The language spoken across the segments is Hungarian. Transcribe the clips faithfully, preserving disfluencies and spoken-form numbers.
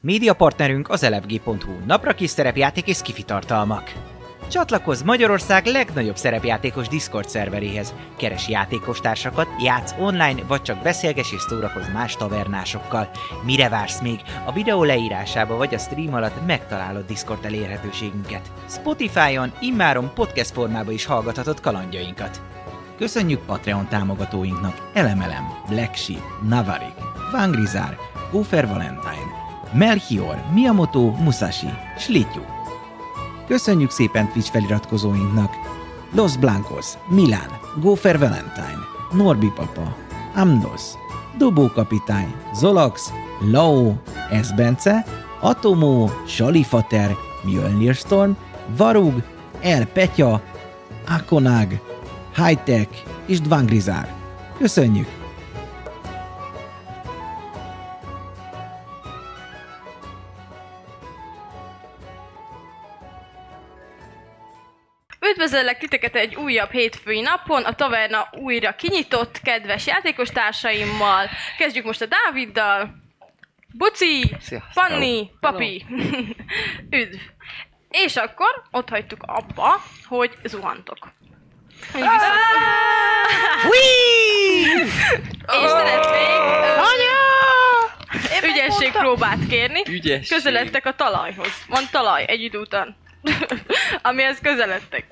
Médiapartnerünk az elefg pont hu, napra kis szerepjáték és sci-fi tartalmak. Csatlakozz Magyarország legnagyobb szerepjátékos Discord szerveréhez. Keres játékostársakat, játsz online, vagy csak beszélges és szórakozz más tavernásokkal. Mire vársz még? A videó leírásába vagy a stream alatt megtalálod Discord elérhetőségünket. Spotify-on immáron podcast formában is hallgathatod kalandjainkat. Köszönjük Patreon támogatóinknak Elemelem, Black Sheep, Navarik, Vangrizár, Gófer Valentine, Melchior, Miyamoto, Musashi, Slityu. Köszönjük szépen Twitch feliratkozóinknak Los Blancos, Milán, Gófer Valentine, Norbi Papa, Amnos, Dobó Kapitány, Zolax, Lao, Esbence, Atomó, Salifater, Mjölnir Storm, Varug, El Petya, Akonag, Hightech és Dvangrizár. Köszönjük! Üdvözöllek titeket egy újabb hétfői napon, a taverna újra kinyitott, kedves játékos társaimmal. Kezdjük most a Dáviddal. Buci, Panni, Papi. Üdv. És akkor ott hagytuk abba, hogy zuhantok. És szeretnék ügyességpróbát kérni. Ügyesség. Közeledtek a talajhoz. Van talaj egy idő után. Amihez közeledtek.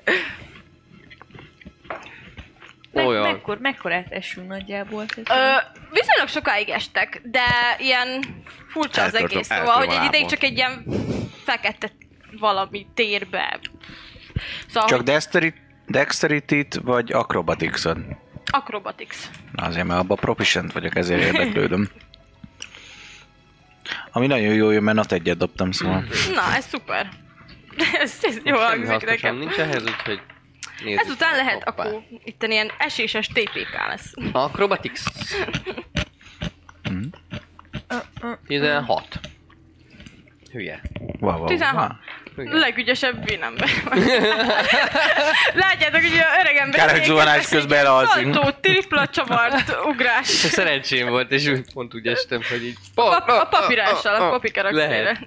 Me- Olyan. mekkor, mekkorát esünk nagyjából? Ö, viszonylag sokáig estek, de ilyen furcsa az Eltörtöm- egész. Szóval, hogy egy eltöröm ideig lábon. csak egy ilyen fekete valami térbe. Szóval, Csak hogy dexterity, dexterity-t vagy acrobatics-ot? acrobatics. Na azért, mert abban proficient vagyok, ezért érdeklődöm. Ami nagyon jó jön, mert not egyet dobtam, szóval. Na, ez szuper. ez, ez jó Semmi hangzik hasznosan nekem. nincs ehhez, úgyhogy nézzük. Ezután lehet, Hoppá. akkor itt ilyen eséses té pé ká lesz. Acrobatics. tizenhat. Hülye. Wow, wow, tizenhat. Hülye. Legügyesebb vénember. Látjátok, hogy a öreg ember... Kár, hogy zuhanás közben elalszunk. Szaltó, tripla csavart, ugrás. Szerencsém volt, és úgy pont úgy estem, hogy így... A, pap, a papírással, a papi karakterére. Lehet.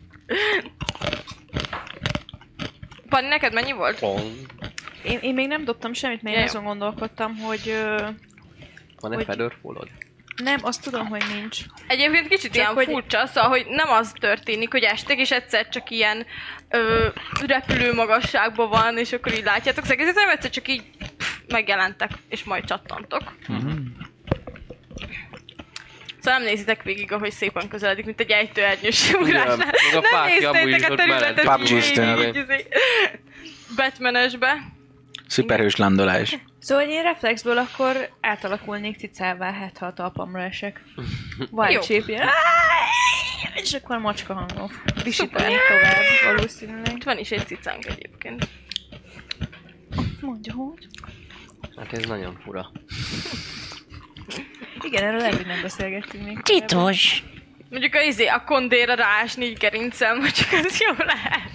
Panni, neked mennyi volt? Én, én még nem dobtam semmit, mert én Jaj. azon gondolkodtam, hogy... Ö, Van-e Hogy- featherfallod? nem, azt tudom, hogy nincs. Egyébként kicsit Csak ilyen hogy- furcsa, szóval, hogy nem az történik, hogy estek, és egyszer csak ilyen ö, repülő magasságban van, és akkor így látjátok, szóval ez nem egyszer csak így pff, megjelentek, és majd csattantok. Szóval nem nézitek végig, ahogy szépen közeledik, mint egy ejtőernyős ugrásnál. meg a Nem fákja amúgy is néztétek a ott mellett. területet Pub így G-sten. végig, izé, Batmanesbe. Szuperhős landolás. Szóval hogy én reflexből akkor átalakulnék cicává, hát ha a talpamra esek. Wild Jó. shape, ilyen, "Áááá!" és akkor macska hangok. Visítani tovább, valószínűleg. Itt van is egy cicánk egyébként. Mondja, hogy? Hát ez nagyon fura. Igen, erről lehet, hogy nem beszélgettünk még. Titos! Mondjuk a izé, a kondéra ráásni így gerincem, hogy csak az jó lehet.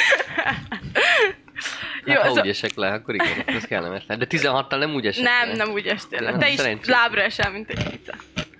Hát Jó, ha az úgy esek le, akkor igen, ez kellemes lehet. De tizenhattal nem úgy esek nem, le. nem úgy estél le. Nem, Te is szerencsés. lábra esel, mint egy cica.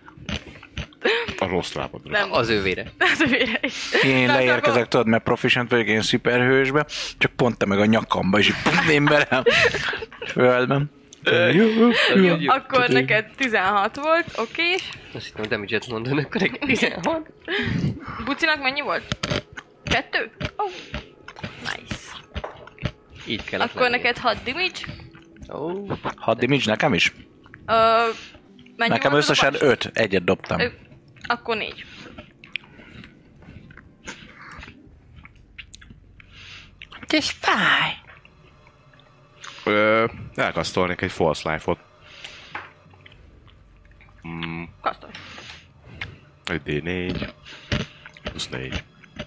A rossz lábadra. Nem, Az ővére. az a vére is. Én Na, leérkezek, akkor- tudod, mert proficient vagyok, én szuperhősbe, csak pont te meg a nyakamba, és így pff, én belem. Földben. Jó, Jó. akkor neked tizenhat volt, oké. Azt hittem, hogy damage-et mondanak, akkor egy tizenhat. Bucinak mennyi volt? Kettő? Oh. Nice. Így kellett Akkor lennie. neked hat damage. Ó, hat damage nekem is? Ö, mennyi Nekem volt az összesen a vas? öt, egyet dobtam. Ö, Akkor négy. Ez fáj! Ö, elkasztolnék egy false life-ot. Mm, Kasztolj. egy dé négy. plusz négy.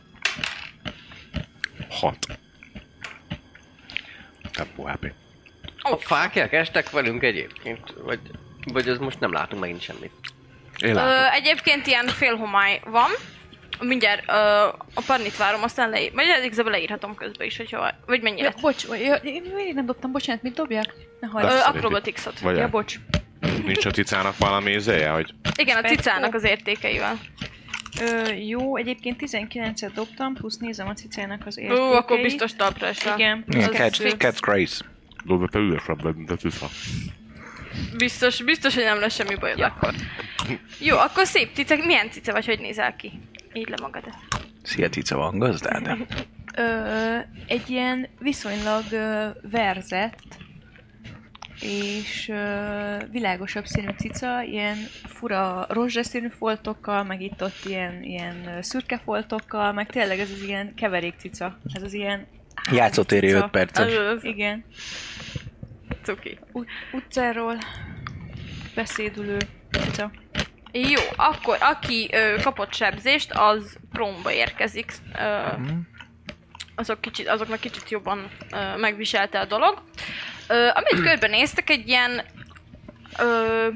hat. Tempó há pé. a fákják estek velünk egyébként? Vagy, vagy az most nem látunk megint semmit? Én Ö, látom. egyébként ilyen félhomály van. Mindjárt ö, a parnit várom, aztán leír. Vagy igazából leírhatom közben is, hogyha... Vagy mennyire. Ja, bocs, ja, én még nem dobtam, bocsánat, mit dobjak? Ne hagyd. Ö, Dexterity. acrobatics-ot. Vagy Ja, el- bocs. Nincs a cicának valami izéje, hogy Igen, a Spektrum. cicának az értékeivel. Ö, jó, egyébként tizenkilencet dobtam, plusz nézem a cicának az értékeit. Ó, akkor biztos talpra esel. Igen. Igen, az Cat's, fix. Cat's Grace. Dobd, te ügyesebb vagy, mint a cica. Biztos, biztos, hogy nem lesz semmi bajod akkor. Jó, akkor szép cica. Milyen cica vagy, hogy nézel ki? Így le magadat. Szia, cica, van gazdád? Ö, egy ilyen viszonylag ö, verzett és ö, világosabb színű cica, ilyen fura rozsdaszínű foltokkal, meg itt ott ilyen, ilyen ö, szürke foltokkal, meg tényleg ez az ilyen keverék cica. Ez az ilyen Játszótéri cica. öt perces. Az, Igen. cuki. U- utcáról beszédülő cica. Jó, akkor aki ö, kapott sebzést, az prómba érkezik. Ö, azok kicsit, azoknak kicsit jobban ö, megviselte a dolog. Ö, amit körbenéztek, egy ilyen ö,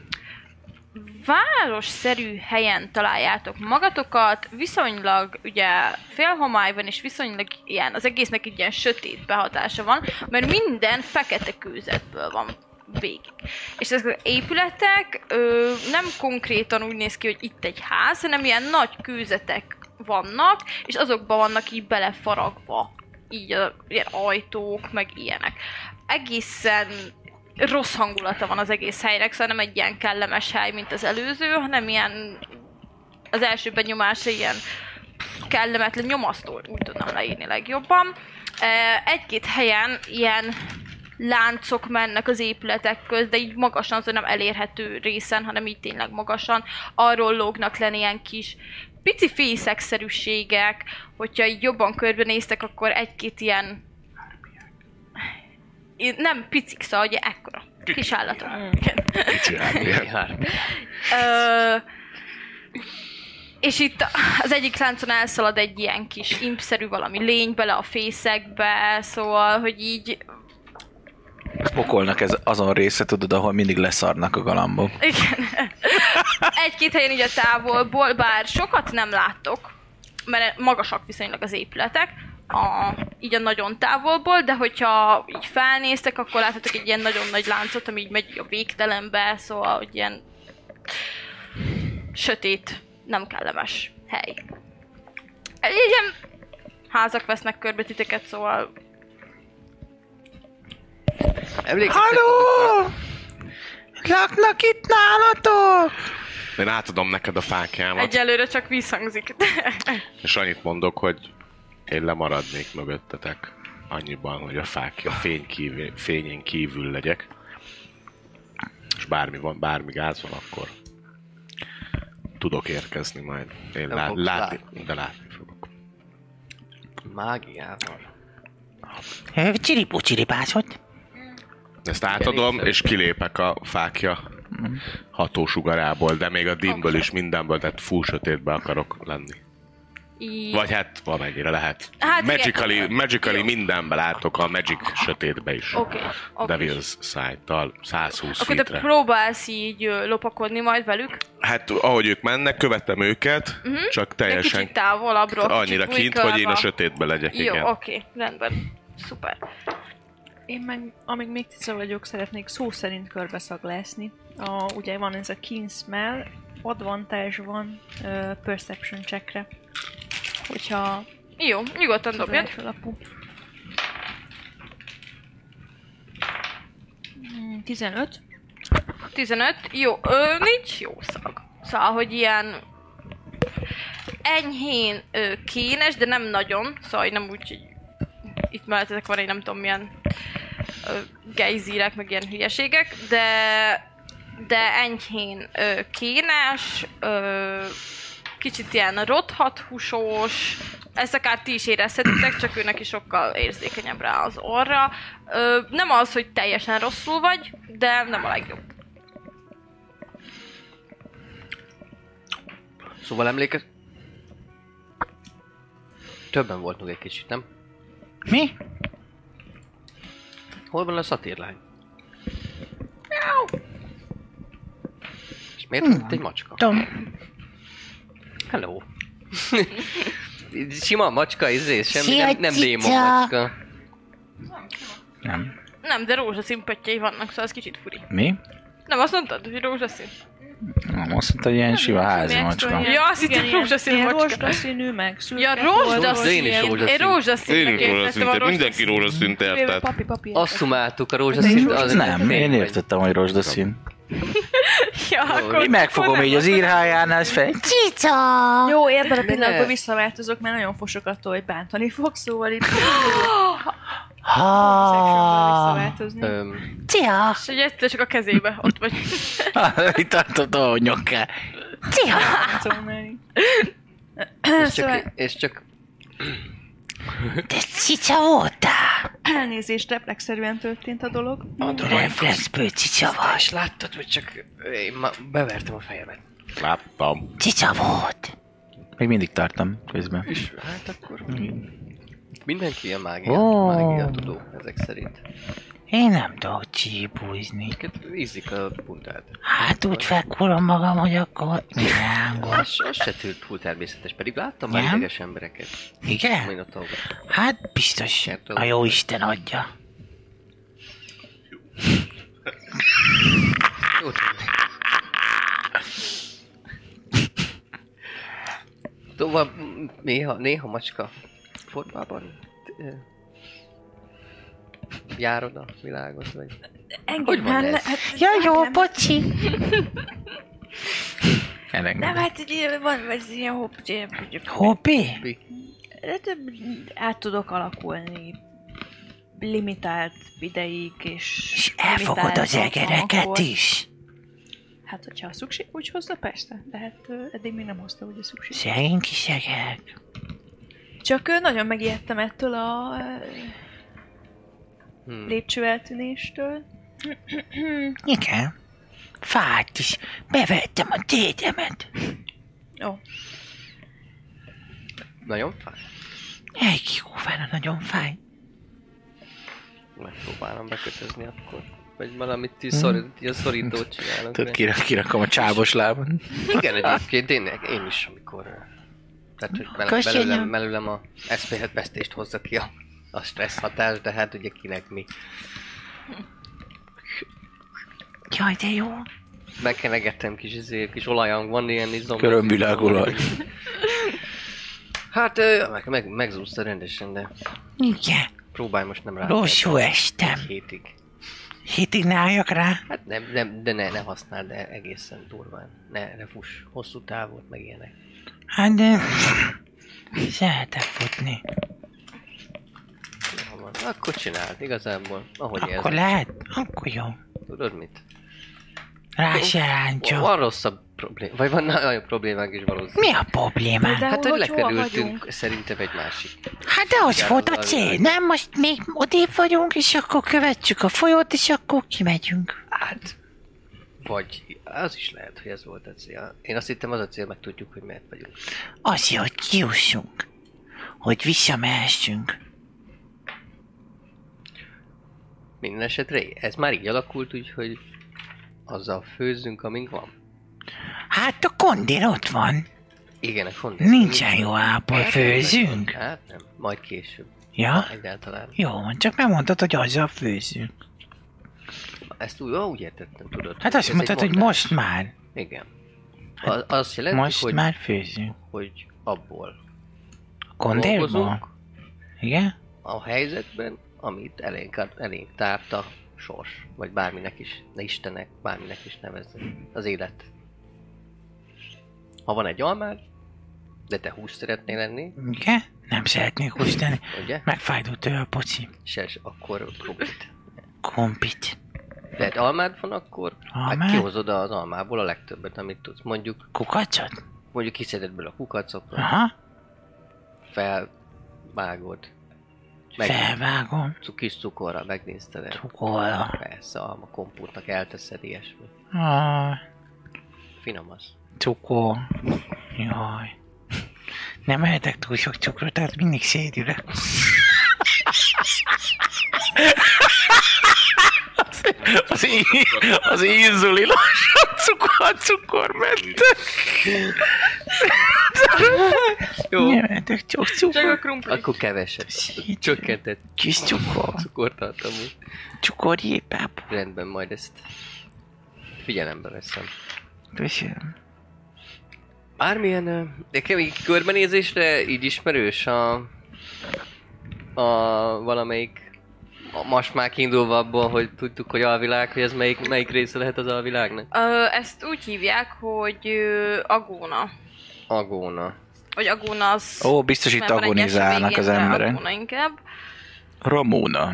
városszerű helyen találjátok magatokat, viszonylag ugye félhomály van, és viszonylag ilyen, az egésznek egy ilyen sötét behatása van, mert minden fekete kőzetből van végig. És ezek az épületek ö, nem konkrétan úgy néz ki, hogy itt egy ház, hanem ilyen nagy kőzetek vannak, és azokban vannak így belefaragva. Így a, ilyen ajtók, meg ilyenek. Egészen rossz hangulata van az egész helynek, szóval nem egy ilyen kellemes hely, mint az előző, hanem ilyen az első benyomása ilyen kellemetlen, nyomasztó, úgy tudnám leírni legjobban. Egy-két helyen ilyen láncok mennek az épületek közt, de így magasan, azon nem elérhető részen, hanem így tényleg magasan. Arról lógnak lenni ilyen kis pici fészekszerűségek, hogyha így jobban körbenéztek, akkor egy-két ilyen nem picik, szóval ugye ekkora kis állatok. Kicsi árpiák. Ö, és itt az egyik láncon elszalad egy ilyen kis impszerű valami lény bele a fészekbe, szóval, hogy így... Pokolnak ez azon része, tudod, ahol mindig leszarnak a galambok. Igen. Egy-két helyen így a távolból, bár sokat nem láttok, mert magasak viszonylag az épületek, a, így a nagyon távolból, de hogyha így felnéztek, akkor láthatok egy ilyen nagyon nagy láncot, ami így megy a végtelenbe, szóval hogy ilyen sötét, nem kellemes hely. Ilyen házak vesznek körbe titeket, szóval... Halló! Laknak itt nálatok? Én átadom neked a fákjámat, Egyelőre csak visszhangzik. és annyit mondok, hogy én lemaradnék mögöttetek annyiban, hogy a fákja fény kívül, fényén kívül legyek. És bármi van, bármi gáz van, akkor tudok érkezni majd. Én Nem lá- fogsz látni, látni. de látni fogok. Mágiával. Csiripó csiripásod. Ezt átadom, és kilépek a fákja hatósugarából, de még a dimből is mindenből, tehát full sötétbe akarok lenni. Így. Vagy hát valamennyire lehet. Hát igen. Magically, magically Jó. mindenbe látok a Magic sötétbe is. Oké, oké. Devil's Sight-tal száz húsz Akkor te feetre. próbálsz így ö, lopakodni majd velük. Hát ahogy ők mennek, követem őket, Mhm. csak De teljesen kicsit távolabbról. annyira kicsit kint, hogy én a bujkálva. sötétbe legyek, Jó, igen. oké, rendben. Szuper. Én meg, amíg még cica vagyok, szeretnék szó szerint körbeszáglászni. A, ugye van ez a keen smell, advantage van uh, perception checkre. Hogyha Jó, nyugodtan dobjad. tudás alapú. Mm, tizenöt. tizenöt. Jó, ö, nincs jó szag. Szóval, hogy ilyen enyhén ö, kénes, de nem nagyon. Szóval, hogy nem úgy, hogy itt mellettetek van egy nem tudom milyen ö, gejzírek, meg ilyen hülyeségek, de de enyhén ö, kénes, ö, kicsit ilyen rothat húsos, ezt akár ti is érezhetitek, csak őnek is sokkal érzékenyebb rá az orra. Ö, nem az, hogy teljesen rosszul vagy, de nem a legjobb. Szóval emlékez... Többen voltunk egy kicsit, nem? Mi? Hol van a szatírlány? És miért hmm. egy macska? Tom. Hello. Sima macska, izé, semmi, Szia, nem, nem cica. démon macska. Nem. Nem, de rózsaszín pöttyei vannak, szóval ez kicsit furi. Mi? Nem, azt mondtad, hogy rózsaszín. Nem, azt mondta, hogy ilyen sima házi macska. Ja, azt hittem rózsaszín ilyen macska. rózsaszínű, meg szürke. Ja, rózsaszín. De én is rózsaszín. Én rózsaszínnek Én is értettem a rózsaszint, rózsaszín. mindenki rózsaszint értett. Papi, papi. Asszumáltuk a rózsaszint. az Nem, fény én vagy. értettem, hogy rozsdaszín. Ja, akkor... Én megfogom így az írhájánál, ez fel. Cica! Jó, ebben a De pillanatban ne. visszaváltozok, mert nagyon fosok attól, hogy bántani fog, szóval itt Ha. visszaváltozni. Öm, Cia! És hogy egyszer csak a kezébe, ott vagy. Itt tartottam a nyakká. Cia! Szóval- és Szóval csak, és csak Te cica voltál! elnézést, reflexzerűen történt a dolog. Reflexből cica vagy. és láttad, hogy csak én ma bevertem a fejemet. Láttam. Cica volt. Még mindig tartom közben. És hát akkor mindenki ilyen mágia, Ó. mágia tudó ezek szerint. Én nem tudok csípúzni. Ezeket ízik a puntát. Hát úgy fekkolom magam, hogy akkor mirángol. Az, az se tűnt túl természetes, pedig láttam már Nem? ideges embereket. Igen? Minotaurban. Hát biztos, a jó Isten adja. Jó tudni. Szóval m- néha, néha macska formában ö, járod a világot, vagy... Engem Hogy van már ez? le- hát, Ja, jó, nem, bocsi. nem, Elengedem. hát így van, ez ilyen hopp, Hobbi? hát, át tudok alakulni limitált ideig, és... És elfogod limitált az egereket alkalmakkor. is? Hát, hogyha szükség úgy hozza, persze, de hát ö, eddig még nem hozta ugye szükség. Szegény kis egerek. Csak ö, nagyon megijedtem ettől a ö, Hmm. lépcső eltűnéstől. Igen. Fájt is. Bevettem a dédemet. Ó, Nagyon fáj. Egy kikóvára nagyon fáj. Megpróbálom bekötözni akkor. Vagy valamit így szorít, ilyen szorítót csinálunk. Tudod, ne? kirak, kirakom a csábos lábon. Igen, egyébként én, én is, amikor... ö, Tehát, hogy bele- Köszönöm. belőlem, belőlem a eszméletvesztést hozza ki a, a stressz hatás, de hát ugye kinek mi. Jaj, de jó. Megkenegettem kis, izé, kis olajam, van ilyen izom. Körömvilágolaj. Hát ö, meg, meg, megzúszta rendesen, de Igen. próbálj most nem rá. Rosszul estem. Egy hétig. Hétig ne álljak rá. Hát nem, nem de ne, ne használd, de egészen durván. Ne, ne fuss hosszú távot, meg ilyenek. Hát de... Szeretek futni. Jó van. Akkor csináld, igazából, ahogy Akkor érzed. lehet? Akkor jó. Tudod mit? Rá se ráncsa. Van rosszabb probléma, vagy van nagyobb problémák is valószínűleg. Mi a problémám? De Hát, hogy hogy hol lekerültünk vagyunk? szerintem egy másik. Hát de az volt a cél, nem? Most még odébb vagyunk, és akkor követjük a folyót, és akkor kimegyünk. Hát, vagy az is lehet, hogy ez volt a cél. Én azt hittem az a cél, meg tudjuk, hogy miért vagyunk. Azért, hogy kiussunk. Hogy visszamehessünk. Minden esetre ez már így alakult, úgyhogy azzal főzzünk, amink van. Hát a kondén ott van. Igen, a fondé. Nincsen jó ápol, főzünk. Hát nem, majd később. Ja? Egyáltalán. Jó, csak nem mondtad, hogy azzal főzünk. Ezt úgy, ó, úgy értettem, tudod. Hát azt Ez mondtad, egy hogy mondás. most már. Igen. Az, azt jelenti, Most hogy, már főzünk. hogy abból A kondélból? dolgozunk Igen? a helyzetben, amit elénk, elénk tárt a sors, vagy bárminek is, ne Istenek, bárminek is nevezzük. Az élet. Ha van egy almád, de te húst szeretnél lenni, Igen? Nem szeretnék hústani. ugye? Megfájdult tőle a poci. Ses, akkor krumplit. Kompit. De egy almád van, akkor Almád? hát kihozod az almából a legtöbbet, amit tudsz. Mondjuk, Kukacot? mondjuk kiszeded belőle a kukacokra, Aha. felvágod, meg Felvágom. cu- kis cukorra megnézted. Cukorra. Persze, alma kompótnak elteszed ilyesmi. Ah, Finom az. cukor. Jaj. Nem ehetek túl sok cukrot, tehát mindig szédülök. Az, í- az inzulin lassan cukor, cukormentes. Jó, Nem ehetek csak Csak a cukor. krumpli. akkor keveset. Szétülök. Csökkentett Kis cukor. cukortartalmú. Cukorjépából. Rendben, majd ezt Figyelembe veszem. Köszönöm. Bármilyen nekem így körbenézésre így ismerős a, a valamelyik a masmák indulva abból, hogy tudtuk, hogy alvilág, hogy ez melyik, melyik része lehet az alvilágnak? Ö, ezt úgy hívják, hogy ö, Agóna. Agóna. Vagy Agóna az... Ó, biztos itt agonizálnak az emberek. Agóna inkább. Ramona.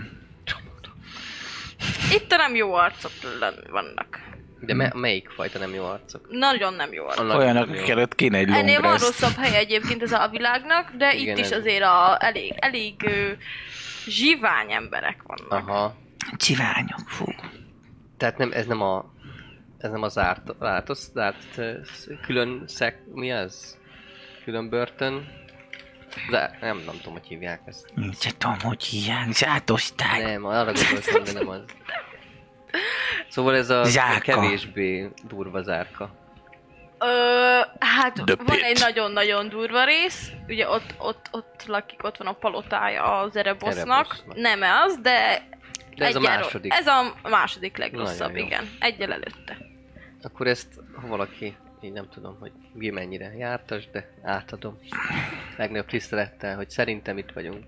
Itt nem jó arcok vannak. De me- melyik fajta nem jó arcok? Nagyon nem jó arcok. Olyanok, akik előtt kéne egy long Ennél van rest. rosszabb hely egyébként az alvilágnak, de Igen, itt is ez- azért a, elég, elég ö, zsivány emberek vannak. Aha. Csiványok, fú. Tehát nem, ez nem a... Ez nem a zárt, zárt, zárt, zárt külön szek... Mi ez? Külön börtön? De nem, nem tudom, hogy hívják ezt. Nincs tudom, hogy hívják. Zsátosztály. Nem, arra gondoltam, de nem az. Szóval ez a Zárka. kevésbé durva zárka. Ö, hát The van Pit. egy nagyon-nagyon durva rész, ugye ott, ott, ott lakik, ott van a palotája az Erebosznak. Erebosznak. Nem az, de... De ez a egyel- második. Ez a második legrosszabb, Nagyon jó. igen. Egyel előtte. Akkor ezt, ha valaki, így nem tudom, hogy mi mennyire jártas, de átadom. Legnagyobb tisztelettel, hogy szerintem itt vagyunk.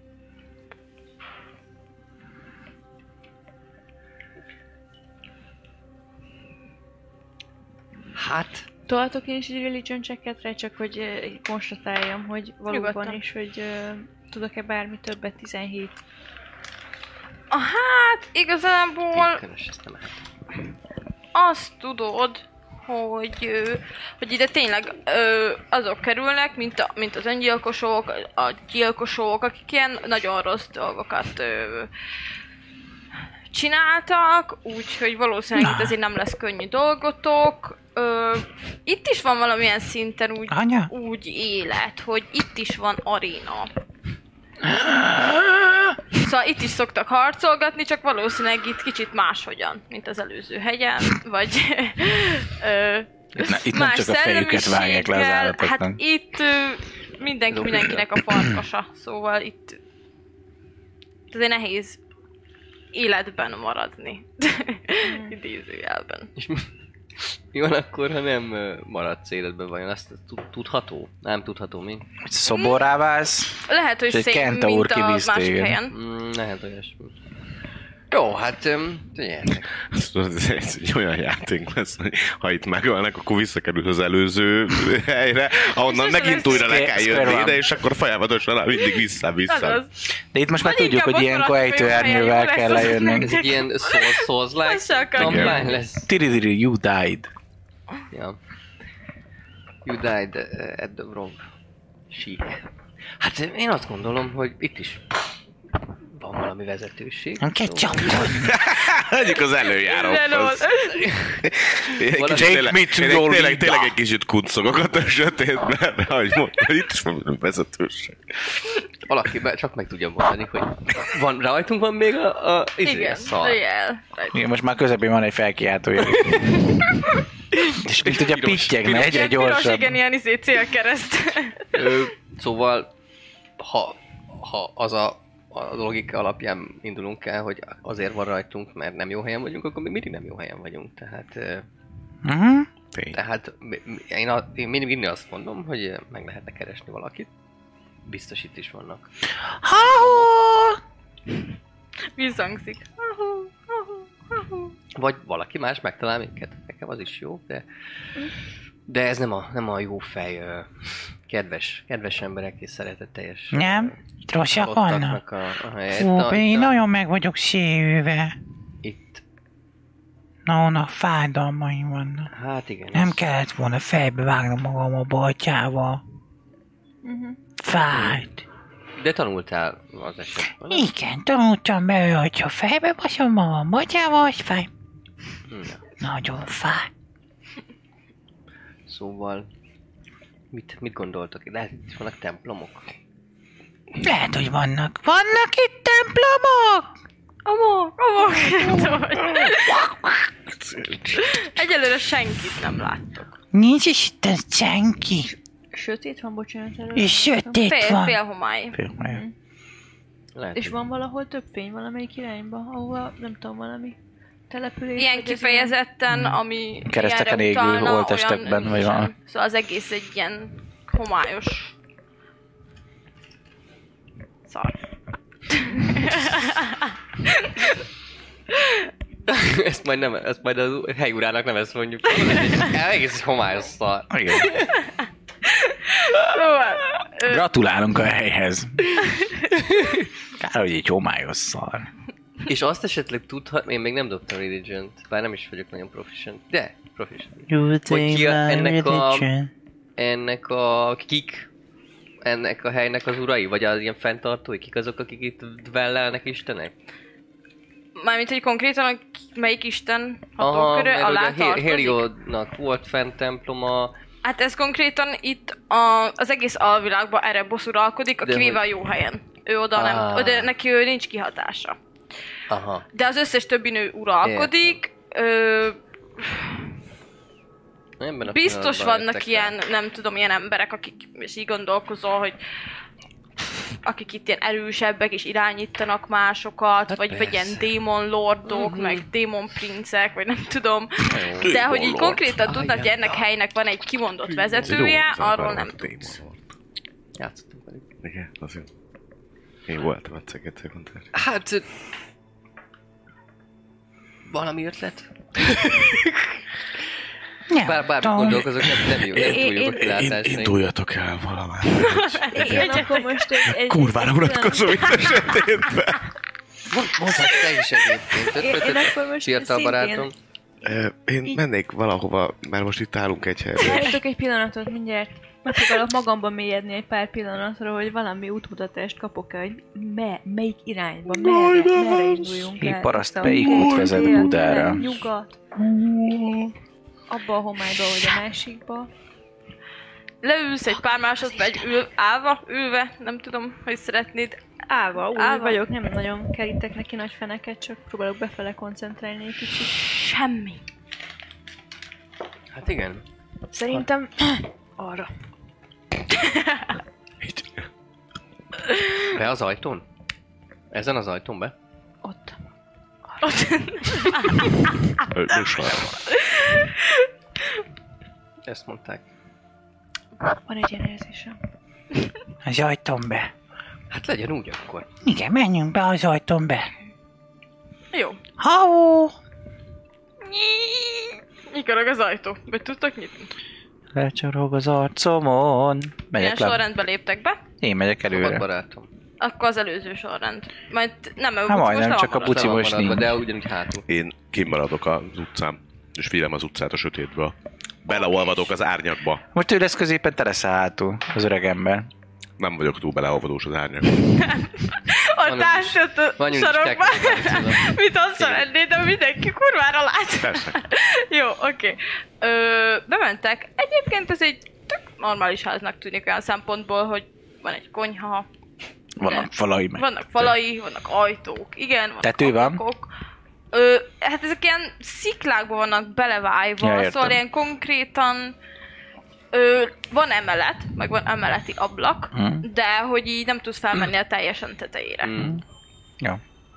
Hát, Tolhatok én is egy religion checket rá, csak hogy uh, konstatáljam, hogy valóban Nyugodtan. is, hogy uh, tudok-e bármi többet, tizenhét. Ah, hát igazából Különös, ezt nem lehet. azt tudod, hogy, ö, hogy ide tényleg ö, azok kerülnek, mint, a, mint az öngyilkosok, a gyilkosok, akik ilyen nagyon rossz dolgokat ö, csináltak, úgyhogy valószínűleg itt azért nem lesz könnyű dolgotok. Ö, itt is van valamilyen szinten úgy, Anya? úgy élet, hogy itt is van aréna. Szóval itt is szoktak harcolgatni, csak valószínűleg itt kicsit máshogyan, mint az előző hegyen, vagy ö, Itt, ne, itt nem más csak a fejüket vágják le az szellemiséggel. állatoknak. Hát itt ö, mindenki mindenkinek a farkasa, szóval itt azért nehéz életben maradni. Idézőjelben. És mi, mi van akkor, ha nem ö, maradsz életben vajon? Azt tud- tudható? Nem tudható mi? Szoborrá válsz, Lehet, hogy És egy szép, kentaur mint a kivisz másik téged. helyen. Mm, lehet olyasmi. Jó, hát um, gyertek. Ez, ez egy olyan játék lesz, hogy ha itt megölnek, akkor visszakerül az előző helyre, ahonnan És megint lesz- újra le kell Square jönni one. ide, és akkor folyamatosan rá mindig vissza-vissza. Azaz. de itt most már Vagy tudjuk, inkább hogy ott ilyenkor maradsz, ejtőernyővel hogy kell lesz az lejönni. Ez egy ilyen Souls-like Azt se akarjuk. kampány lesz. Tiridiri, you died. Ja. You died at the wrong chic. Hát én azt gondolom, hogy itt is van valami vezetőség. Nem kell csapkodni. Egyik az előjárókhoz. Én egy Valami- kicsit Take tényleg, me to én your tényleg, leader. tényleg egy kicsit kuncogok a sötétben, de hogy mondta, hogy itt is van valami vezetőség. Valaki be, csak meg tudja mondani, hogy van, rajtunk van még a, a izé, Igen, szar. real. Igen, most már közepén van egy felkiáltója. És mint hogy a piros- pittyegne piros- egyre Piros, gyorsabb. igen, ilyen izé célkereszt. Ö, szóval, ha, ha az a, a logika alapján indulunk el, hogy azért van rajtunk, mert nem jó helyen vagyunk, akkor még mindig nem jó helyen vagyunk. Tehát, ö, Uh-huh. Tény. tehát mi- mi- én, a, én mindig, mindig azt mondom, hogy meg lehetne keresni valakit. Biztos itt is vannak. Ha-ho! Visszhangzik. Ahó, ahó, ahó. Vagy valaki más megtalál minket. Nekem az is jó, de... De ez nem a, nem a jó fej, ö, kedves, kedves emberek és szeretetteljes... Nem? Itt rosszak vannak? halottaknak a, a helyet. Fú, Na, én itt a- nagyon meg vagyok sérülve. Itt, Na, fájdalmaim vannak. hát igen. Nem ez- kellett volna fejbe vágnom magam a baltyával. Uh-huh. Fájt. De tanultál az esetben. nem? Igen, tanultam be, hogyha fejbe basom magam baltyával, az fáj. Na, Nagyon fáj. szóval... Mit, mit gondoltok? Lehet, itt vannak templomok? Lehet, hogy vannak. Vannak itt templomok? Amok, amok. Nem tudom, hogy- Egyelőre senkit nem láttok. Nincs is itt senki. Sötét van, bocsánat. előre És mondtam. sötét Fél, van. fél homály. Lehet, És hogy- van valahol több fény valamelyik irányba, ahova nem tudom valami település? Ilyen vagy ez kifejezetten, ami Kereszteken ilyenre égő utalna, holttestekben, olyan vagy nincsen. valami. Szóval az egész egy ilyen homályos szar. ezt majd nem, ezt majd a helyurának nem ezt mondjuk. Egész homályos szar. Igen. Szóval, ö, Gratulálunk a helyhez. Kár, hogy egy homályos szar. És azt esetleg tudhat, én még nem dobtam Religion-t, bár nem is vagyok nagyon proficient, de proficient. Hogy ki a- ennek a- Ennek a kik, ennek a helynek az urai, vagy az ilyen fenntartói, kik azok, akik itt dwellelnek istenek? mármint, hogy konkrétan a, melyik isten hatóköre mert alá ugye a He- tartozik? Heliodnak volt fent temploma, Hát ez konkrétan itt a, az egész alvilágban erre bosszuralkodik, a De kivéve hogy- a jó helyen. Ő oda nem, Ah. oda neki ő nincs kihatása. aha. De az összes többi nő uralkodik. Ö, Ebben a biztos pillanatban vannak jöttek ilyen, rá. nem tudom, ilyen emberek, akik, és így gondolkozol, hogy akik itt ilyen erősebbek és irányítanak másokat, Hát vagy, vagy ilyen persze. démon lordok, Mhm. meg démon princek, vagy nem tudom. Jó. De hogy így lord. konkrétan Ah, tudnak, hogy igen. ennek helynek van egy kimondott vezetője, arról nem tudom. tudsz. Játszottunk velük. Igen, az jó. Én voltam egyszer egyszer kontár. Hát... ö, Valami ötlet? Bár bármit gondolkozok, nem, nem jó, nem túl jók a kilátásaink. Induljatok el valamár. Én akkor most egy, egy Kurvára egy unatkozom itt esetétben. Mondhatsz te is egyébként. Én- én Ötletet, akkor most fiatal szintén- barátom. Ö, Én Így- mennék valahova, mert most itt állunk egy helyben. Várjatok egy pillanatot, mindjárt megpróbálok magamba mélyedni egy pár pillanatra, hogy valami útmutatást kapok-e, hogy me, melyik irányba, merre, merre induljunk Hé, el. paraszt, Itt a melyik út vezet dél, Budára? kelet, Nyugat. Abba a homályba, vagy a másikba. Leülsz egy pár másodperc, ül, állva, ülve, nem tudom, hogy szeretnéd. Állva, úgy Állva. vagyok, nem nagyon kerítek neki nagy feneket, csak próbálok befele koncentrálni egy kicsit. Semmi. Hát igen. Szerintem arra. Be az ajtón? Ezen az ajtón be? Ott. Ö, Most már. Ezt mondták. Van egy ilyen érzésem. Az ajtón be. Hát legyen úgy akkor. Igen, menjünk be az ajtón be. Jó. Hau! Nyikorog az ajtó. Be tudtak nyitni? Lecsorog az arcomon. Milyen Megyek le. sorrendbe léptek be? Én megyek Szabad előre. barátom. Akkor az előző sorrend. Majd nem, mert Hát Buci majdnem, most csak a lemarad. Buci Le van most maradva, nincs. de ugyanúgy hátul. Én kimaradok az utcán, és figyelem az utcát a sötétből. Beleolvadok az árnyakba. Most ő lesz középen, te lesz hátul, az öreg ember. Nem vagyok túl beleolvadós az árnyakba. A Van társat a Van úgy sarokban. is Mit azt Igen. vennéd, de mindenki kurvára lát. Persze. Jó, oké. Ö, bementek. Egyébként ez egy tök normális háznak tűnik olyan szempontból, hogy van egy konyha, Vannak falai meg. vannak falai, vannak ajtók, igen, vannak Tető van? ablakok. Ö, hát ezek ilyen sziklákba vannak belevájva, Ja, értem. szóval ilyen konkrétan ö, van emelet, meg van emeleti ablak, Hm. de hogy így nem tudsz felmenni a teljesen tetejére. Mm. Jó.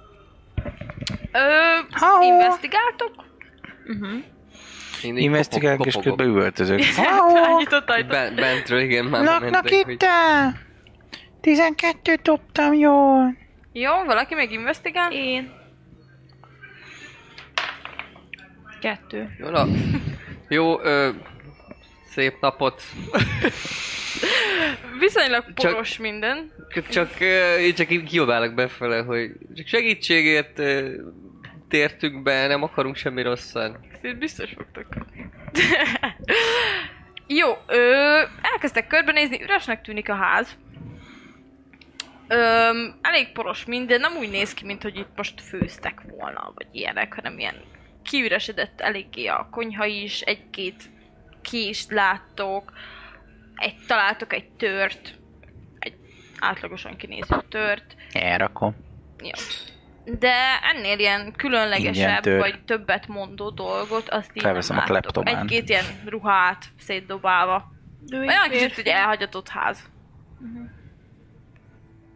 Ö, Hau. investigáltok? Én így Investigálok és kopogok. közben üvöltözök. Elnyitott ajtó. Ben- Bentről igen, már Laknak mentek, hogy itt el! Tizenkettőt dobtam jól. Jó, valaki még investigál? Én. Kettő. Jó, na. Jó, ö, szép napot. Viszonylag Csak- poros minden. Csak, csak ö, én csak így kiabálok befele, hogy csak segítségért ö, tértünk be, nem akarunk semmi rosszat. Ezt biztos fogtok. Jó, ö, elkezdtek körbenézni, üresnek tűnik a ház. Ö, elég poros minden, nem úgy néz ki, mint hogy itt most főztek volna, vagy ilyenek, hanem ilyen kiüresedett eléggé a konyha is, egy-két kést láttok, egy, találtok egy tört, egy átlagosan kinéző tört. Elrakom. Jó. De ennél ilyen Ingyen különlegesebb, tör. vagy többet mondó dolgot, azt így Felveszem nem a láttok. kleptomán. Egy-két ilyen ruhát szétdobálva. Női, Olyan kicsit, férfi. hogy elhagyatott ház.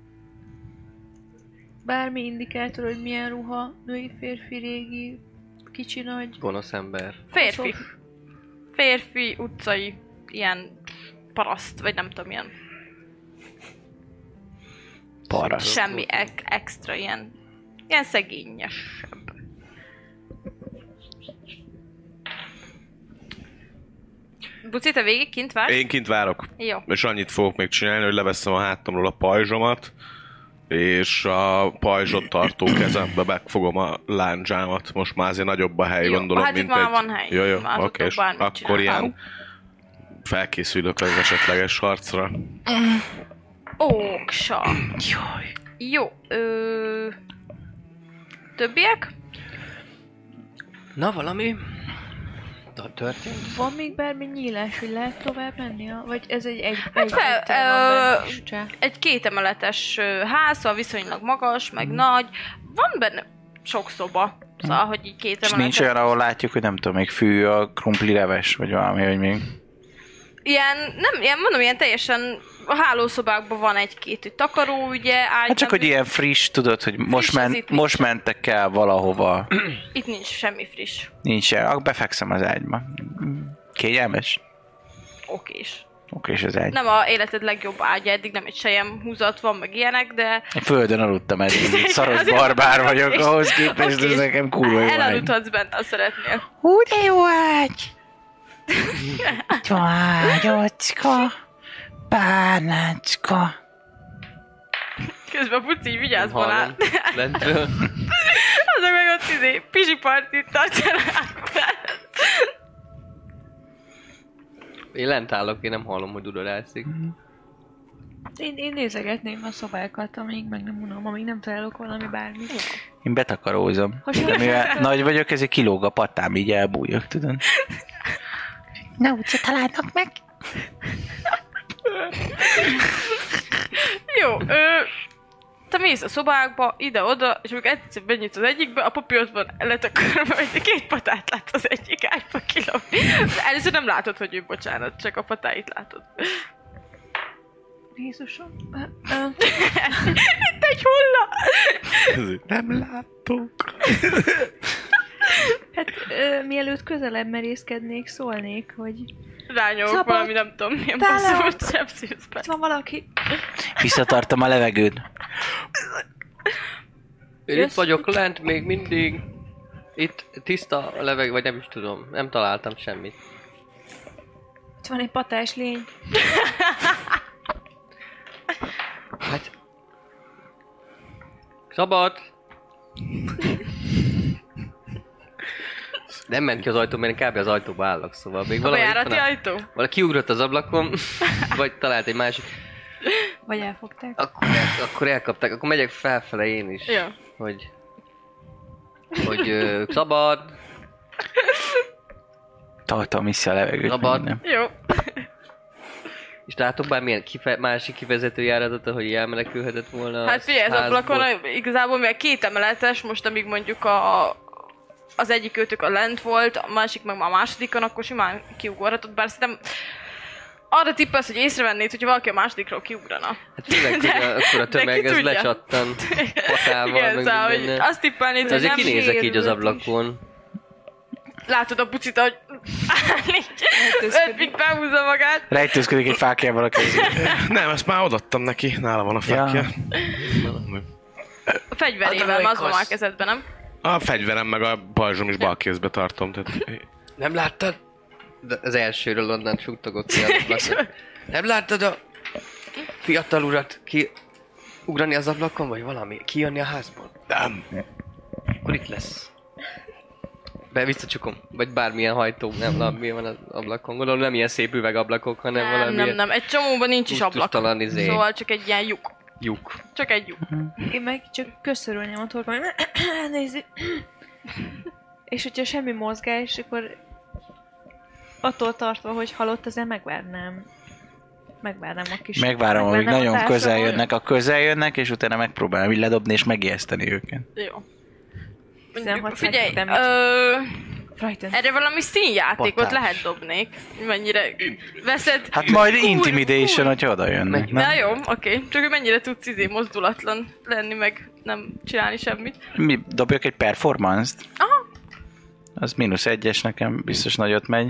Bármi indikátor, hogy milyen ruha, női, férfi, régi, Kicsi, nagy... Gonosz ember. Férfi. Férfi, utcai, ilyen paraszt, vagy nem tudom, ilyen Paraszt. semmi ek- extra, ilyen, ilyen szegényesebb. Buci, te végig kint vársz? Én kint várok. Jó. És annyit fogok még csinálni, hogy leveszem a hátamról a pajzsomat, és a pajzsot tartó kezembe megfogom a lándzsámat. Most már azért nagyobb a hely, Jó, gondolom, hát itt mint már egy... van hely. Jó, jó, Már oké, tudtok és bármit akkor csinálni. ilyen felkészülök az esetleges harcra. Óksa. Jaj. Jó. Ö... Többiek? Na, valami? T- Történt? Van még bármi nyílás, hogy lehet tovább menni? A... Vagy ez egy egy, Hát egy, fel, egy van benne is, ö, csak? egy kétemeletes ö, ház, szóval viszonylag magas, meg nagy. Van benne sok szoba. Szóval, hogy így És kétemeletes. nincs olyan, ahol látjuk, hogy nem tudom, még fű a krumpli leves, vagy valami, hogy még... Ilyen, nem, ilyen, mondom, ilyen teljesen a hálószobákban van egy-két takaró, ugye, ágy. Hát csak, nem- hogy ilyen friss, tudod, hogy most, az men, itt most mentek el valahova. Itt nincs semmi friss. Nincs el, akkor befekszem az ágyba. Kényelmes? Okés. Okés az ágy. Nem a életed legjobb ágya, eddig nem egy sejem húzat van, meg ilyenek, de... Én földön aludtam eddig, Igen, szaros azért barbár mondom, vagyok, okés. ahhoz képest Okés. ez nekem kurva jó ágy. Elaludhatsz benne, azt szeretnél. Hú, de jó ágy! Itt van ágyocska, bárnácska. Közben a puci vigyázz Hallom. Balázs. Lentről. Azok meg ott izé, pisi partit tartanak. Én lent állok, én nem hallom, hogy udorászik. Én, én nézegetném a szobákat, amíg meg nem unom, amíg nem találok valami bármit. Én betakarózom. Ha sem- De mivel nagy vagyok, ezért kilóg a patám, így elbújok, tudod? Na, úgyse találnak meg. Jó, ö, te mész a szobákba, ide-oda, és amikor egyszer benyitsz az egyikbe, a papi ott van letakarva, hogy két patát látsz az egyik ágyba kilógni. Először nem látod, hogy ő bocsánat, csak a patáit látod. Jézusom. Ö, ö, Itt egy hulla! Nem látok. Hát ö, mielőtt közelebb merészkednék, szólnék, hogy Rányolok Szabad. valami, nem tudom, milyen Tálem. bosszút sepszűzbe. itt van valaki. Visszatartom a levegőt. Én itt vagyok lent még mindig. Itt tiszta a levegő, vagy nem is tudom. Nem találtam semmit. Itt van egy patás lény. Hát... Szabad! Nem ment ki az ajtó, mert én kb. Az ajtóba állok, szóval még A valami... bejárati ajtó? Valaki ugrott az ablakon, vagy talált egy másik. Vagy elfogták. Akkor, el, akkor elkapták, akkor megyek felfele én is. Jó. Hogy... Hogy ö, szabad, Tartom vissza a levegőt. Szabad. meg minden. Jó. és látok bármilyen kife- másik kivezető járatot, ahogy elmenekülhetett volna a Hát figyelj, ez házból? ablakon igazából mivel két emeletes, most amíg mondjuk a, az egyik őtök a lent volt, a másik meg már a másodikon, akkor simán kiugorhatott, bár szerintem arra tippelsz, hogy észrevennéd, hogyha valaki a másodikról kiugrana. Hát tényleg, hogy a, akkor a De ki tömeg ez tudja? lecsattant patával, Igen, meg szóval, hogy minden. azt tippelnéd, hogy Azért nem kinézek így az sérült is. ablakon. Látod a pucit, hogy ötpig behúzza magát. Rejtőzködik egy fákjával a kezében. Nem, ezt már odaadtam neki, nála van a fákja. A fegyverével, az van már kezedben, nem? A fegyverem meg a pajzsom is bal kézbe tartom, tehát... Nem láttad? De az elsőről onnan suttogott ki az ablakon. Nem láttad a fiatal urat ki ugrani az ablakon, vagy valami? Kijönni a házból? Nem. Akkor itt lesz. Be visszacsukom. Vagy bármilyen hajtó, nem tudom, mi van az ablakon. Gondolom nem ilyen szép üvegablakok, hanem Nem, valami nem, nem. Egy csomóban nincs is ablak. gusztustalan izé. Szóval csak egy ilyen lyuk. lyuk. Csak egy lyuk. Én meg csak köszörülném a torkom, hogy nézd. És hogyha semmi mozgás, akkor attól tartva, hogy halott, azért megvárnám. Megvárnám a kis... Megvárom, amíg megvárnám a nagyon közel társamat. jönnek, a közel jönnek, és utána megpróbálom így ledobni és megijeszteni őket. Jó. tizenhat Figyelj, damage. ö, Frightened. erre valami színjátékot Patás. lehet dobnék. Mennyire veszed... Hát majd Fúj, intimidation, fúj. hogyha oda jönnek. Na nem? jó, oké. Csak hogy mennyire tudsz izé mozdulatlan lenni, meg nem csinálni semmit. Mi, dobjak egy performance-t? Aha. Az mínusz egyes nekem, biztos nagyot megy.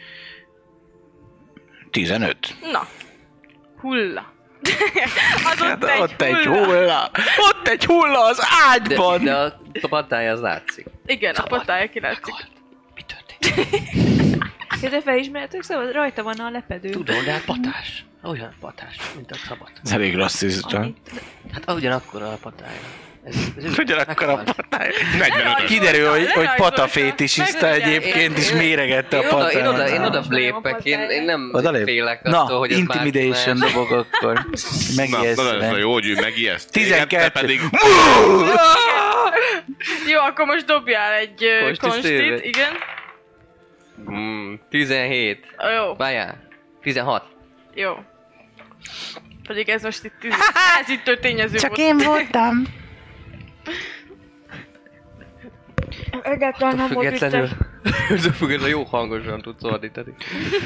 tizenöt. Na. Hulla. Az ott, Hát, egy, ott hulla. egy hulla. Ott egy hulla az De, ágyban. de a, a patája az látszik. Igen, a patája kilátszik. Mi történt? Kezdve felismerhetők, szóval rajta van a lepedő. Tudom, de hát patás. Olyan patás, mint a szabad. Ez elég rasszista. Annyit. Hát ugyanakkor a patája. Ez, ez Ugyanakkor a patály. negyvenötös. Kiderül, hogy, hogy Lerajzolta. patafétisiszta egyébként, és méregette a Én oda, én oda, én patáját. oda lépek, én, én nem Oda lép? félek Na, attól, hogy ez intimidation bárki dobok akkor. Na, na, ez a Megijesztve. jó, hogy ő megijeszt. téged, te tizenkettő. pedig... Jó, akkor most dobjál egy ö, Konstit konstit, szévet. igen. Mm, tizenhét. Jó, Várjál. tizenhat. jó. Pedig ez most itt ez itt ő tényező Csak volt. én voltam. Egyáltalán nem volt Függetlenül, vicces. függetlenül jó hangosan tudsz ordítani.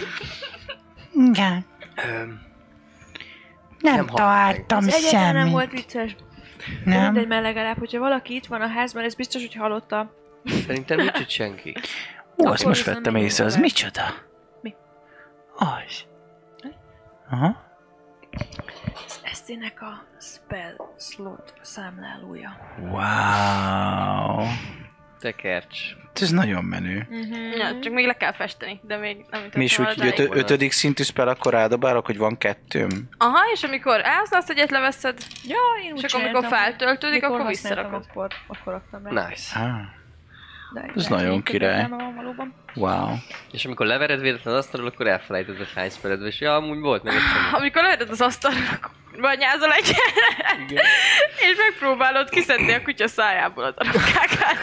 Igen. Öm, Nem, Nem találtam Ez egyáltalán nem semmit. volt vicces. De Nem? mindegy, mert legalább, hogyha valaki itt van a házban, ez biztos, hogy hallotta. Szerintem nincs itt senki. Ó, azt Akkor most viszont vettem nem észre, az jó. micsoda? Mi? Az. Aha. Ez Esztének a spell slot számlálója. Wow. Tekercs. Ez nagyon menő. Ja, csak még le kell festeni, de még nem Mi is úgy, hogy ötö, elég. ötödik szintű spell, akkor rádobálok, hogy van kettőm. Aha, és amikor elhasználsz egyet, leveszed, Ja, én úgy és akkor amikor csináltam. feltöltődik, Mikor akkor használtam, visszarakod. Akkor, akkor raktam rá. Nice. Ah, De Ez lehet, nagyon hogy több király. értelme van valóban. wow. És amikor levered véletlen az asztalról, akkor elfelejted, hogy hány speled, és ja, amúgy volt meg egy csomó. Amikor leheted az asztalra, akkor banyázol egyet, és megpróbálod kiszedni a kutya szájából a darabkákát.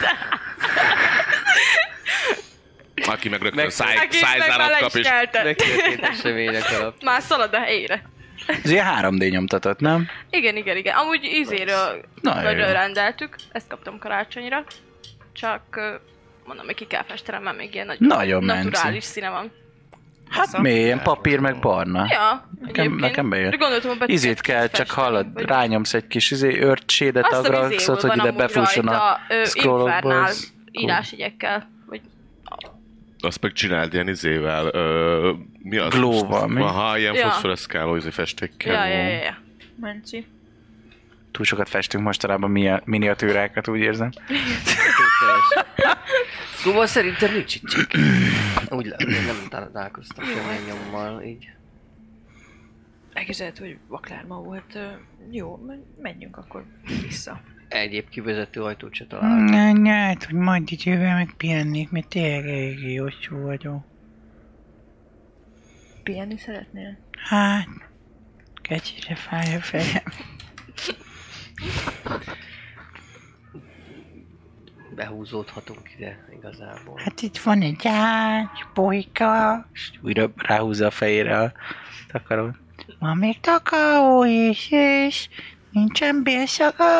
Aki meg rögtön Meg- száj, Aki meg már szájzárat le kap, is és kelted. Megtörtént események alap. Már szalad a helyére. Ez ilyen három dé nyomtatott, nem? Igen, igen, igen. Amúgy izéről Na, jó. rendeltük, ezt kaptam karácsonyra. Csak ö, mondom, hogy ki kell festenem, mert még ilyen nagy Nagyon menci. naturális színe van. Hát mélyen, papír meg barna. Ja, Nekem, egyébként. nekem bejön. De gondoltam, hogy be Izét tudod kell, csak festeni, hallod, vagy- rányomsz egy kis izé, örtsédet Azt a agraxot, vizéból hogy van ide amúgy befusson a rajta, ö, scrollokból. Infernál az cool. írásjegyekkel. Vagy azt meg csináld ilyen izével, ö, mi az? Glóval, mi? Aha, ilyen Ja. foszforoszkáló izé festékkel. ja, ja, ja, ja. Menci. Túl sokat festünk mostanában mia- miniatűrákat, úgy érzem. Szóval szerintem nincs itt senki. Úgy lehet, hogy nem találkoztam semmilyen nyommal, így. Elképzelhető, hogy vaklárma volt. Ö, Jó, men- menjünk akkor vissza. Egyéb kivezető ajtót se találtam. Nem, hát, hogy majd idővel megpihennék, mert tényleg elég jócsú vagyok. Pihenni szeretnél? Hát, kecsire fáj a fejem. Behúzódhatunk ide igazából. Hát itt van egy ágy, bolyka, és újra ráhúzza a fejére a takarót. Van még takaó is, és nincsen bélszaga.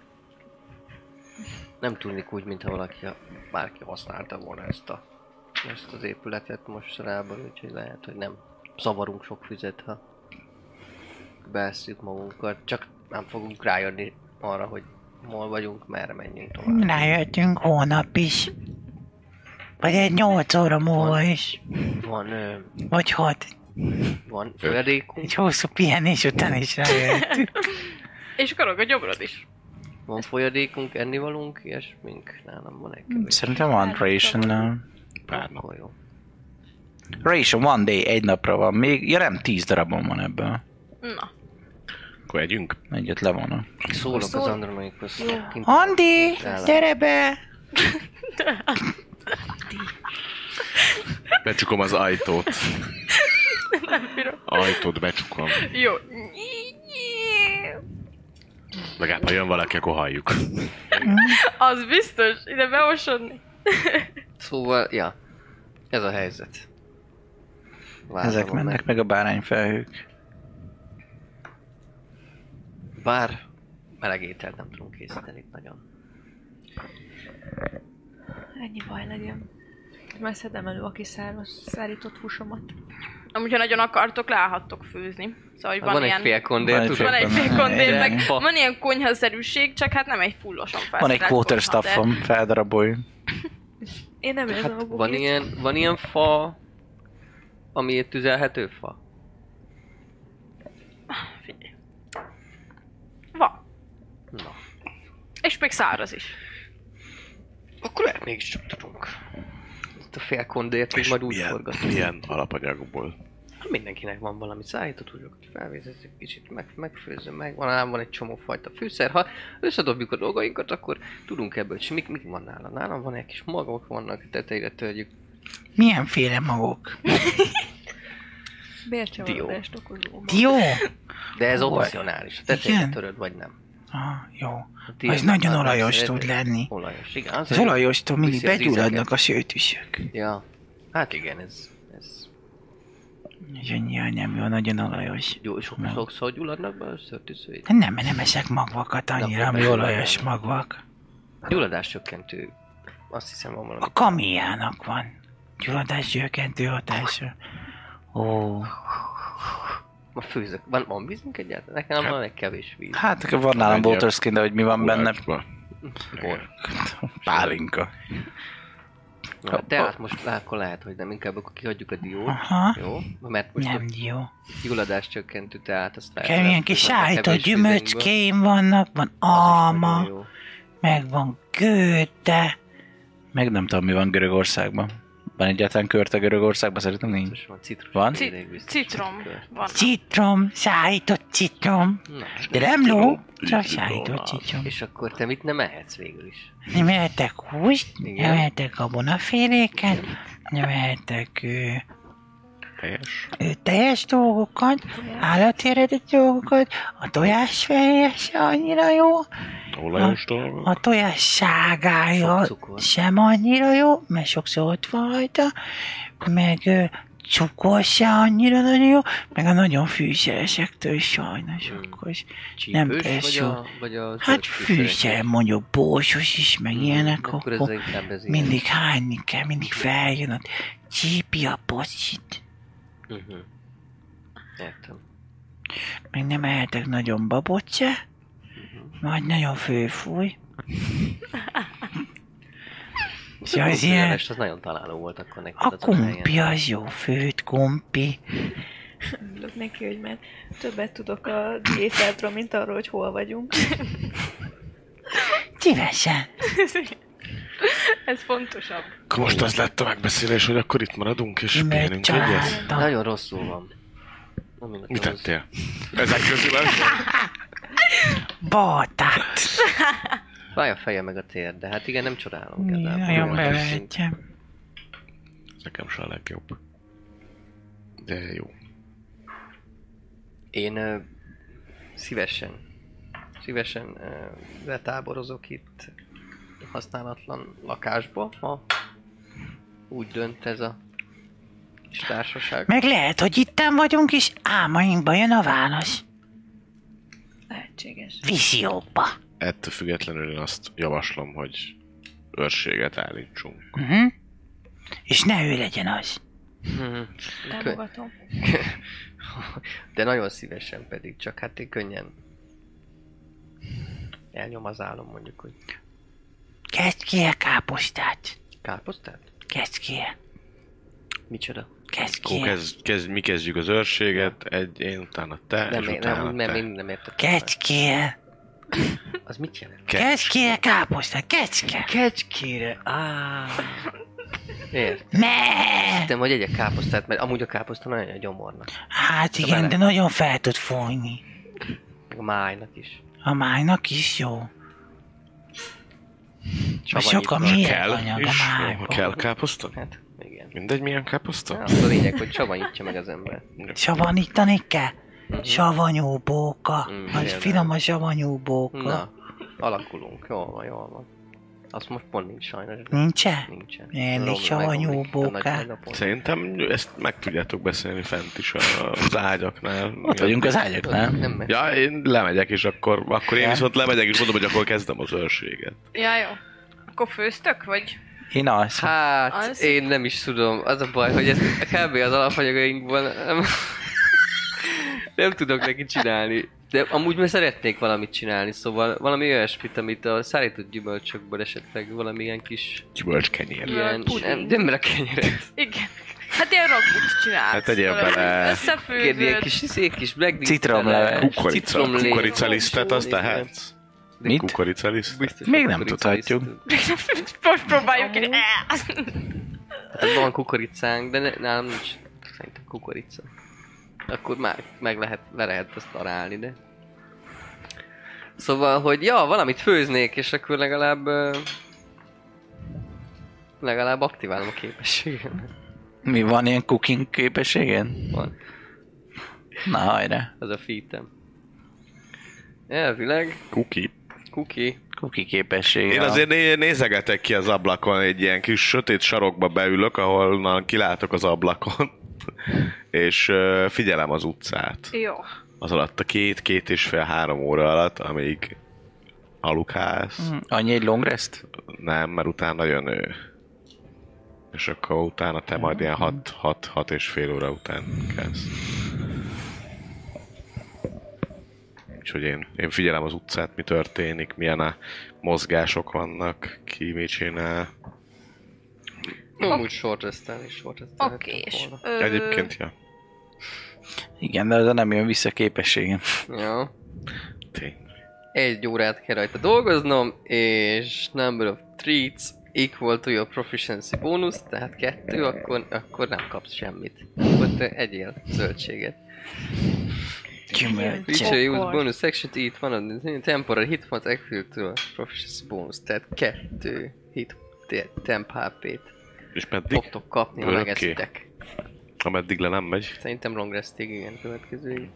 Nem tűnik úgy, mintha valaki, bárki használta volna ezt, a, ezt az épületet mostanában, úgyhogy lehet, hogy nem zavarunk sok füzet, ha beesszük magunkat. Csak nem fogunk rájönni arra, hogy hol vagyunk, merre menjünk tovább. Rájöttünk hónap is. Vagy egy nyolc óra múlva is. Van, ö, Vagy hat. van folyadékunk, Egy hosszú pihenés után is rájöttünk. És karog a gyobrod is. van folyadékunk, ennivalunk, ilyesmink, nálam van egy kevés. Szerintem van ration, nem? Pár nap. Akkor jó. Ration one day, egy napra van még. Ja nem, tíz darabon van ebből. Na. Akkor együnk. Egyet levonom. Szólok az Szól- Andromaikhoz. kint- Andi, Nálam. gyere be! Becsukom az ajtót. Nem bírom. Ajtót becsukom. Jó. Legalább, ha jön valaki, akkor halljuk. Az biztos, ide beosodni. Szóval, ja, ez a helyzet. Várva Ezek van mennek meg. meg a bárányfelhők. Bár meleg ételt nem tudunk készíteni nagyon. Ennyi baj legyen. Majd szedem elő a kiszáros szárított húsomat. Amúgy, ha nagyon akartok, leállhattok főzni. Szóval, hogy Van, van, van ilyen... egy fél kondél, Van egy tudom. Van egy Van- félkondél, igen. meg van ilyen konyhaszerűség, csak hát nem egy fullosan Van egy felszerelt quarter konyha, de- staffom, feldarabolj. Én nem érzem Hát a bugit. van ilyen, van ilyen fa, ami egy tüzelhető fa? Figyelj. Van. Na. És még száraz is. Akkor lehet mégiscsak tudunk. Ezt a fél kondért még majd úgy milyen, forgatunk. milyen alapanyagból? Hát mindenkinek van valami szállított húzsok, hogy felvézesz egy kicsit, meg, megfőzöm meg, van ám van egy csomó fajta fűszer. Ha összedobjuk a dolgainkat, akkor tudunk ebből csinálni. Mik, mik van nálam? Nálam van egy kis magok, vannak, tetejére törjük. Milyenféle magok? Bércsavarodást okozó. Jó? De ez Hol? opcionális. A tetejére Igen? töröd, vagy nem. Ah, jó. A Az tiéd nagyon már olajos szereted? tud lenni. Olajos, igen. Az, Az hogy olajostól mindig viszi az begyulladnak ízeket. a sőtüsök. Ja. Hát igen, ez... ez Annyira nem jó, nagyon olajos. jó, sok, sokszor gyulladnak be a szörtűzőid. Nem, mert nem eszek magvakat annyira, Na, ami persze. olajos magvak. Gyulladás csökkentő. Azt hiszem van valami. A kamiának van. Gyulladás csökkentő hatása. Ó, Ma főzök. Van, van vízünk egyáltalán? Nekem Hát- van egy kevés víz. hát van nálam Waterskin, de hogy mi van benne? Kovácsba. Bor. Pálinka. Na, tehát most le- akkor lehet, hogy nem, inkább akkor kihagyjuk a diót. Aha. Jó? Mert most Nem a jó. gyulladás csökkentő, tehát azt lehet. Keményen lehet kis főzni a sájtott kevés vízünkből. gyümölcskéim vannak, van Az is alma, nagyon jó. meg van gőte. Meg nem tudom, mi van Görögországban. Van egyáltalán körte Görögországban? Szerintem nincs. Most van citrus. Van? Ci- elég biztos. citrom van. Citrom, szájított citrom. Na, De nem ló, csak Citrom. szájított citrom. és akkor te mit nem ehetsz végül is? Nem ehetek húst, Igen. nem ehetek gabonaféléket, nem ehetek ö, Teljes. ö, teljes dolgokat, állati eredetű dolgokat, a tojásfejje se annyira jó, Olajos dolgok. a tojás ságája Sok cukor. sem annyira jó, mert sokszor ott van rajta, meg ö, cukor se annyira nagyon jó, meg a nagyon fűszeresektől is sajnos, Hmm. akkor is nem Csípős, lesz vagy jó. a, vagy a Hát zöld fűszer, fűszerek? mondjuk borsos is, meg Hmm, ilyenek, akkor ez akkor inkább ez ilyen. mindig hányni kell, mindig feljön ott, csípi a pocsit, Uh-huh. Értem. meg nem ehetek nagyon babot se, vagy nagyon főfúj. Ja, ez ilyen, Főleves, az nagyon találó volt akkor neked a azon a helyen. kumpi az jó, főtt kumpi. Örülök neki, hogy már többet tudok a diétádról, mint arról, hogy hol vagyunk. Szívesen. Ez fontosabb. Akkor most az lett a megbeszélés, hogy akkor itt maradunk és Mert pihenünk egyet? családtam. Nagyon rosszul van. Ami Mit nekem az- tettél? Ezek közül az? Batát. Fáj a feje meg a tér, de hát igen, nem csodálom igazából. Nagyon Jó, bevehetjem. Ez nekem se a legjobb. De jó. Én ö, szívesen, szívesen ö, betáborozok itt használatlan lakásba, ha úgy dönt ez a kis társaság. Meg lehet, hogy itten vagyunk, és álmainkba jön a válasz. Lehetséges. Vízióba. Ettől függetlenül én azt javaslom, hogy őrséget állítsunk. Uh-huh. És ne ő legyen az. Mhm. Támogatom. De nagyon szívesen pedig, csak hát én könnyen elnyom az álom mondjuk, hogy Kezd ki a káposztát. káposztát? Kezd ki. Micsoda? Kezd Akkor ki. kezd, kezd, mi kezdjük az őrséget, egy, én utána te, Nem, és én, utána nem, nem, te. én nem értettem. Kezd ki. Az mit jelent? Kezd ki a káposztát. Kezd ki. Kecskére, áh. Ért. Me. Hittem, hogy egyek káposztát, mert amúgy a káposzta nagyon a gyomornak. Hát igen, bele. de nagyon fel tud fújni. Meg a májnak is. A májnak is jó. Vagy sok a Savanyítva. Kell méranyag a is? Jó, ha májban. kell káposzta? Hát, igen. Mindegy, milyen káposzta? Ja, az a lényeg, hogy savanyítja meg az ember. Savanyítani kell? Savanyú bóka. Mm, Az például. finom a savanyú bóka. Na, alakulunk. Jól van, jól van. Azt most pont nincs sajnos. Nincsen? Nincsen. Elég Rom- savanyú megromlik itt a nagy- bóká. nagy napon. Szerintem ezt meg tudjátok beszélni fent is a- az ágyaknál. Ott vagyunk az ágyaknál. Nem megy. Ja, én lemegyek, és akkor, akkor én Ja. viszont lemegyek, és mondom, hogy akkor kezdem az őrséget. Ja, jó. Akkor főztök, vagy? Én az. Hát, Az- én nem is tudom. Az a baj, hogy ezt kb. Az alapanyagainkban nem, nem tudok neki csinálni De amúgy már szeretnék valamit csinálni, szóval valami olyasmit, amit a szállított gyümölcsökből esetleg valamilyen kis... Gyümölcskenyér. Ilyen... Nem, nem a kenyeret. Igen. Hát ilyen rakbut csinálsz. Hát tegyél bele. Összefőződ. Ilyen kis, kis, kis black Citromleves. Kukorica, kukoricalisztet azt tehetsz? Mit? Kukoricaliszt? Biztos, Még hogy nem kukoricaliszt. tudhatjuk. Most próbáljuk ki. Hát van kukoricánk, de ne, nálam nincs szerintem kukorica. Akkor már meg lehet, le lehet azt találni, de... Szóval, hogy ja, valamit főznék, és akkor legalább... Uh, legalább aktiválom a képességem. Mi van ilyen cooking képességen? Van. Na hajrá. Az a featem. Elvileg, Kuki. kuki. Cookie képessége. Én azért né- nézegetek ki az ablakon, egy ilyen kis sötét sarokba beülök, ahol kilátok az ablakon, és uh, figyelem az utcát. Jó. Az alatt a két, két és fél, három óra alatt, amíg alukálsz. Hm, annyi egy long rest? Nem, mert utána jön ő. És akkor utána te majd ilyen hat, hat, hat és fél óra után kezd. Úgyhogy én, én figyelem az utcát, mi történik, milyen a mozgások vannak, ki mit csinál. Amúgy short restelni is short restelni. Oké, és... Egyébként, ja. Igen, de az nem jön vissza képességem. Ja. Tény. Egy órát kell rajta dolgoznom, és number of treats equal to your proficiency bonus, tehát kettő, akkor, akkor nem kapsz semmit. Akkor te egyél zöldséget. Gyümölcs. Feature use bonus action to eat one of the temporary hit points equal to a proficiency bonus, tehát kettő hit te- temp há pét És meddig? fogtok kapni, ha Örökké? megeszitek. Ameddig le nem megy. Szerintem long restig, igen, következőig.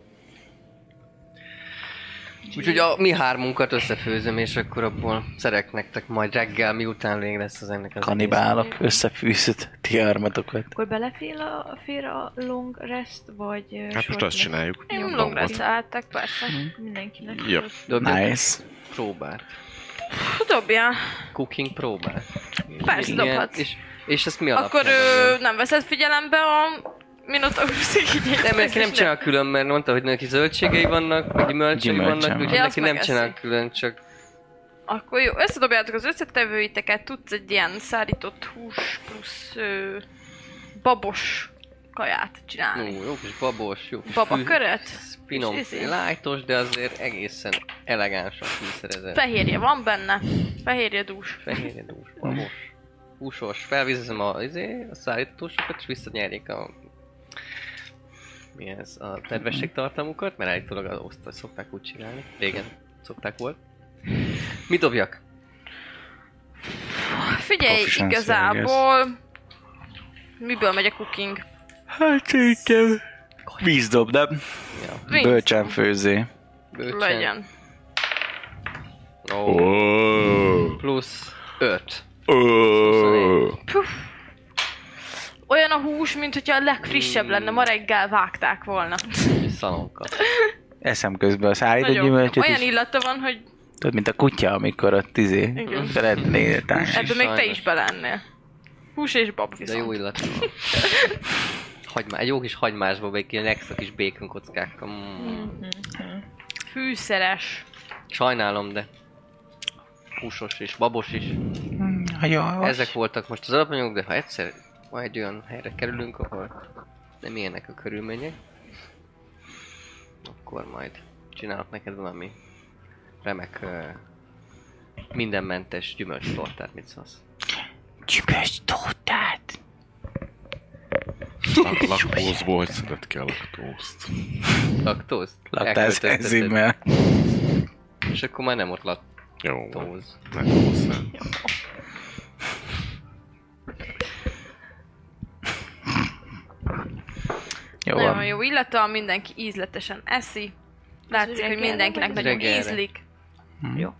Úgyhogy a mi hármunkat összefőzöm, és akkor abból szerek nektek majd reggel, miután vég lesz az ennek az Kanibálok, összefűzött ti harmatokat. Akkor belefér a, fér a long rest, vagy... ö, Hát most short azt rest? csináljuk. Én Jó. long rest álltak, persze. Mindenkinek. Jó. Dobjak Nice. próbát. Dobjál. Cooking próbát. Persze, Igen, dobhatsz. És, és ezt mi alapján? Akkor ö, nem veszed figyelembe a Minotaurus igényeit? Nem, neki nem csinál külön, mert mondta, hogy neki zöldségei vannak, meg gyümölcsei Gyümölcsem vannak, van. úgyhogy Ja, neki azt nem megeszi. csinál külön, csak... Akkor jó, összedobjátok az összetevőiteket, tudsz egy ilyen szárított hús plusz ö, babos kaját csinálni. Jó, jó kis babos, jó kis Babaköret? finom, És izé. lájtos, de azért egészen elegánsan fűszerezett. Fehérje van benne. Fehérje dús. Fehérje dús, babos, húsos. Felvizezem a, izé, a szállítósokat, és visszanyerjék a... Mi ez? A nedvességtartalmukat, mert állítólag az osztály szokták úgy csinálni. Régen szokták volt. Mit dobjak? Figyelj, Proficiency, igazából... Miből megy a cooking? Hát szerintem... Vízdob, nem? Ja, Víz. Bölcsen főzé. bőcsen. Legyen. Oh. Oh. Plusz öt. Oh. Olyan a hús, mint hogyha a legfrissebb lenne, ma reggel vágták volna. Szalonka. Eszem közben a szállított Nagyon gyümölcsöt olyan is. illata van, hogy Tudod, mint a kutya, amikor ott izé Igen. szeretné tánc. ebbe még te sajnos. is belennél. Hús és bab De viszont. jó illat van. Hagymá, egy jó kis hagymásba, vagy ilyen extra kis bacon kockákkal. Mm. Fűszeres. Sajnálom, de húsos és babos is. Ha jó, Ezek voltak most az alapanyagok, de ha egyszer majd egy olyan helyre kerülünk, ahol nem ilyenek a körülmények, akkor majd csinálok neked valami remek, uh, mindenmentes gyümölcstortát, mit szólsz? Gyümölcs tótát. A laktózból, hogy szedett ki a laktózt. Laktóz? Laktáz Elköltötted. enzimmel. És akkor már nem ott Jó, van. laktóz. Meghozzá. Jó Nagyon van. jó illata, mindenki ízletesen eszi. Látszik, hogy reggelre mindenkinek vagy nagyon reggelre? ízlik. Jó.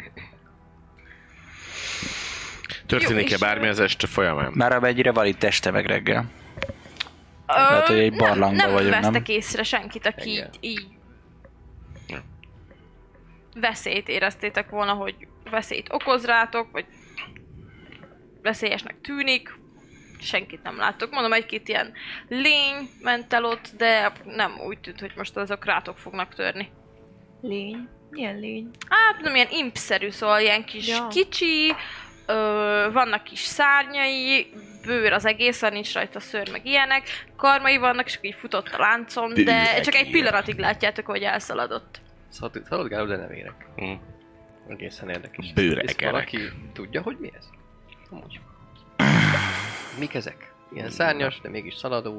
Történik-e és- bármi az este folyamán? Már a vegyire van itt este meg reggel. Ö, Lehet, hogy egy nem- barlangba nem vagyok, nem? vesztek észre senkit, aki így, Igen. így Ja. veszélyt éreztétek volna, hogy veszélyt okoz rátok, vagy veszélyesnek tűnik. Senkit nem láttok. Mondom, egy-két ilyen lény ment el ott, de nem úgy tűnt, hogy most azok rátok fognak törni. Lény? Milyen lény? Hát tudom, ilyen impszerű, szóval ilyen kis Ja. kicsi, ö, vannak kis szárnyai, bőr az egészen, nincs rajta szőr, meg ilyenek, karmai vannak, és akkor így futott a láncom, de Bőrek csak egy ilyen. pillanatig látjátok, hogy elszaladott. Szalad- Szaladgáló, de nem érek. Hm. Egészen érdekes. Bőregerek. És valaki tudja, hogy mi ez? Amúgy. Mik ezek? Ilyen szárnyas, de mégis szaladós.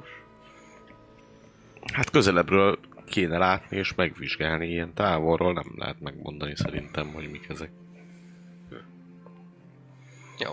Hát közelebbről kéne látni és megvizsgálni, ilyen távolról nem lehet megmondani szerintem, hogy mik ezek. Jó.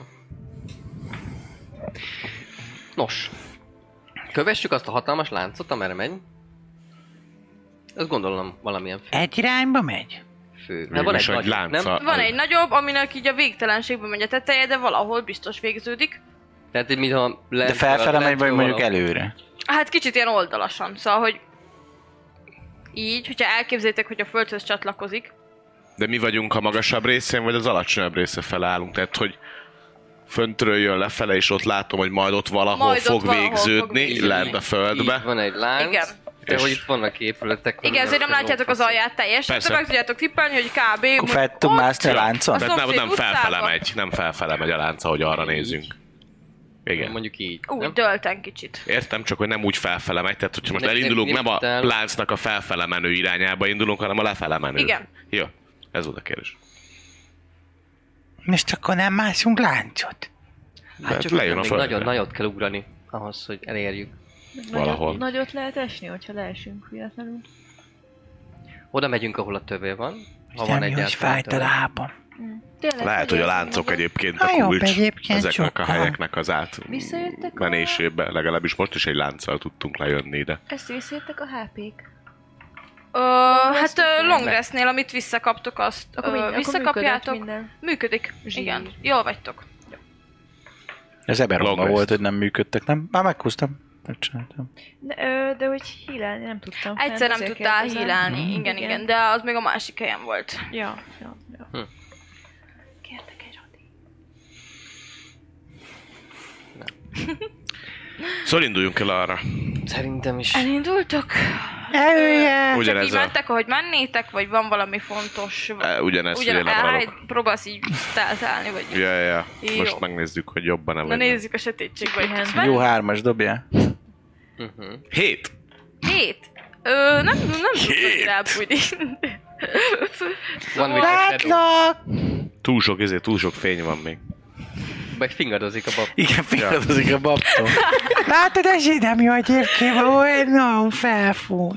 Nos. Kövessük azt a hatalmas láncot, amerre megy. Ezt gondolom valamilyen fő. Egy irányba megy? fő. Végül van is egy egy nagy, lánca. nem? Van egy nagyobb, aminek így a végtelenségbe megy a teteje, de valahol biztos végződik. Tehát, hogy mintha lent- De felfele megy, vagy lentről mondjuk valahol- előre? Hát kicsit ilyen oldalasan, szóval, hogy így, hogyha elképzeljétek, hogy a földhöz csatlakozik. De mi vagyunk a magasabb részén, vagy az alacsonyabb része fele állunk? Tehát, hogy föntről jön lefele, és ott látom, hogy majd ott valahol Majd ott fog valahol végződni, fog végződni. lent a földbe. Így van egy lánc. Igen. De És- hogy itt vannak épületek. Igen, ezért nem látjátok az alját teljesen, Persze. de meg tudjátok tippelni, hogy kb. Akkor fel tud mászni a láncon? A Tehát nem, szomszéd nem felfele utcában. megy, nem felfele megy a lánca, hogy arra Így. nézzünk. Igen. Mondjuk így. Úgy, nem? dölten kicsit. Értem, csak hogy nem úgy felfele megy, tehát hogyha most Nem- elindulunk, nem- nem a nem- láncnak a felfele menő irányába indulunk, hanem a lefele menő. Igen. Jó, ez volt a kérdés. Most akkor nem mászunk láncot? Hát csak lejön a még földre. nagyon nagyot kell ugrani ahhoz, hogy elérjük. Valahol. Nagyot, nagyot lehet esni, hogyha leesünk véletlenül. Oda megyünk, ahol a tövé van. Ha van Nem jó, hogy egyáltalán fájt a töve. lábam. Tényleg, Lehet, hogy a érzem láncok magam. egyébként a Na jó, kulcs egyébként ezeknek a sokkal. helyeknek az át Visszajöttek a- menésébe, legalábbis most is egy lánccal tudtunk lejönni ide. Ezt visszajöttek a há pék. Ö, hát ö, long restnél, amit visszakaptok, azt Akkor, ö, mind, akkor működött visszakapjátok. minden. Működik. Zsír. Igen. Jól vagytok. Ez eberomba Long volt, rest. hogy nem működtek, nem? Már meghúztam. Megcsináltam. De, ö, de hogy hílelni nem tudtam. Egyszer nem ezért tudtál kérdezem. hílálni. Mhm. Igen, Igen. igen, de az még a másik helyen volt. Ja, ja, ja. Hm. Kértek egy Rodi. Szóval induljunk el arra. Szerintem is. Elindultok? Eljöjjel! Csak Ugyanez így a- mentek, ahogy mennétek, vagy van valami fontos? E, Ugyanezt, hogy én Ugyan, áll, lemaradok. próbálsz így teltelni, vagy... Ja, ja, ja. Jó. Most megnézzük, hogy jobban nem Na nézzük a sötétségbe, hogy Igen. közben. Jó hármas, dobjál. Uh-huh. Hét! Hét? Ö, nem, nem tudod rábújni. Van with a shadow. Látlak! Túl sok, ezért túl sok fény van még. Meg fingadozik a bab. Igen, fingeradozik a babtom. Látod, ez így nem jó egyébként, hogy nagyon felfúj.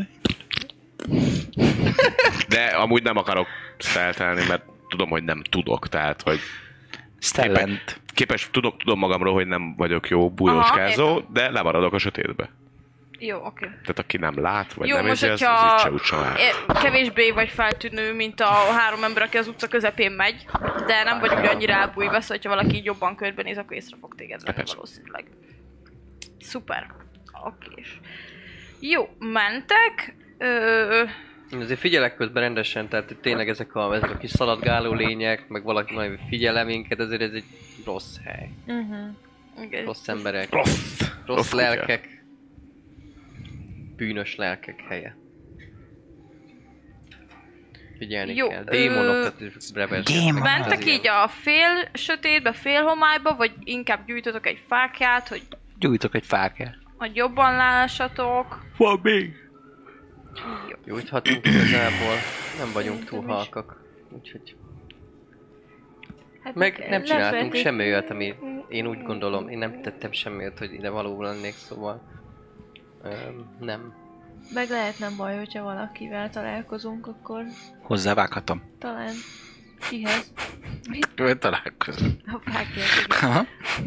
De amúgy nem akarok steltelni, mert tudom, hogy nem tudok, tehát, hogy Stellent. képes, tudom, tudom magamról, hogy nem vagyok jó bújóskázó, Aha, de lemaradok a sötétbe. Jó, oké. Tehát aki nem lát, vagy Jó, nem most érzi, az, hogyha az így se úgysem áll. e- kevésbé vagy feltűnő, mint a három ember, aki az utca közepén megy, de nem vagy úgy annyira elbújva, szóval ha valaki így jobban körbenéz, akkor észre fog téged venni persze. valószínűleg. Szuper. Okés. Jó, mentek. Ö, Én azért figyelek közben rendesen, tehát tényleg ezek a, ezek a kis szaladgáló lények, meg valaki majd figyel minket, ezért ez egy rossz hely. Uh-huh. igen. Rossz emberek, Rossz. rossz Rossz kutya. lelkek, bűnös lelkek helye. Figyelni Jó, kell. ö, Démonokat is rebesgetnek. Démonok. Mentek így a fél sötétbe, fél homályba, vagy inkább gyújtotok egy fákját, hogy, Gyújtok egy fákját. hogy jobban lássatok. Van még? Gyújthatunk igazából, nem vagyunk túl Szerintem is. halkak. Úgyhogy Hát meg nem csináltunk lefelé- semmi olyat, ami én úgy gondolom, én nem tettem semmi olyat, hogy ide való lennék, szóval öm, nem. Meg lehet nem baj, hogyha valakivel találkozunk, akkor Hozzávághatom. talán kihez. Ő találkozom. A fákért. Aha.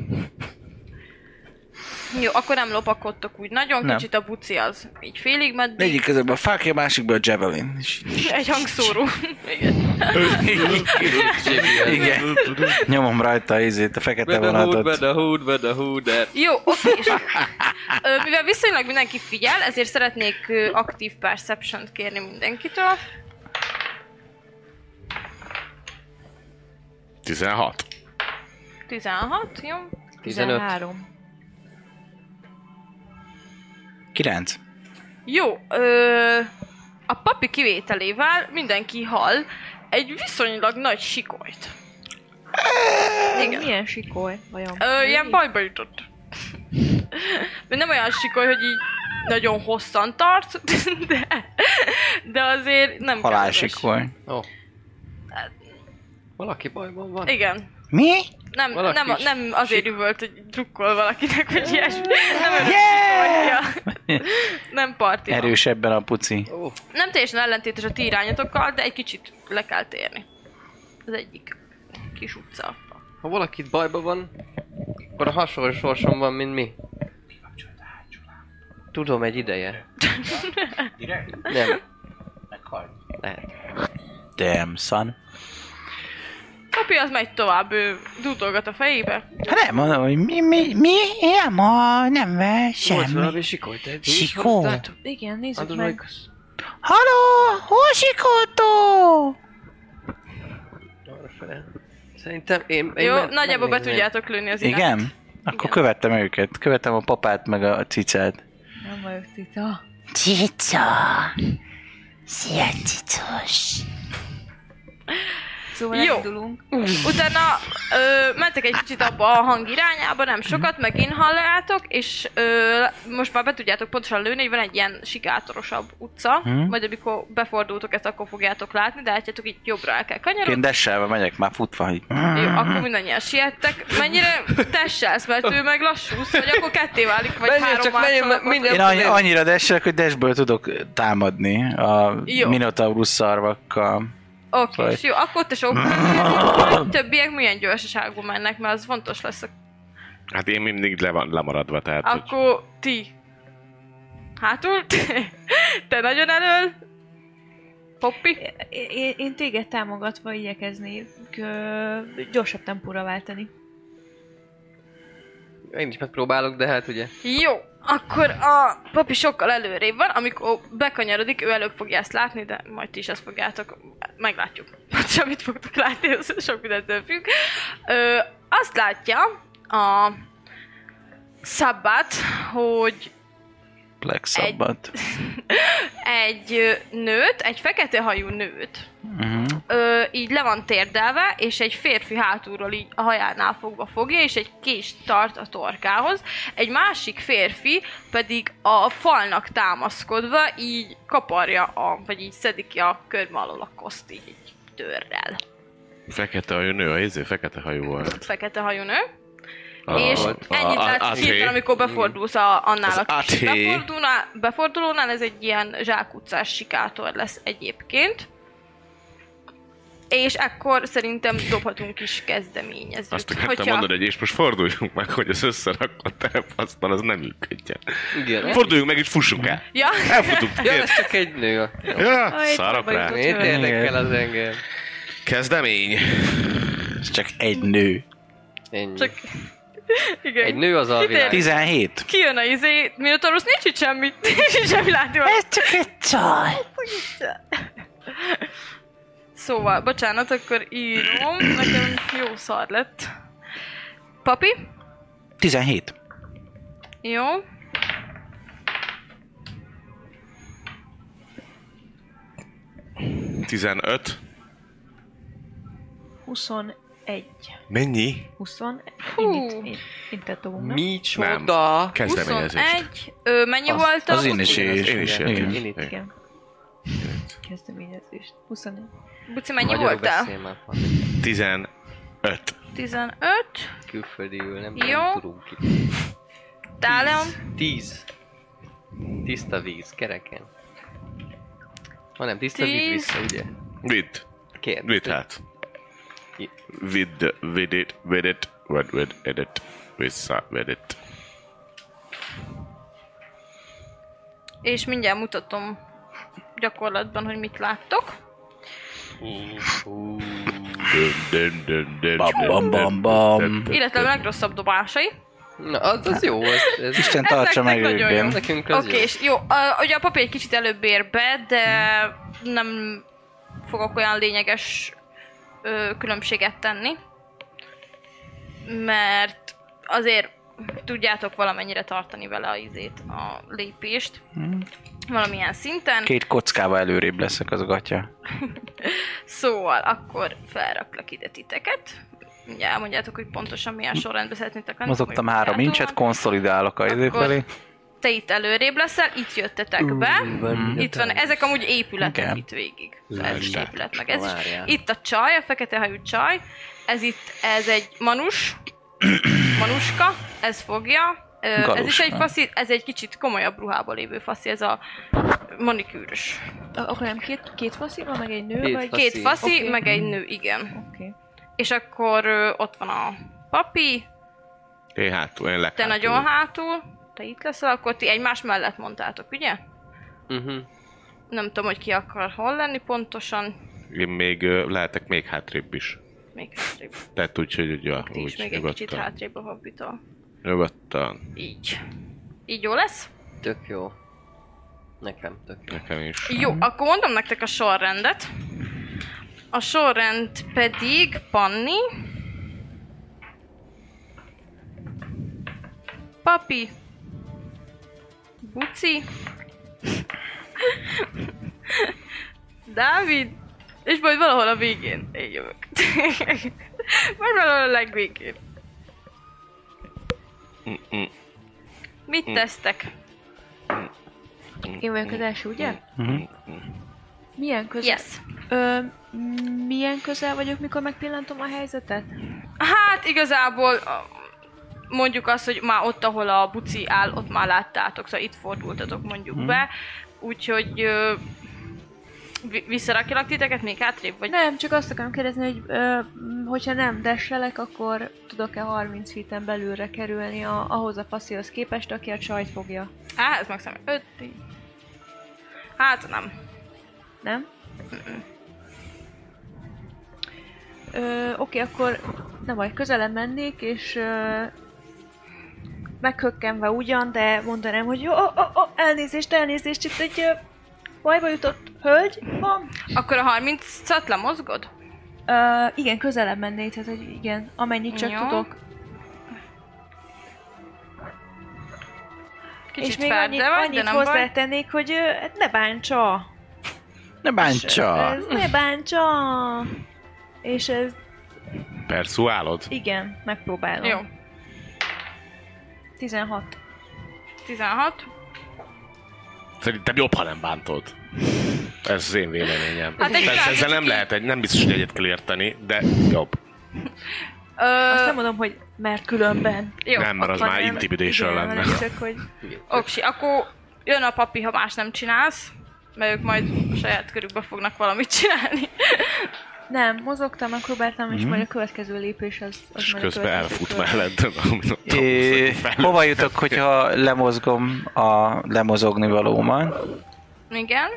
Jó, akkor nem lopakodtok úgy. Nagyon Nem. kicsit a buci az így félig meddig. Egyik kezemben a fákja, másikban a javelin. És- Egy hangszóró. Igen. Nyomom rajta a izét, a fekete vonatot. the hood, where the hood, that. Jó, oké. és, ö, Mivel viszonylag mindenki figyel, ezért szeretnék ö, aktív perception-t kérni mindenkitől. tizenhat. tizenhat, jó? tizenöt. tizenhárom. kilenc. Jó, ö, a papi kivételével mindenki hall egy viszonylag nagy sikolyt. Igen. Milyen sikoly vajon? Ö, ilyen bajba jutott. Nem olyan sikoly, hogy így nagyon hosszan tart, de, de azért nem Halálsikoly. Ó. Oh. Valaki bajban van? Igen. Mi? Nem, nem, nem azért üvölt, hogy drukkol valakinek, hogy ilyesmi. Nem öröm, Yeah! Nem parti. Erősebben a puci. Oh. Nem teljesen ellentétes a ti irányatokkal, de egy kicsit le kell térni. Az egyik kis utca. Ha valakit bajban van, akkor a hasonló sorsom van, mint mi. Tudom, egy ideje. Nem. Lehet. Damn, son. Papi az megy tovább, ő dúdolgat a fejébe. Hát nem mondom, hogy mi, mi, mi? Nem, ha nem ve Volt semmi. valami sikoly, te Sikó? Igen, nézzük Adod meg. meg. Halló, hol sikótó? Arrafele. Szerintem én... én Jó, me- nagyjából be megnézném. tudjátok lőni az irányt. Igen? Akkor követtem őket. Követem a papát meg a cicát. Nem vagyok tita. Cica! Szia, cicos! Szóval Jó. elindulunk. Utána ö, mentek egy kicsit abba a hang irányába, nem sokat, megint halljátok, és ö, most már be tudjátok pontosan lőni, hogy van egy ilyen sikátorosabb utca, Hmm. majd amikor befordultok ezt, akkor fogjátok látni, de látjátok, így jobbra el kell Én kanyarodni. desselve megyek már futva, hogy... Jó, akkor mindannyian siettek. Mennyire tesselsz, mert ő meg lassúsz, vagy akkor ketté válik, vagy Menjünk, három csak menjünk, másfal, minden- Én annyi, annyira desselek, hogy dashből tudok támadni a Jó. Minotaurus szarvakkal. Oké, Vagy- és jó, akkor te sok a többiek milyen gyorsaságban mennek, mert az fontos lesz. Hát én mindig le van lemaradva, tehát hogy Akkor ti hátul, te nagyon elől, Poppi. Én, én téged támogatva igyekeznék ö, gyorsabb tempóra váltani. Én is megpróbálok, de hát ugye... Jó, akkor a papi sokkal előrébb van, amikor bekanyarodik, ő előbb fogja ezt látni, de majd ti is ezt fogjátok, meglátjuk. Pontosan mit fogtok látni, ez sok mindentől függ. Ö, azt látja a Szabbat, hogy Black Sabbath. egy ö, nőt, egy fekete hajú nőt, Uh-huh. ö, így le van térdelve, és egy férfi hátulról így a hajánál fogva fogja, és egy kést tart a torkához. Egy másik férfi pedig a falnak támaszkodva így kaparja, a, vagy így szedi ki a körme alól a koszt így egy törrel. fekete hajú nő, a izé fekete hajú volt. Fekete hajú nő. A- És a- ennyit a- látsz Athé. hirtelen, amikor befordulsz a, annál Az a kis Athé. befordulnál, befordulónál, ez egy ilyen zsákutcás sikátor lesz egyébként. És ekkor szerintem dobhatunk is kezdeményezőt. Azt akartam mondani, hogy és most forduljunk meg, hogy az összerakott terepasztal az nem működjen. Igen. Forduljunk meg és fussunk el. Ja, Elfutunk. Ja, ez csak egy nő. Ja, Aj, szarok bajba rá. jutott. Miért érdekel az engem? Kezdemény. Ez csak egy nő. Ennyi. csak... Igen. Egy nő az alvilág. tizenhét. Kijön a izé, Minotaurus, nincs itt semmi, nincs itt semmi látni. Ez csak egy csaj. Szóval, bocsánat, akkor írom, nekem jó szar lett. Papi? tizenhét. Jó. tizenöt. huszonegy. Mennyi? huszonegy. Hú. Én itt, én, én te dobom, nem? Micsoda? Kezdeményezést. huszonegy. Ö, mennyi Az- volt a... az én is Buci? is. Én is Igen. értem. Én itt. Igen. Kezdeményezést. huszonegy. Buci, mennyi Magyarul voltál? beszél már. tizenöt. tizenöt. Külföldiül nem, Jó. nem tudunk itt. Táleon. Tíz. Tiszta víz, kereken. Ha nem, tiszta Tíz. víz vissza, ugye? Vidd. Kérd. Vidd hát. Vidd, vidd it, vidd it, vidd, vidd, vidd it, vissza, vidd it. És mindjárt mutatom gyakorlatban, hogy mit láttok. Ú, Dun, dun, dun, dun, Bam, dun, bam, dun, bam, bam. dun, dun, Illetve a dun. legrosszabb dobásai. Na, az, az jó, az, ez Isten tartsa meg nektek nagyon jó. őket. nekünk az Oké, és jó, a, ugye a papi egy kicsit előbb ér be, de nem fogok olyan lényeges ö, különbséget tenni. Mert azért tudjátok valamennyire tartani vele a izét, a lépést. Valamilyen szinten. Két kockával előrébb leszek az gatya. Szóval akkor felraklak ide titeket. Ugye elmondjátok, hogy pontosan milyen sorrendben szeretnétek lenni. Mozogtam három incset, konszolidálok a izé felé. Te itt előrébb leszel, itt jöttetek be. Itt van, ezek amúgy épületek Igen. itt végig. Ez is épület, meg ez is. Itt a csaj, a fekete hajú csaj. Ez itt, ez egy manus. Manuska, ez fogja. Ö, ez is egy faszi, ez egy kicsit komolyabb ruhában lévő faszi, ez a manikűrös. Akkor nem két, két faszi van, meg egy nő, Két vagy? faszi. Két faszi, Oké. meg egy nő, igen. Oké. Okay. És akkor ö, ott van a papi, Én hátul, én leghátul. te nagyon hátul, te itt leszel, akkor ti egymás mellett mondtátok, ugye? Uh-huh. Nem tudom, hogy ki akar hol lenni pontosan. Én még ö, lehetek még hátrébb is. Még hátrébb. Tehát úgy, hogy ja, Ti is úgy még egy kicsit nyugodtan. hátrébb a hobbitól. Nyugodtan. Így. Így jó lesz? Tök jó. Nekem tök jó. Nekem is. Jó, akkor mondom nektek a sorrendet. A sorrend pedig Panni, Papi, Buci, Dávid, és majd valahol a végén én jövök. Majd valahol a legvégén. Mm-mm. Mit tesztek? Én vagyok az első, ugye? Uh-huh. Milyen közel? Yes. Ö, milyen közel vagyok, mikor megpillantom a helyzetet? Hát igazából a- mondjuk azt, hogy már ott, ahol a buci áll, ott már láttátok, szóval itt fordultatok mondjuk hmm. be, úgyhogy ö, vi- visszarakjalak titeket még hátrébb, vagy? Nem, csak azt akarom kérdezni, hogy ö, hogyha nem deslelek, akkor tudok-e harminc feet-en belülre kerülni a, ahhoz a passzihoz képest, aki a csajt fogja? Á, ez meg szemben. öt. Hát nem. Nem? Ö, oké, akkor nem baj, közelebb mennék, és ö, meghökkenve ugyan, de mondanám, hogy jó, oh, oh, oh, elnézést, elnézést, itt egy ö, bajba jutott hölgy van. Akkor a harmincat lemozgod? Ö, igen, közelebb mennék, tehát hogy igen, amennyit csak Jó. tudok. Kicsit és még ferde annyit, vagy, de annyit nem baj. hozzátennék, hogy ö, hát ne bántsa. Ne bántsa! Ez ne bántsa. És ez, Persuálod? igen, megpróbálom. Jó. tizenhat. tizenhat. Szerintem jobb, ha nem bántod. Ez az én véleményem. Hát egy Persze kár- ezzel nem lehet, egy, nem biztos, hogy egyet kell érteni, de jobb. Ö, Azt nem mondom, hogy mert különben. jó, nem, mert az hanem- már intimidation igen, lenne. hanem csak, hogy oksi, akkor jön a papi, ha más nem csinálsz, mert ők majd a saját körükbe fognak valamit csinálni. nem, mozogtam, megpróbáltam, és majd a következő lépés az, az És majd a közben következő elfut kör. mellett. amin ott É, fel- hova jutok, hogyha lemozgom a lemozogni valómat? Igen.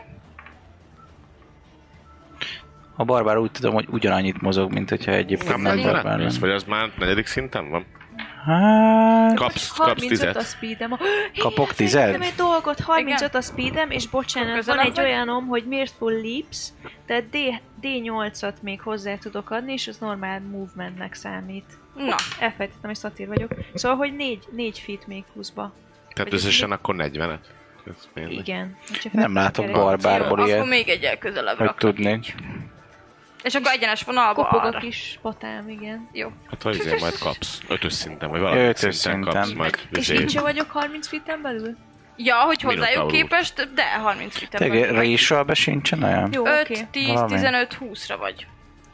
A barbár úgy tudom, hogy ugyanannyit mozog, mint hogyha egyébként Nem nagy nagy barbár barát, lenne. vagy az már negyedik szinten van? Hát... Kapsz, kapsz harmincöt a tizet. speedem. Oh, Kapok hé, tized? elfelejtettem egy dolgot, harmincöt a speedem, és bocsánat, Közelebb van egy vagy? olyanom, hogy Mirthful Leaps, tehát D, dé nyolcat még hozzá tudok adni, és az normál movementnek számít. Na, Elfelejtettem, hogy szatír vagyok. Szóval, hogy négy, négy feet még húszba. Tehát összesen akkor negyvenet. Ez miért? Igen. Hogyha Nem fel látok kell keresni. barbárból jó, ilyet, akkor még egyel közelebb hogy raklak tudnék. így. És akkor egyenes vonalba Kopog arra. a kis patám, igen. Jó. Hát hogy izé majd kapsz. Ötös szinten, vagy valami Ötös szinten szinten. kapsz majd. És izé. így sem vagyok harminc feet-en belül? Ja, hogy hozzájuk Minotaur. képest, de harminc feet Tényleg réssal be sincsen olyan? Jó, oké. öt, tíz, Valami. tizenöt, húszra vagy.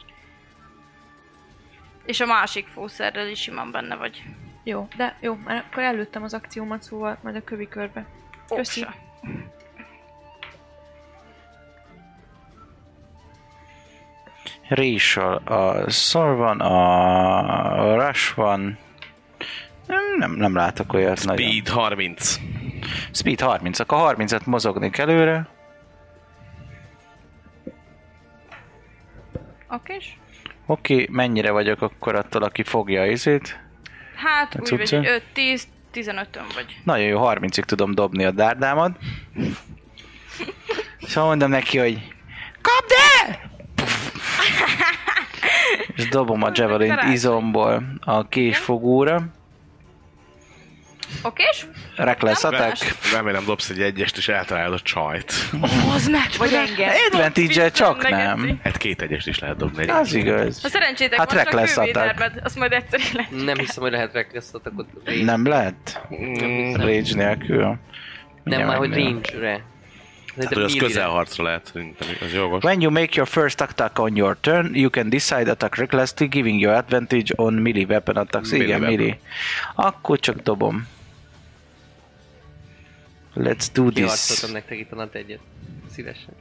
És a másik fószerrel is simán benne vagy. Jó, de jó, már akkor előttem az akciómat, szóval majd a kövi körbe. Köszi. Oksa. Réssal a szor van, a rush van. Nem, nem, nem látok olyat nagyon. Speed harminc. Speed harminc, akkor harmincat mozognék előre. Okés? Oké, okay, mennyire vagyok akkor attól, aki fogja a izét? Hát A úgy vagy, cucca? hogy öt, tíz, tizenötön vagy. Nagyon jó, harmincig tudom dobni a dárdámat. Szóval mondom neki, hogy kapd el! És dobom a javelint izomból a késfogóra. Okés? Reckless Nem attack. Remélem dobsz egy egyest és eltalálod a csajt. Az meg! Vagy engem. Advantage-el csak Megetszi. nem. Hát két egyest is lehet dobni. Egy Az igaz. Ha szerencsétek Hát van, csak reckless attack. hővédelmed, azt majd egyszer lehet. Nem hiszem, hogy lehet reckless-attackot. Nem lehet? Mm, Rage nélkül. Nem, már hogy megnézem. range-re. hát, hogy az közelharcra lehet, szerintem az jogos. When you make your first attack on your turn, you can decide attack recklessly, giving you advantage on melee weapon attacks. Melee Igen, weapon. melee. Akkor csak dobom. Let's do this. Kiharcoltam nektek itt a nat egyet. Szívesen.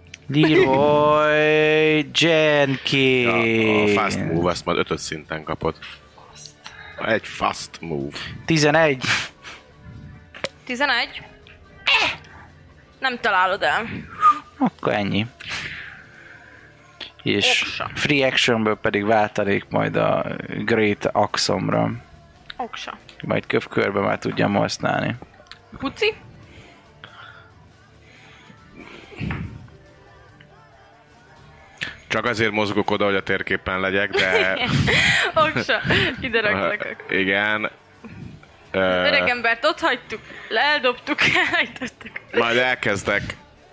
Leroy Jenkins. Ja, a fast move, azt majd ötös szinten kapod. Egy fast move. tizenegy. tizenegy. Eh! Nem találod el. Akkor ennyi. És Oksa. free actionből pedig váltanék majd a Great Axomra. Oksa. Majd kövkörbe már tudjam használni. Puci? Csak azért mozgok oda, hogy a térképen legyek, de... Oksa. Ide raklak. Igen. Ö, Öregembert ott hagytuk, eldobtuk, elejtettük. majd elkezdek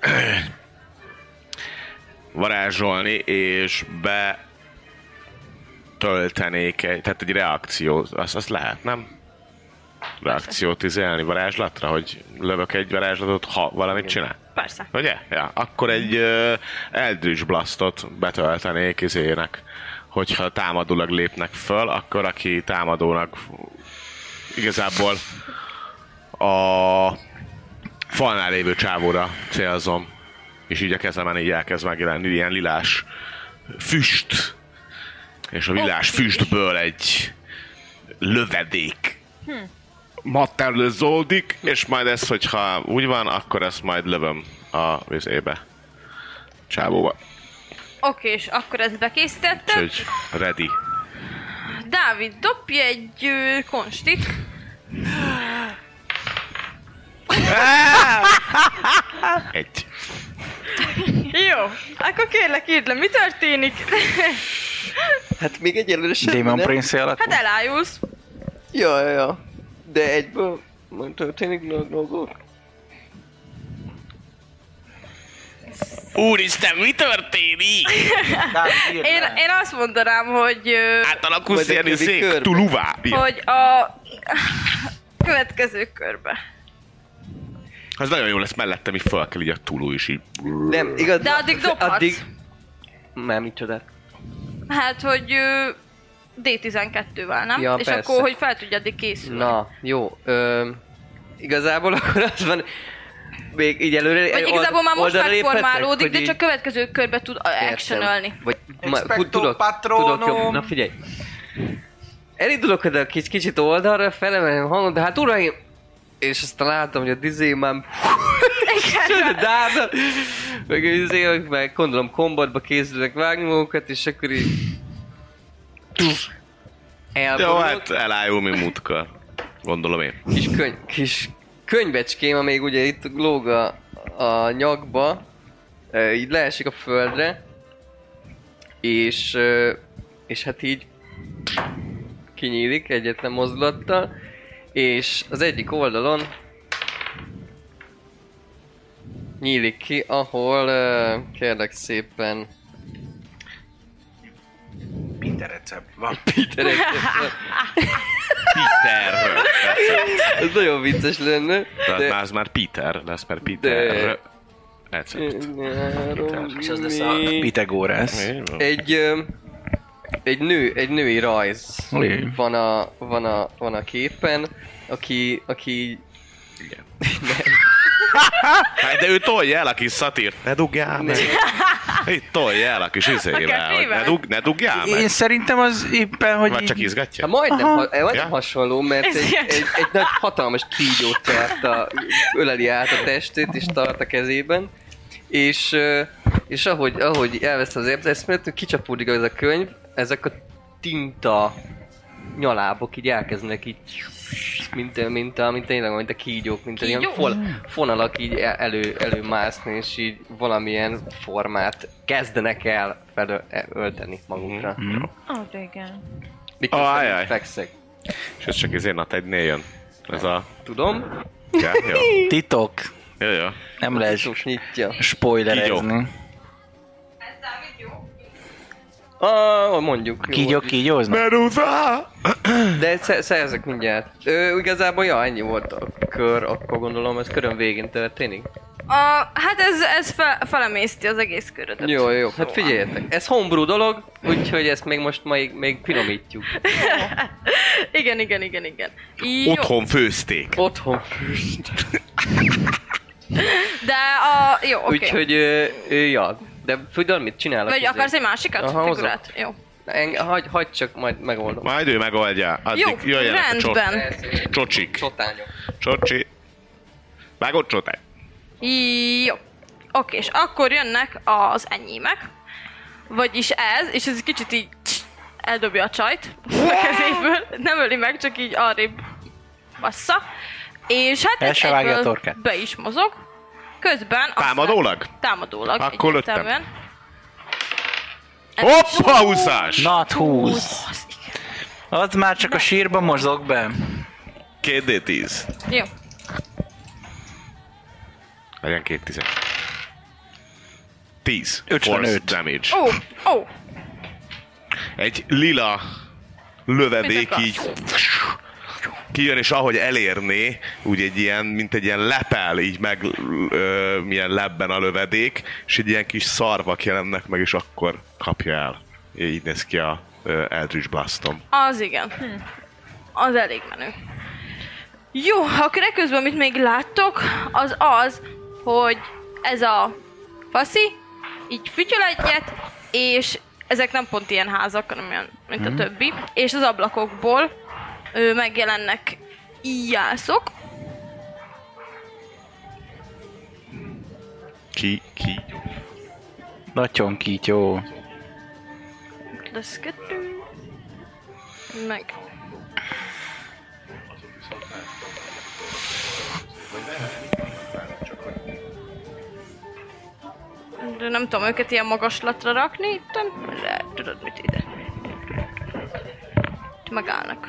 varázsolni, és be töltenék egy, tehát egy reakció, azt, azt lehet, nem? Reakciót izélni varázslatra, hogy lövök egy varázslatot, ha valamit csinál. Persze. Ugye? Ja, akkor egy uh, Eldritch Blastot betöltenék izének, hogyha támadólag lépnek föl, akkor aki támadónak igazából a falnál lévő csávóra célzom, és így a kezemen így elkezd megjelenni ilyen lilás füst, és a lilás füstből egy lövedék materializódik, és majd ez, hogyha úgy van, akkor ezt majd lövöm a vizébe, csávóba. Oké, és akkor ezt bekészítettem. Úgyhogy ready. Dávid, dobj egy ö, konstit. Egy. Jó, akkor kérlek írd le, mi történik? Hát még egyelőre semmi, Demon nem? Prince alakú? Hát elájulsz. Ja, ja, ja. De egyből majd történik dolgok. Úristen, mi történik? Én, én azt mondanám, hogy, ö, Átalakulsz Majd ilyen egy izé, körbe. tuluvá. hogy a következő körbe. Az nagyon jó lesz, mellettem így föl kell így a tulú is így. Nem, igaz. De addig dobhatsz. Addig... Már micsodát. Hát, hogy ö, dé tizenkettővel, nem? Ja, és persze. akkor, hogy fel tudja addig készülni. Na, jó. Ö, igazából akkor az van... Még így előre... Vagy igazából már most oldalra léphetek, megformálódik, de hogy csak így- következő körbe tud Értem. actionölni. Vagy ma, Expecto fu- tudok, patronum. tudok jobb. Na figyelj. Elindulok oda kicsit, kicsit oldalra, felemelem hangon, de hát uraim... És aztán látom, hogy a dizé már... Csönd a dáda! Meg a dizé, meg gondolom kombotba készülnek vágni magukat, és akkor így... Jó, Elborulok. hát elájul, mi mutka. Gondolom én. Kis, könyv, kis könyvecském, amíg ugye itt lóg a, a nyakba, e, így leesik a földre, és, e, és hát így kinyílik egyetlen mozdulattal, és az egyik oldalon nyílik ki, ahol e, kérlek szépen Peter recept van. Peter Peter. Ez nagyon vicces lenne. De de- már az már Peter lesz, mert Peter. Recept. És az lesz a... Pitagórász. Egy, ö, egy nő, egy női rajz Ujj. van a, van a, van a képen, aki, aki... Igen. Hát, de ő tolja el a kis szatírt. Ne dugjál meg. Itt tolja el a kis izével. hogy Ne, dug, ne dugjál meg. Én szerintem az éppen, hogy Vagy csak így- izgatja? Hát majdnem, ha, majdnem Ja. hasonló, mert Ez egy, ilyen. egy, egy nagy hatalmas kígyót tart a, öleli át a testét, és tart a kezében. És, ö, és ahogy, ahogy elvesz az eszmélet, kicsapódik ez a könyv, ezek a tinta nyalábok így elkezdenek így, mint, mint, a, mint tényleg, mint a kígyók, mint Kígyó? ilyen fol, fonalak így el- elő, előmászni, és így valamilyen formát kezdenek el felölteni magukra. Mm. Ó, oh, igen. Miközben Ajaj. így fekszek. És ez csak izén a tegynél jön. Ez a... Tudom. Ja, jó. Titok. Jó, jó. Nem lehet Tus nyitja. spoilerezni. Ah, mondjuk. Kígyók kígyóznak? Medusa! De sze- szerzek mindjárt. Ö, igazából ja, ennyi volt a kör, akkor gondolom ez körön végén történik. A, hát ez, ez fe, felemészti az egész körödet. Jó, jó, hát figyeljetek, ez homebrew dolog, úgyhogy ezt még most még, még finomítjuk. igen, igen, igen, igen. Jó. Otthon főzték. Otthon. De a... Jó, oké. Okay. Úgyhogy, ö, ö, ja, de tudod mit csinálok? Vagy akarsz egy másikat? Aha, Figurát? Jó. Eng, hagy, hagy csak, majd megoldom. Majd ő megoldja. Addig Jó, jöjjenek rendben. a csot... csocsik. Csotányok. Csocsi. Vágott csotány. Jó. Oké, és akkor jönnek az enyémek. Vagyis ez, és ez kicsit így eldobja a csajt a kezéből. Nem öli meg, csak így arrébb bassza. És hát ez Elsevágja a egyből torkát. be is mozog. Közben... Támadólag? Aztán, támadólag. Akkor lőttem. egyértelműen. Hoppa, húszás! Nat húsz. Az már csak a sírba mozog be. Két dé tíz. Jó. Legyen két tízes. tíz. ötvenöt. Force damage. Ó, ó. Egy lila lövedék Mit így kijön, és ahogy elérné, úgy egy ilyen, mint egy ilyen lepel, így meg ö, milyen lebben a lövedék, és egy ilyen kis szarvak jelennek meg, és akkor kapja el. Így néz ki a ö, Eldritch Blastom. Az igen. Hm. Az elég menő. Jó, akkor ekközben, amit még láttok, az az, hogy ez a faszi így fütyöl egyet, és ezek nem pont ilyen házak, hanem olyan, mint a többi, és az ablakokból ö, megjelennek íjászok. Ki, ki. Nagyon kígyó. Lesz kettő. Meg. De nem tudom őket ilyen magaslatra rakni itt. De tudod mit ide. Itt megállnak.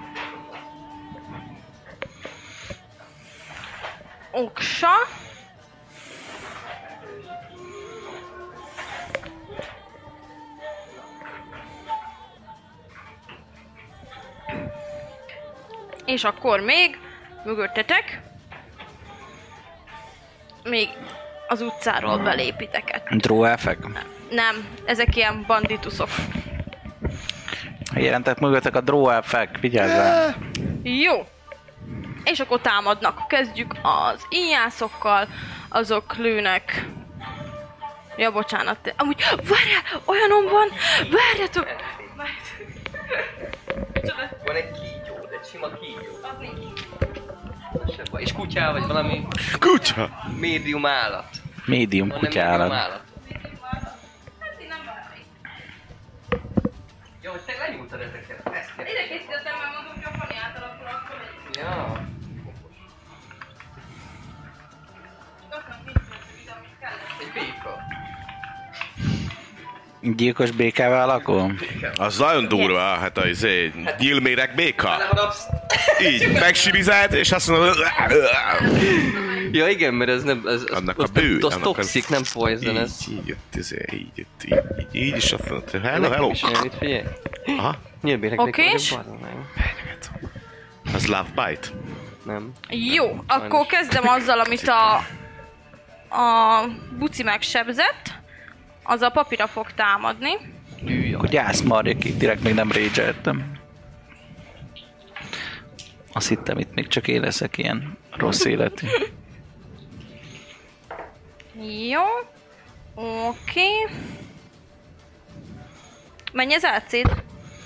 Oksa. És akkor még mögöttetek még az utcáról belépiteket. Dróelfek? Nem, ezek ilyen banditusok. Jelentek mögöttek a dróelfek, vigyázz rá. Jó. És akkor támadnak. Kezdjük az íjászokkal, azok lőnek. Ja, bocsánat. Amúgy, várjál, olyanom van, várjatok! Van egy kígyó, egy sima kígyó. És kutya, vagy valami Kutya! médium állat. Médium Van nem kutyálat. médium állat. Jó, hogy te lenyúltad ezeket. Ezt kell. Ide készítettem, mert mondom, hogy a Fanny átalakul, akkor legyen. Ja. Egy béka. Gyilkos békával lakol? Az nagyon durva, hát az izé, gyilméreg béka. Beleharapsz. Így, megsimizált, és azt mondod... Ja igen, mert ez nem... Ez, Annak az, a bő, Az, az annak toxic, az- nem poison, ez... Így, így jött, izé, így jött, így, így, így, és azt mondod, hello, hello. Is olyan, itt figyelj. Aha, Nyilvérek Okés. az love bite. Nem. Jó, akkor kezdem azzal, amit a, a buci megsebzett. Az a papírra fog támadni. Akkor gyász marjak, direkt még nem rage-eltem. Azt hittem, itt még csak én leszek ilyen rossz életű. Jó. Oké. Mennyi az á céd?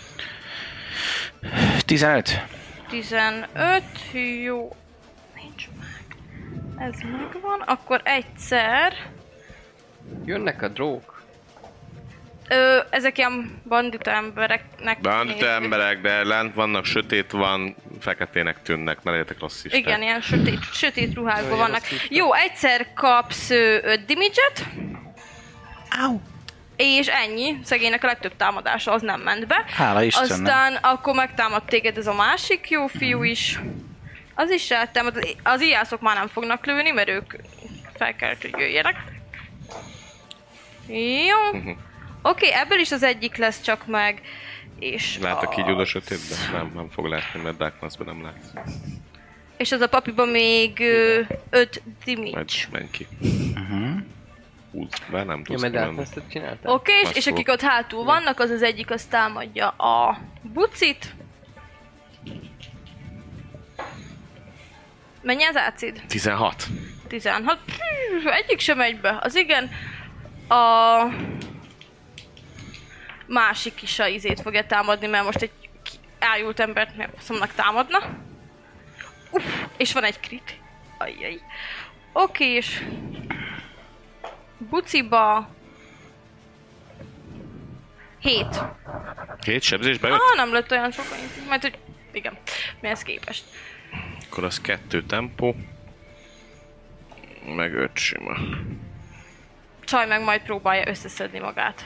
tizenöt. tizenöt. Jó. Nincs meg. Ez megvan. Akkor egyszer... Jönnek a drók. Ö, ezek ilyen bandita embereknek... Bandita néznek. emberek, de lent vannak, sötét van, feketének tűnnek, ne legyetek rasszisták. Igen, ilyen sötét, sötét ruhákban Jó, vannak. rasszista. Jó, egyszer kapsz öt damage-et. Au. És ennyi. Szegénynek a legtöbb támadása az nem ment be. Hála Istennek. Aztán akkor megtámad téged ez a másik jó fiú is. Az is rátámad. Az, az ijászok már nem fognak lőni, mert ők fel kell, hogy jöjjenek. Jó. Uh-huh. Oké, okay, ebből is az egyik lesz csak meg. És Látok az... így oda sötétben? Nem, nem fog látni, mert Darkness-ben nem látsz. És az a papiban még ö, öt damage. Menj, menj ki. Uh-huh. Húz, bár nem Ja, tudsz mert kimenni. Darkness-et csináltál? Oké, okay, és, Azt és fog. akik ott hátul vannak, az az egyik, az támadja a bucit. Mennyi az ácid? tizenhat. tizenhat. Pff, egyik sem megy be. Az igen. A másik is a izét fogja támadni, mert most egy ájult embert miért faszomnak támadna. Uff, és van egy crit. Ajjaj. Oké, és buciba hét. Hét sebzésbe jött? Ah, nem lett olyan sok, majd hogy igen, mihez képest. Akkor az kettő tempó. Meg öt sima. Csaj meg majd próbálja összeszedni magát.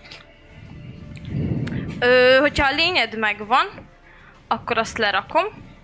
Ö, hogyha a lényed megvan, akkor azt lerakom.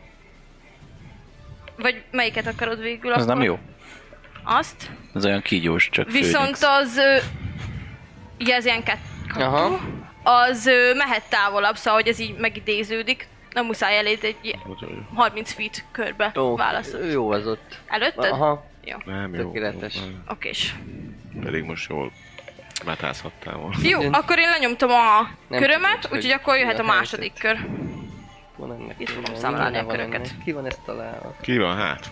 Vagy melyiket akarod végül? Ez akkor? nem jó. Azt. Ez olyan kígyós, csak Viszont Phoenix. az... Ö, ugye ez ilyen kettő. Aha. Az ö, mehet távolabb, szóval hogy ez így megidéződik. Nem muszáj eléd egy harminc feet körbe Jó, válaszolni. jó az ott. Előtted? Aha. Jó. Nem jó. Tökéletes. jó, nem. Okés. Pedig most jól metázhattál volna. Jó, Igen. akkor én lenyomtam a Nem körömet, tudod, úgyhogy hogy akkor jöhet mi a a második kör. Van ennek Itt fogom minden, számlálni a minden van köröket. ennek. Ki van ezt találva? Ki van hát?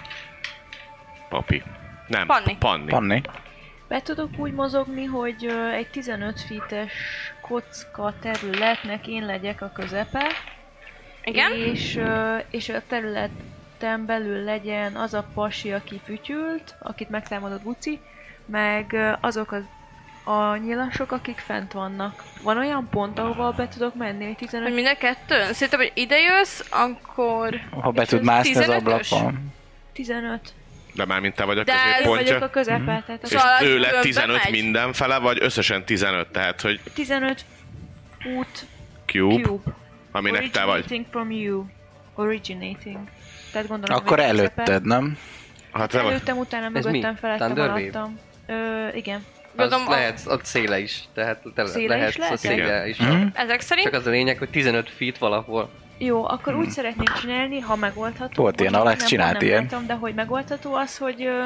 Papi. Nem, Panni. Panni. Panni. Be tudok úgy mozogni, hogy ö, egy tizenöt feet-es kocka területnek én legyek a közepe, Igen? és, ö, és a területen belül legyen az a pasi, aki fütyült, akit megtámadott Buci, meg ö, azok az a nyilasok, akik fent vannak. Van olyan pont, ahova be tudok menni, hogy Hogy tizenöt... mind a kettőn? Szerintem, hogy ide jössz, akkor... Ha be tud mászni az tizenötös? ablakon. tizenöt. De már mint te vagy a De Én vagyok középpontja. a közepe, tehát És az Szóval ő az lett különben tizenöt megy? mindenfele, vagy összesen tizenöt, tehát hogy tizenöt út cube, cube. aminek te vagy. Originating from you. Originating. Tehát gondolom, Akkor hogy a közepe. előtted, nem? Hát te vagy. Előttem, utána Ez mögöttem, mi? felettem, Thunder Wave? alattam. Ö, igen. Az Gondolom, a- lehet, a széle is, tehát te Széle lehet, is lehet? a széle Igen. is. Mhm. Ezek szerint? Csak az a lényeg, hogy tizenöt feet valahol. Jó, akkor úgy szeretném csinálni, ha megoldható. Volt ilyen, Bocsánat, Alex nem- csinált nem ilyen. látom, de hogy megoldható az, hogy ö,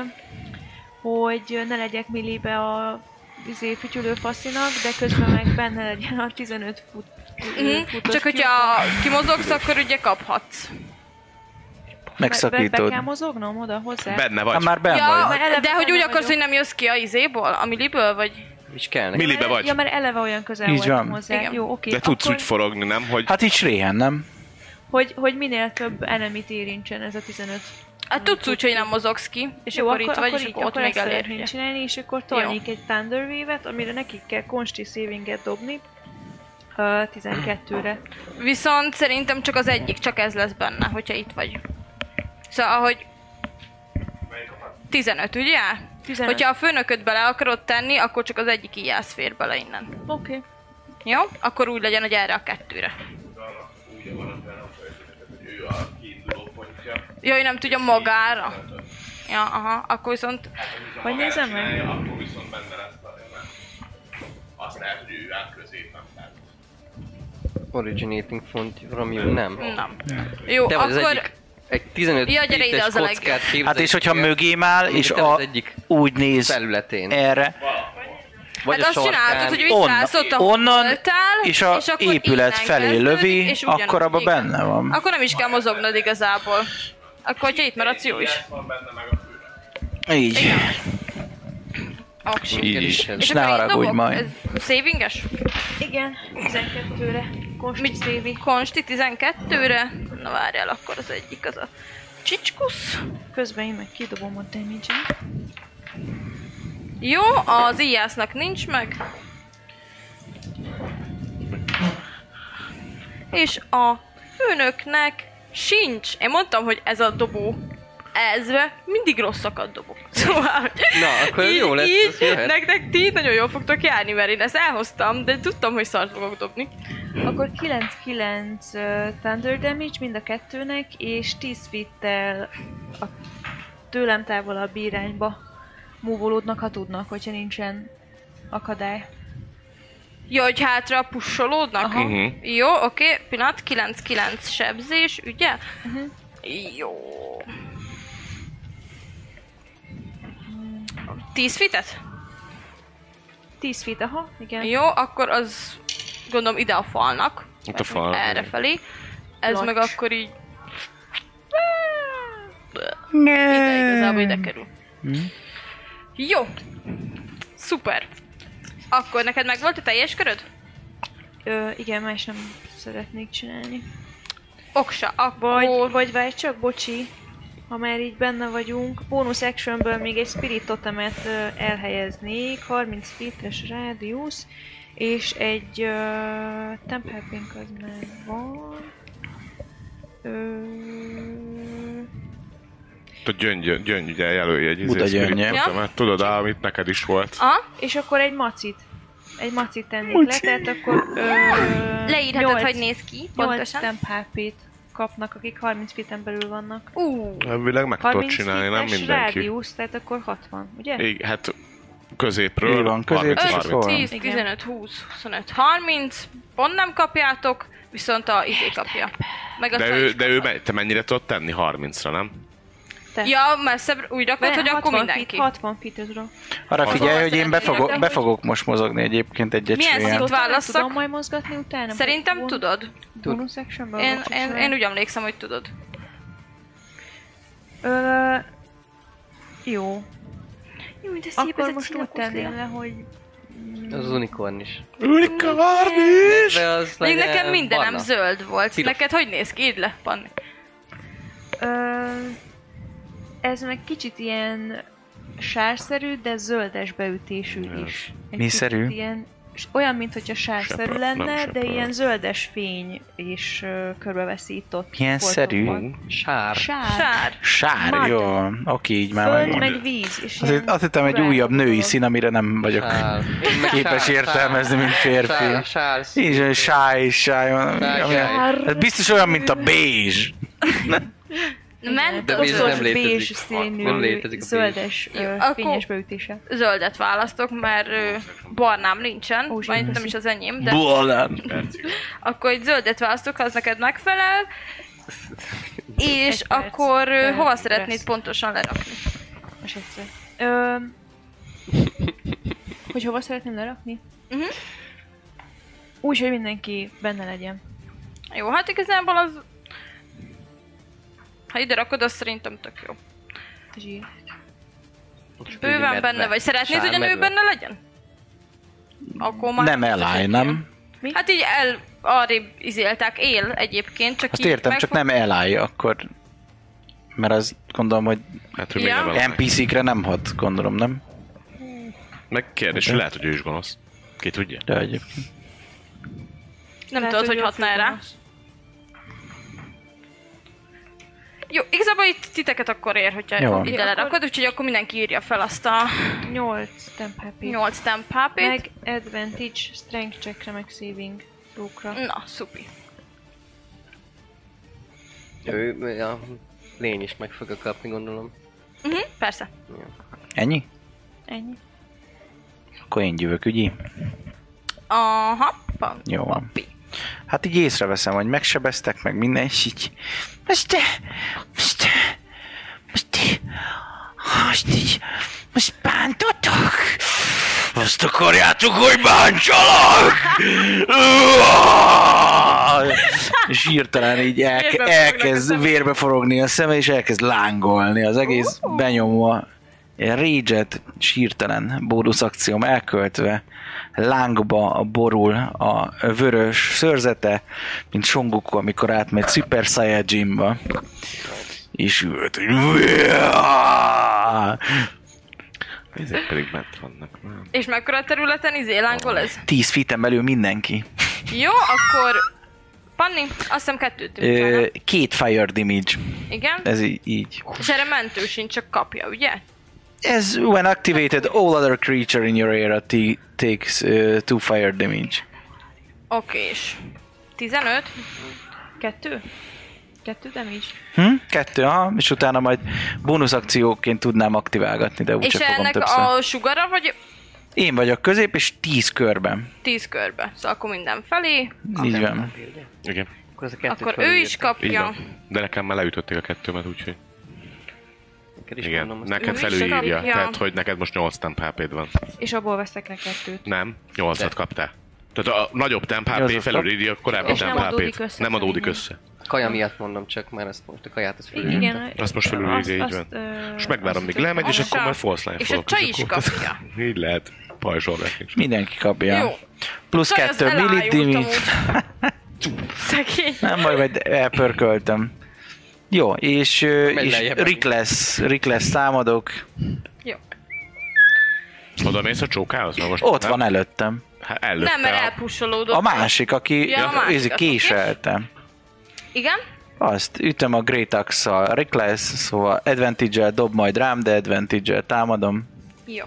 hogy ne legyek millébe a izé, fütyülő faszinak, de közben meg benne legyen a tizenöt fut, Mhm. futos Csak hogyha kimozogsz, akkor ugye kaphatsz. Be, be Megszakítod. kell mozognom oda hozzá? Benne Ha vagy. már benn Ja, vagy. eleve de hogy benne úgy akarsz, vagyok. hogy nem jössz ki a izéból, a milliből, vagy... És kell neki. Millibe vagy. Ja, mert eleve olyan közel Így voltam van. hozzá. Igen. Jó, oké. De tudsz akkor, úgy forogni, nem? Hogy Hát így sréhen, nem? hogy, hogy minél több enemit érintsen ez a tizenöt. Hát tudsz úgy, hogy nem mozogsz ki, és Jó, akkor, itt vagy, és így, akkor ott még ezt elér. szeretném ugye. csinálni, és akkor tolnék egy Thunder Wave-et, amire nekik kell Consti Saving-et dobni. Uh, tizenkettőre. Viszont szerintem csak az egyik, csak ez lesz benne, hogyha itt vagy. Szóval, ahogy... tizenöt, ugye? tizenöt. Hogyha a főnököt bele akarod tenni, akkor csak az egyik ijász fér bele innen. Oké. Okay. Jó? Akkor úgy legyen, hogy erre a kettőre. Jó, hogy nem tudja magára. Ja, aha, akkor viszont... Vagy nézem meg? akkor viszont benne lesz a azt lehet, hogy ő áll középen. Originating from, from you, nem. Nem. Jó, Te vagy az akkor... egyik, egy tizenöt Ja, gyere ide, feet-es az a leg- kockát képzelj Hát és hogyha el, mögém áll, mint és te a, az egyik úgy néz területén. erre, Vagy Hát a azt csináltad, hogy sarkán. visszaállsz ott, ahol onnan, voltál, és a akkor épület innen felé kezdődik, lövi, és ugyanúgy, akkor abban igen. benne van. Akkor nem is kell mozognod igazából. Akkor, hogyha itt maradsz, jó is. Így. Aksi. Így is. Ez- És És ne akkor így haragudj dobok? majd. Ez savinges? Igen, tizenkettőre. Consti Mit Saving. Konsti tizenkettőre? Na várjál, akkor az egyik az a csicskusz. Közben én meg kidobom a damage-et. Jó, az ijásznak nincs meg. És a főnöknek sincs. Én mondtam, hogy ez a dobó ezve mindig rosszakat dobok. Szóval, Na, akkor ez így, jó lesz, így, ez jöhet. nektek ti nagyon jól fogtok járni, mert én ezt elhoztam, de tudtam, hogy szart fogok dobni. Akkor kilenc kilenc uh, thunder damage mind a kettőnek, és tíz feet-tel a tőlem távolabb irányba múvolódnak, ha tudnak, hogyha nincsen akadály. Jó, hogy hátra pussolódnak? Aha. Uh-huh. Jó, oké, pillanat, kilenc kilenc sebzés, ugye? Uh-huh. Jó. tíz fitet? tíz feet, aha, igen. Jó, akkor az gondolom ide a falnak. Itt a fal. Errefelé. Ez Lacs. meg akkor így... Ide igazából ide kerül. Jó. Szuper. Akkor neked meg volt a teljes köröd? Ö, igen, más nem szeretnék csinálni. Oksa, akkor... Vagy, vagy várj csak, bocsi, ha már így benne vagyunk, bonus actionből még egy spirit totemet ö, elhelyeznék, harminc feet-es rádiusz, és egy uh, temp helping az már van. Ö... A gyöngy, gyöngy ugye jelölje egy Buda izé gyöngye. spirit totemet. Tudod, amit neked is volt. Aha. És akkor egy macit. Egy macit tennék le, tehát akkor... Ö, Leírhatod, nyolc- hogy néz ki, nyolc pontosan. temp há pét kapnak, akik harminc feet-en belül vannak. Ú, Elvileg meg tudod harminc csinálni, nem feet-es mindenki. rádiusz, tehát akkor hatvan, ugye? Igen, hát középről. Így van, középről harminc, szól. harminc. tíz, Igen. tizenöt, húsz, huszonöt, harminc. Pont nem kapjátok, viszont a izé kapja. Meg a De csaj ő, is de ő, kapja. me- te mennyire tudod tenni harmincra, nem? Te. Ja, messzebb úgy rakod, hogy akkor mindenki. Feet, hatvan feet, tudom. Arra figyelj, hogy én be Szerintem, fogok, hogy- be fogok most mozogni egyébként egyet Milyen csinálni. szint válasszak? Tudom majd mozgatni utána? Szerintem Bon- tudod. Bonus actionből Én, vagy én, csak én úgy emlékszem, hogy tudod. Ö, jó. Jó, de Akkor most úgy tenném le, hogy... Az unikorn is. Unikornis! De az Még legyen nekem mindenem barna. zöld volt. Piros. Neked hogy néz ki? Írd le, Panni. Ö, ez meg kicsit ilyen sárszerű, de zöldes beütésű is. Egy Mi kicsit szerű? Ilyen, olyan, mint hogyha sárszerű Söpör, lenne, nem de söpör. ilyen zöldes fény és uh, körbeveszi itt ott. Milyen szerű? Sár. Sár. Sár. Sár, Mud. jó. Oké, így már Föld megvan. meg víz. És Azért azt hittem egy random újabb női dolog. szín, amire nem vagyok Sár. Én meg képes sár- értelmezni, mint férfi. Sár, sár, Így olyan sáj, sáj, van, Sáj, ami- sáj. ez biztos olyan, mint a bézs. Ment De az víz zöld- nem létezik. Bézs színű, Nem létezik a zöldes, Jó, ö, akkor- fényes beütése. zöldet választok, mert ö, barnám nincsen, Ó, vagy zsenius. nem is az enyém, de Bolán. akkor egy zöldet választok, ha az neked megfelel, és Egy perc. akkor ö, Ö, hova lesz. szeretnéd pontosan lerakni? Most egyszer. Ö, hogy hova szeretném lerakni? Mhm. Úgy, hogy mindenki benne legyen. Jó, hát igazából az... Ha ide rakod, az szerintem tök jó. Zsír. Bőven benne vagy. Szeretnéd, hogy a nő benne legyen? Akkor már... Nem eláj, nem? Hát így el... Arrébb izélták, él egyébként, csak Azt így értem, csak nem eláj, akkor... Mert az gondolom, hogy Hát, hogy Ja. még nem en pé cé-kre nem hat, gondolom, nem? Meg kérdés, hogy lehet, hogy ő is gonosz. Ki tudja? De egyébként. Nem Lehet, tudod, hogy ő hatná rá. főgonosz. Jó, igazából itt titeket akkor ér, hogyha Jó. ide lerakod, úgyhogy akkor mindenki írja fel azt a nyolc temp happy. nyolc temp há pét. Meg advantage, strength checkre, meg saving throw-kra. Na, szupi. Ő, a lény is meg fogja kapni, gondolom. Uh-huh, persze. Ennyi? Ennyi. Akkor én jövök, ugye? Aha, pam, Jó. papi. Hát így észreveszem, hogy megsebeztek, meg minden, és így... Most te... Most te... Most te... Most így... Most bántotok? Azt akarjátok, hogy bántsalak? És hirtelen így elke, Vérbe forognak a elkezd szeme. vérbe forogni a szeme, és elkezd lángolni. Az egész benyomva. Rage-et és hirtelen bónusz akcióm elköltve lángba borul a vörös szőrzete, mint Son Goku, amikor átmegy Super Saiyajinba. És üvölt, hogy Ezek pedig bent vannak. Nem? És mekkora területen izé lángol ez? tíz feet-en belül mindenki. Jó, akkor... Panni, azt hiszem kettőt Ö, tűnt. két fire damage. Igen? Ez így. így. És erre mentő sincs, csak kapja, ugye? Ez when activated, all other creature in your area t- takes uh, two fire damage. Okés. tizenöt. Kettő? Kettő damage? Hm? Kettő, aha, és utána majd bónuszakcióként tudnám aktiválgatni, de úgyse És fogom ennek többször. a sugara vagy Én vagyok közép, és tíz körben. tíz körbe. Szóval akkor minden felé. Így van. Igen. Akkor, ez a kettőt Akkor ő is felülírta. Így kapja. van. De nekem már leütötték a kettőmet, úgyhogy... Neked is Igen, mondom, azt neked Ő is felülírja. kapja. Tehát, hogy neked most nyolc temp há péd van. És abból veszek le kettőt. Nem, nyolcat De. kaptál. Tehát a nagyobb temp há pé Nyolcat felülírja a korábbi És nem temp há adódik pét. össze Nem adódik felé. össze. Kaja miatt mondom csak, mert ezt most a kaját az felülírta. Igen. Azt most felülírja, így van. ö, És megvárom, azt míg tudom. lemegy, és azt akkor a- majd false line és a fogok, csaj is akkor- kapja. Így lehet pajzsolni. Mindenki kapja. Jó. Plusz Csaj, az kettő elájult millit dimi. amúgy. Szegény. Nem baj, majd elpörköltem. Jó, és, ö, Megy és lejjebb. Reckless, Reckless támadok. Jó. Oda mész a csókához? Na most Ott nem? van előttem. Hát előtte Nem, mert a- elpusolódott. A másik, aki Ja, a másik, ja, az késeltem. Igen? Azt ütöm a Great Axe-szal. Reckless, szóval advantage-el dob majd rám, de advantage-el támadom. Jó.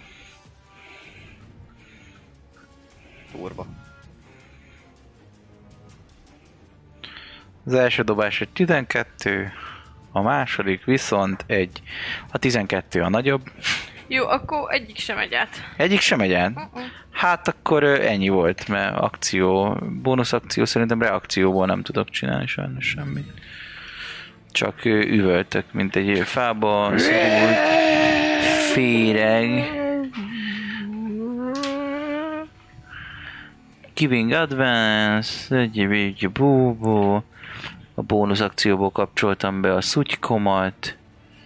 Durva. Az első dobás egy tizenkettő, a második viszont egy, a tizenkettő a nagyobb. Jó, akkor egyik sem megy át. Egyik sem megy el? Hát akkor ö, ennyi volt, mert akció, bónusz akció szerintem reakcióból nem tudok csinálni sajnos semmit. Csak ö, üvöltök, mint egy fába szorult féreg. Giving advance, egy egy búbó. A bónusz akcióból kapcsoltam be a szutykomat.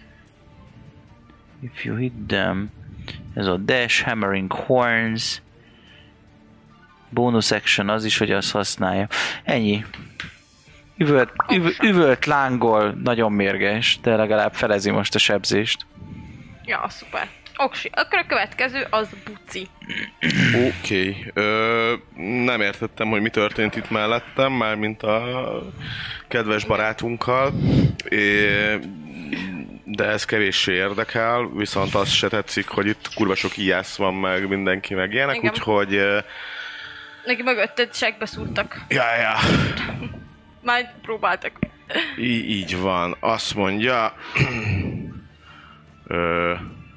If you hit them. Ez a dash, hammering horns. Bonus action az is, hogy azt használja. Ennyi. Üvölt, üv, üvölt lángol, nagyon mérges, de legalább felezi most a sebzést. Ja, szuper. Oksi. Akkor a következő az Buci. Oké. Okay. Nem értettem, hogy mi történt itt mellettem, mármint a kedves barátunkkal. É, de ez kevéssé érdekel, viszont azt se tetszik, hogy itt kurva sok ijász van, meg mindenki meg ilyenek, Igen. úgyhogy... ö, Neki mögötted segbe szúrtak. Ja, ja. Majd próbáltak. Í- így van. Azt mondja... Ö,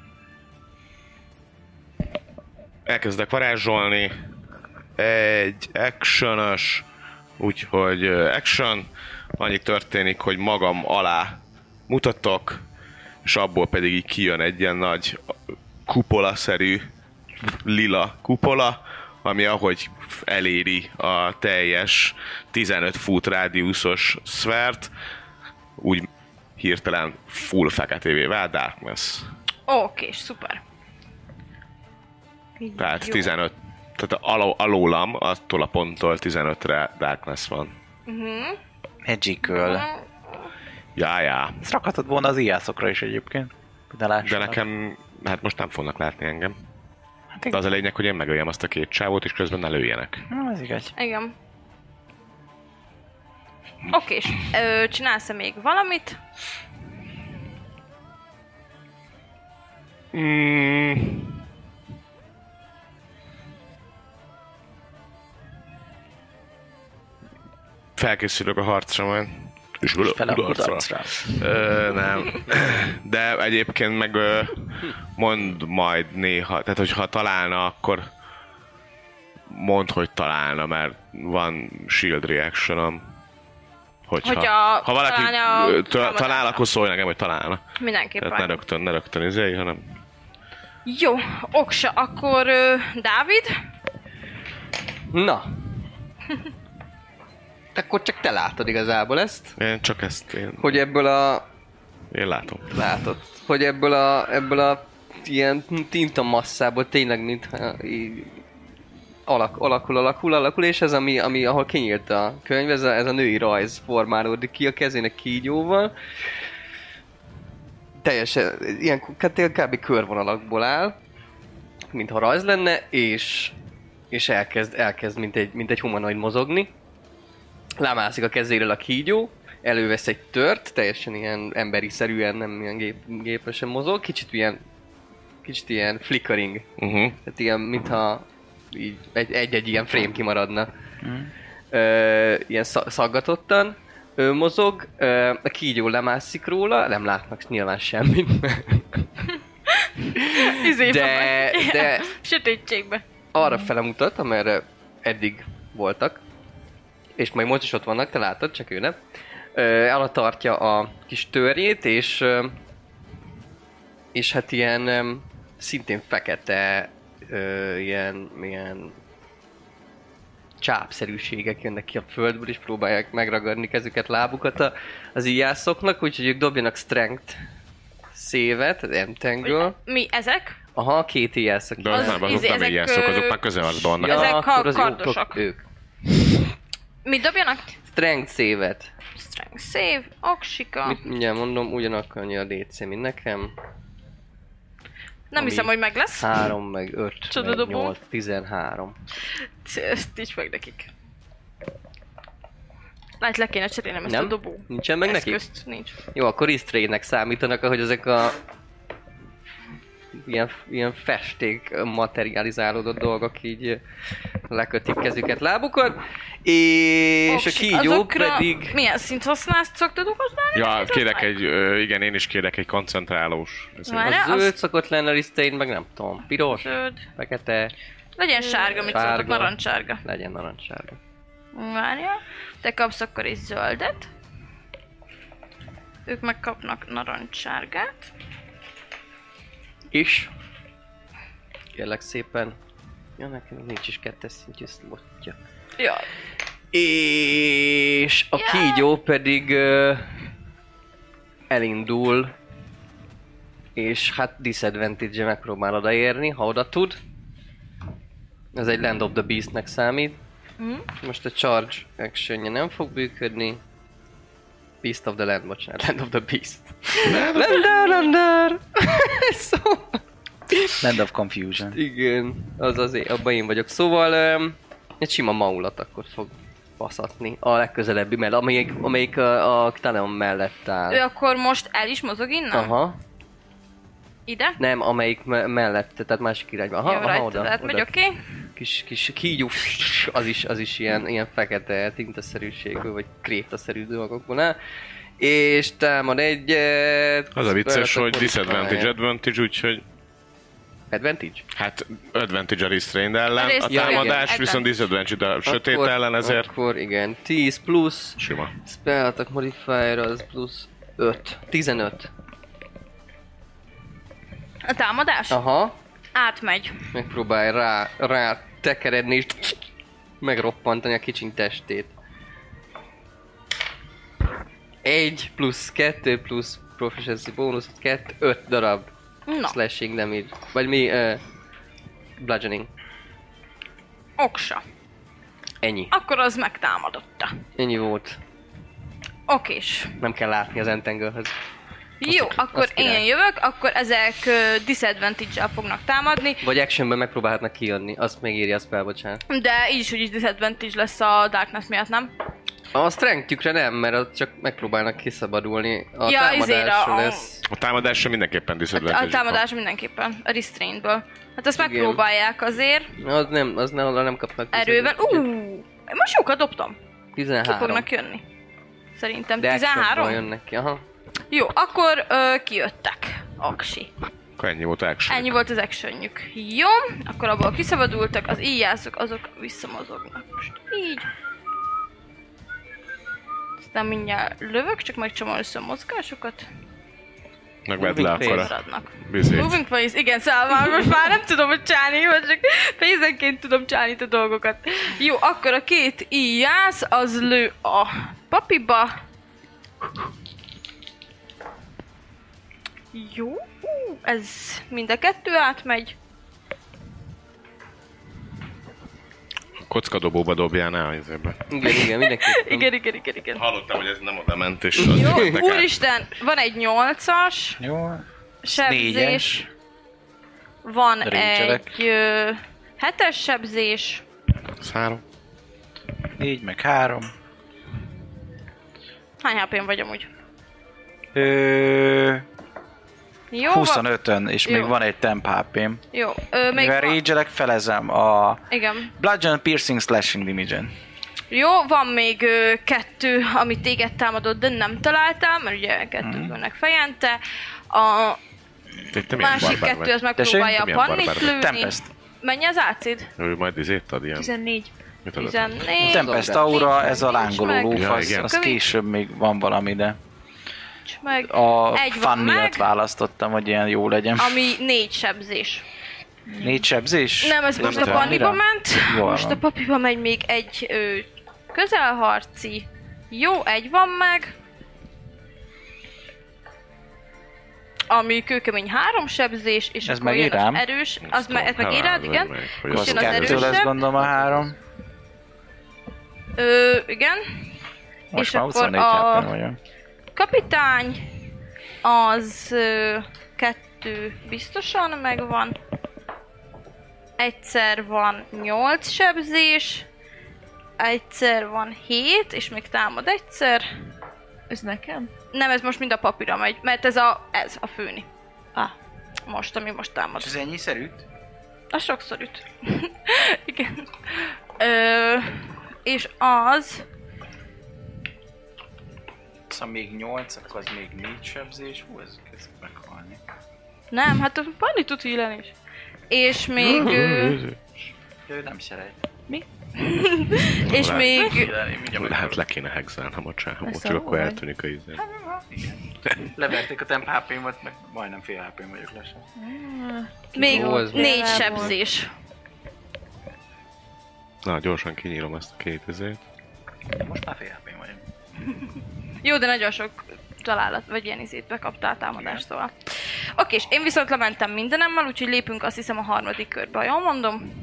elkezdek varázsolni. Egy actionös, úgyhogy ö, action. Annyi történik, hogy magam alá mutatok, és abból pedig így kijön egy ilyen nagy kupola-szerű lila kupola, ami ahogy eléri a teljes tizenöt fut rádiuszos szfert, úgy hirtelen full feketévé vált Darkness. Oké, szuper. Tehát Jó. tizenöt, tehát aló, alólam, attól a ponttól tizenötre Darkness van. Uh-huh. Magical. Já, já. Ezt rakhatod volna az ijászokra is egyébként. De, De nekem, hát most nem fognak látni engem. Hát De az a lényeg, hogy én megöljem azt a két csávót, és közben ne lőjenek. Ez igaz. Igen. Oké, és ö, csinálsz-e még valamit? Mm. Felkészülök a harcra majd. És ülök Fel a kudarcra. kudarcra. Ö, nem. De egyébként meg ö, mond majd néha, tehát hogyha találna, akkor mond, hogy találna, mert van shield reactionom. Hogyha, Hogyha ha valaki találna a ö, ta- talál, támadásra. akkor szólj nekem, hogy találna. Mindenképpen. Tehát ne rögtön, ne rögtön izé, hanem... Jó, Oksa, akkor ö, Dávid? Na. Akkor csak te látod igazából ezt, Én csak ezt én, hogy ebből a... én látom. Látod. Hogy ebből a, ebből a ilyen tinta masszából tényleg mintha így alak, alakul, alakul, alakul, és ez ami, ami ahol kinyílt a könyv, ez a, ez a női rajz formálódik ki a kezének kígyóval. Teljesen, ilyen kb. Körvonalakból áll, mintha rajz lenne, és, és elkezd, elkezd mint, egy, mint egy humanoid mozogni. Lemászik a kezéről a kígyó, elővesz egy tört, teljesen ilyen emberi-szerűen, nem ilyen gép, gépesen mozog, kicsit ilyen, kicsit ilyen flickering, Uh-huh. tehát ilyen, mintha így egy- egy-egy ilyen frame kimaradna. ö, ilyen szaggatottan ö, mozog, ö, a kígyó lemászik róla, nem látnak nyilván semmit. de, de sötétségbe. arra fele mutat, amerre eddig voltak, és majd most is ott vannak, te látod, csak ő nem. Ella tartja a kis törjét, és és hát ilyen szintén fekete ö, ilyen, ilyen csápszerűségek jönnek ki a földből, és próbálják megragadni kezüket, lábukat a, az íjászoknak, úgyhogy ők dobjanak strength szévet, az entangle. Mi ezek? Aha, két íjászok. De az, az, azok nem íjászok, azok már közelharcban vannak. Ja, ezek akkor az kardosak. Ők. Mit dobjanak? Strength szévet. Strength save, oksika. Mit mindjárt mondom, ugyanakkor annyi a dé cé, mint nekem. Nem hiszem, hogy meg lesz. három, meg öt, meg nyolc, tizenhárom. Ezt is meg nekik. Lehet, le kéne cserélnem ezt Nem? a dobó. Nincsen meg nekik? Eszközt nincs. Jó, akkor restrainnek számítanak, ahogy ezek a ilyen, ilyen festék materializálódott dolgok így lekötik kezüket, lábukat, és Oksik, a kígyó azokra pedig... Milyen szint használsz, szoktad használni? Ja, kérek egy, ö, igen, én is kérek egy koncentrálós. Várj. A az- zöld szokott lenne a restrain, meg nem tudom, piros, Zöld. fekete, Legyen sárga, mit szóltok, Sárga. narancssárga. legyen narancssárga. Várja. Te kapsz akkor egy zöldet. Ők megkapnak narancssárgát. És kérlek szépen, ja nekem nincs is kettes szintű szlotja. Ja. És a Ja. kígyó pedig uh, elindul, és hát disadvantage-e megpróbál odaérni, ha oda tud. Ez egy Land of the Beast-nek számít. Mhm. Most a charge actionje nem fog működni. Beast of the Land, bocsánat, Land of the Beast. Lander, Lander! Szóval... Land of Confusion. Igen, az az én, abban én vagyok. Szóval um, egy sima maulat akkor fog baszatni a legközelebbi mellett, amelyik, amelyik a, a Taleon mellett áll. Ő akkor most el is mozog innen? Aha, Ide? nem, amelyik me- mellett, tehát másik irányba. Aha, Jó, aha, rajta, oda, tehát oda. megy, oké. Kis, kis kígyó, az is, az is ilyen, ilyen fekete tintaszerűségből, vagy krétaszerű dolgokból áll. És támad egyet... Az a vicces, spell hogy attack disadvantage, modifier. advantage, úgyhogy Advantage? hát advantage a restrained ellen, a Restrained, támadás igen, viszont disadvantage a sötét Akkor- ellen, ezért Akkor igen, tíz plusz, sima. spell attack modifier az plusz öt. tizenöt. A támadás? Aha. Átmegy. Megpróbálj rá, rá tekeredni és megroppantani a kicsiny testét. Egy plusz kettő plusz proficiency bónusz, kettő, öt darab Na, slashing damage. Vagy mi? Uh, bludgeoning. oksa. Ennyi. Akkor az megtámadotta. Ennyi volt. Okés. Nem kell látni az entangle-höz. Jó, Azt- akkor azt király. én jövök, akkor ezek uh, disadvantage-el fognak támadni, Vagy actionben megpróbálhatnak kijönni. Azt még írja a spell, bocsánat. de így is úgyis disadvantage lesz a darkness miatt, nem? A strength-jükre nem, mert ott csak megpróbálnak kiszabadulni. A Ja, izére támadásra a- lesz. A támadásra mindenképpen A, disadvantage. a támadás mindenképpen, a restraintből. Hát ezt Igen. megpróbálják azért, Az nem, az nem, nem kapnak erővel. disadvantage-et. Ú, most jókat dobtam. Ki tizenhárom. fognak jönni? Szerintem De actionból tizenhárom? jönnek ki, aha. Jó, akkor ö, kijöttek. Aksi. Akkor ennyi volt action. Ennyi volt az actionjük. Jó, akkor abból kiszabadultak, az íjászok, azok visszamozognak. Most így. Aztán mindjárt lövök, csak megcsomol össze a mozgásokat. Megvedd le Moving akkor a Maradnak. bizét. Moving face, igen, szóval most már nem tudom, hogy csinálni, vagy csak fézenként tudom csinálni a dolgokat. Jó, akkor a két íjász, az lő a papiba. Jó, ú, ez mind a kettő átmegy. Kockadobóba dobjál a izébe. Igen, igen, mindenképpen. Igen, igen, igen, igen. Hallottam, hogy ez nem oda ment, és Jó, az jöttek át. úristen, van egy nyolcas Jó. sebzés, Négyes. van Rage-elek. egy ö, hetes sebzés, Ez három. Négy, meg három. hány há pén vagy amúgy? Ö, Jó, van, huszonötön, és Jó. még van egy temp há pém. jó, ö, még Mivel van, rage-elek, felezem a igen, Bludgeon Piercing Slashing Damage-en. Jó, van még ö, kettő, amit téged támadott, de nem találtál, mert ugye kettőből fejente. A Te milyen másik barbár kettő vagy? az megpróbálja Te milyen Pannit barbár vagy? lőni. Tempest. Mennyi az ácid? Ő majd izét ad ilyen... tizennégy. Mit adott? tizennégy. Tempest Aura, ez a Nincs lángoló meg. lófasz, Ja, igen. az később még van valami, de Nincs meg. a Egy van fun meg. miatt választottam, hogy ilyen jó legyen. Ami négy sebzés. Négy sebzés? Nem, ez most a tudom. Panniba Mire? ment. Jól Most van. a Papiba megy még egy ö, közelharci. Jó, egy van meg. Ami kőkemény három sebzés, és Ez akkor meg jön ír rám? az erős. Az me- ez meg írád, igen? Hogy Az azt jön az kettő erősebb. lesz gondolom a három. Ö, igen. Most És már akkor huszonnégy a- há pé vagyok. Kapitány az ö, kettő biztosan megvan. Egyszer van nyolc sebzés. Egyszer van hét, és még támad egyszer. Ez nekem? Nem, ez most mind a papírra megy, mert ez a, ez a főni. Ah, most, ami most támad. És ez ennyi szerűt? Az sokszor üt. Igen. Ö, és az... Szóval még nyolc, akkor az még négy sebzés. Hú, ez kezd meghalni. Nem, hát a Panni tud híleni is. És még... ö, Ő nem szeret. és még... Híleni, mindjárt Lehet le kéne hexelnem a csámot, Ezt csak a akkor vagy. eltűnik a izé. Leverték a temp há pé-mat, meg majdnem fél há pé vagyok lassan. Még Jó, ez négy Legalább sebzés. Na, gyorsan kinyírom ezt a két izét. Most már fél há pé vagyok. Jó, de nagyon sok találat, vagy ilyen izét bekaptál támadást, szóval. Oké, és én viszont lementem mindenemmel, úgyhogy lépünk azt hiszem a harmadik körbe, ha jól mondom.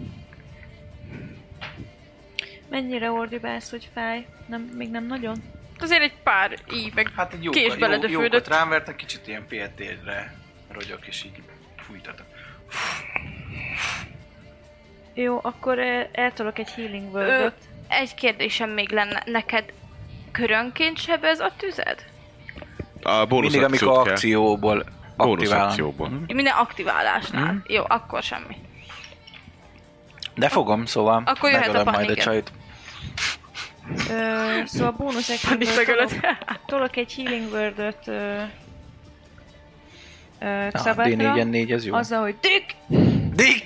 Mennyire ordibálsz, hogy fáj? Nem, még nem nagyon? Azért egy pár így, meg Hát egy kés jókat, jó, beledöfődött. jókat rám vertek, kicsit ilyen pé té re rogyok, és így fújtatok. Jó, akkor eh, eltolok egy healing Ö, word-ot. egy kérdésem még lenne, neked körönként sebez a tüzed? A bónusz Mindig, amikor akciót kell. akcióból Bónusz aktiválom. akcióból. Minden aktiválásnál. Mhm. Jó, akkor semmi. De fogom, szóval Akkor jöhet a megölöm majd a paniket. csajt. Ö, szóval bónusz Panni actionből megölöd. tolok, tolok egy healing word-ot ö, ö, Ah, Xabatra, dé négyen négy, ez jó. azzal, hogy Dick! Dick!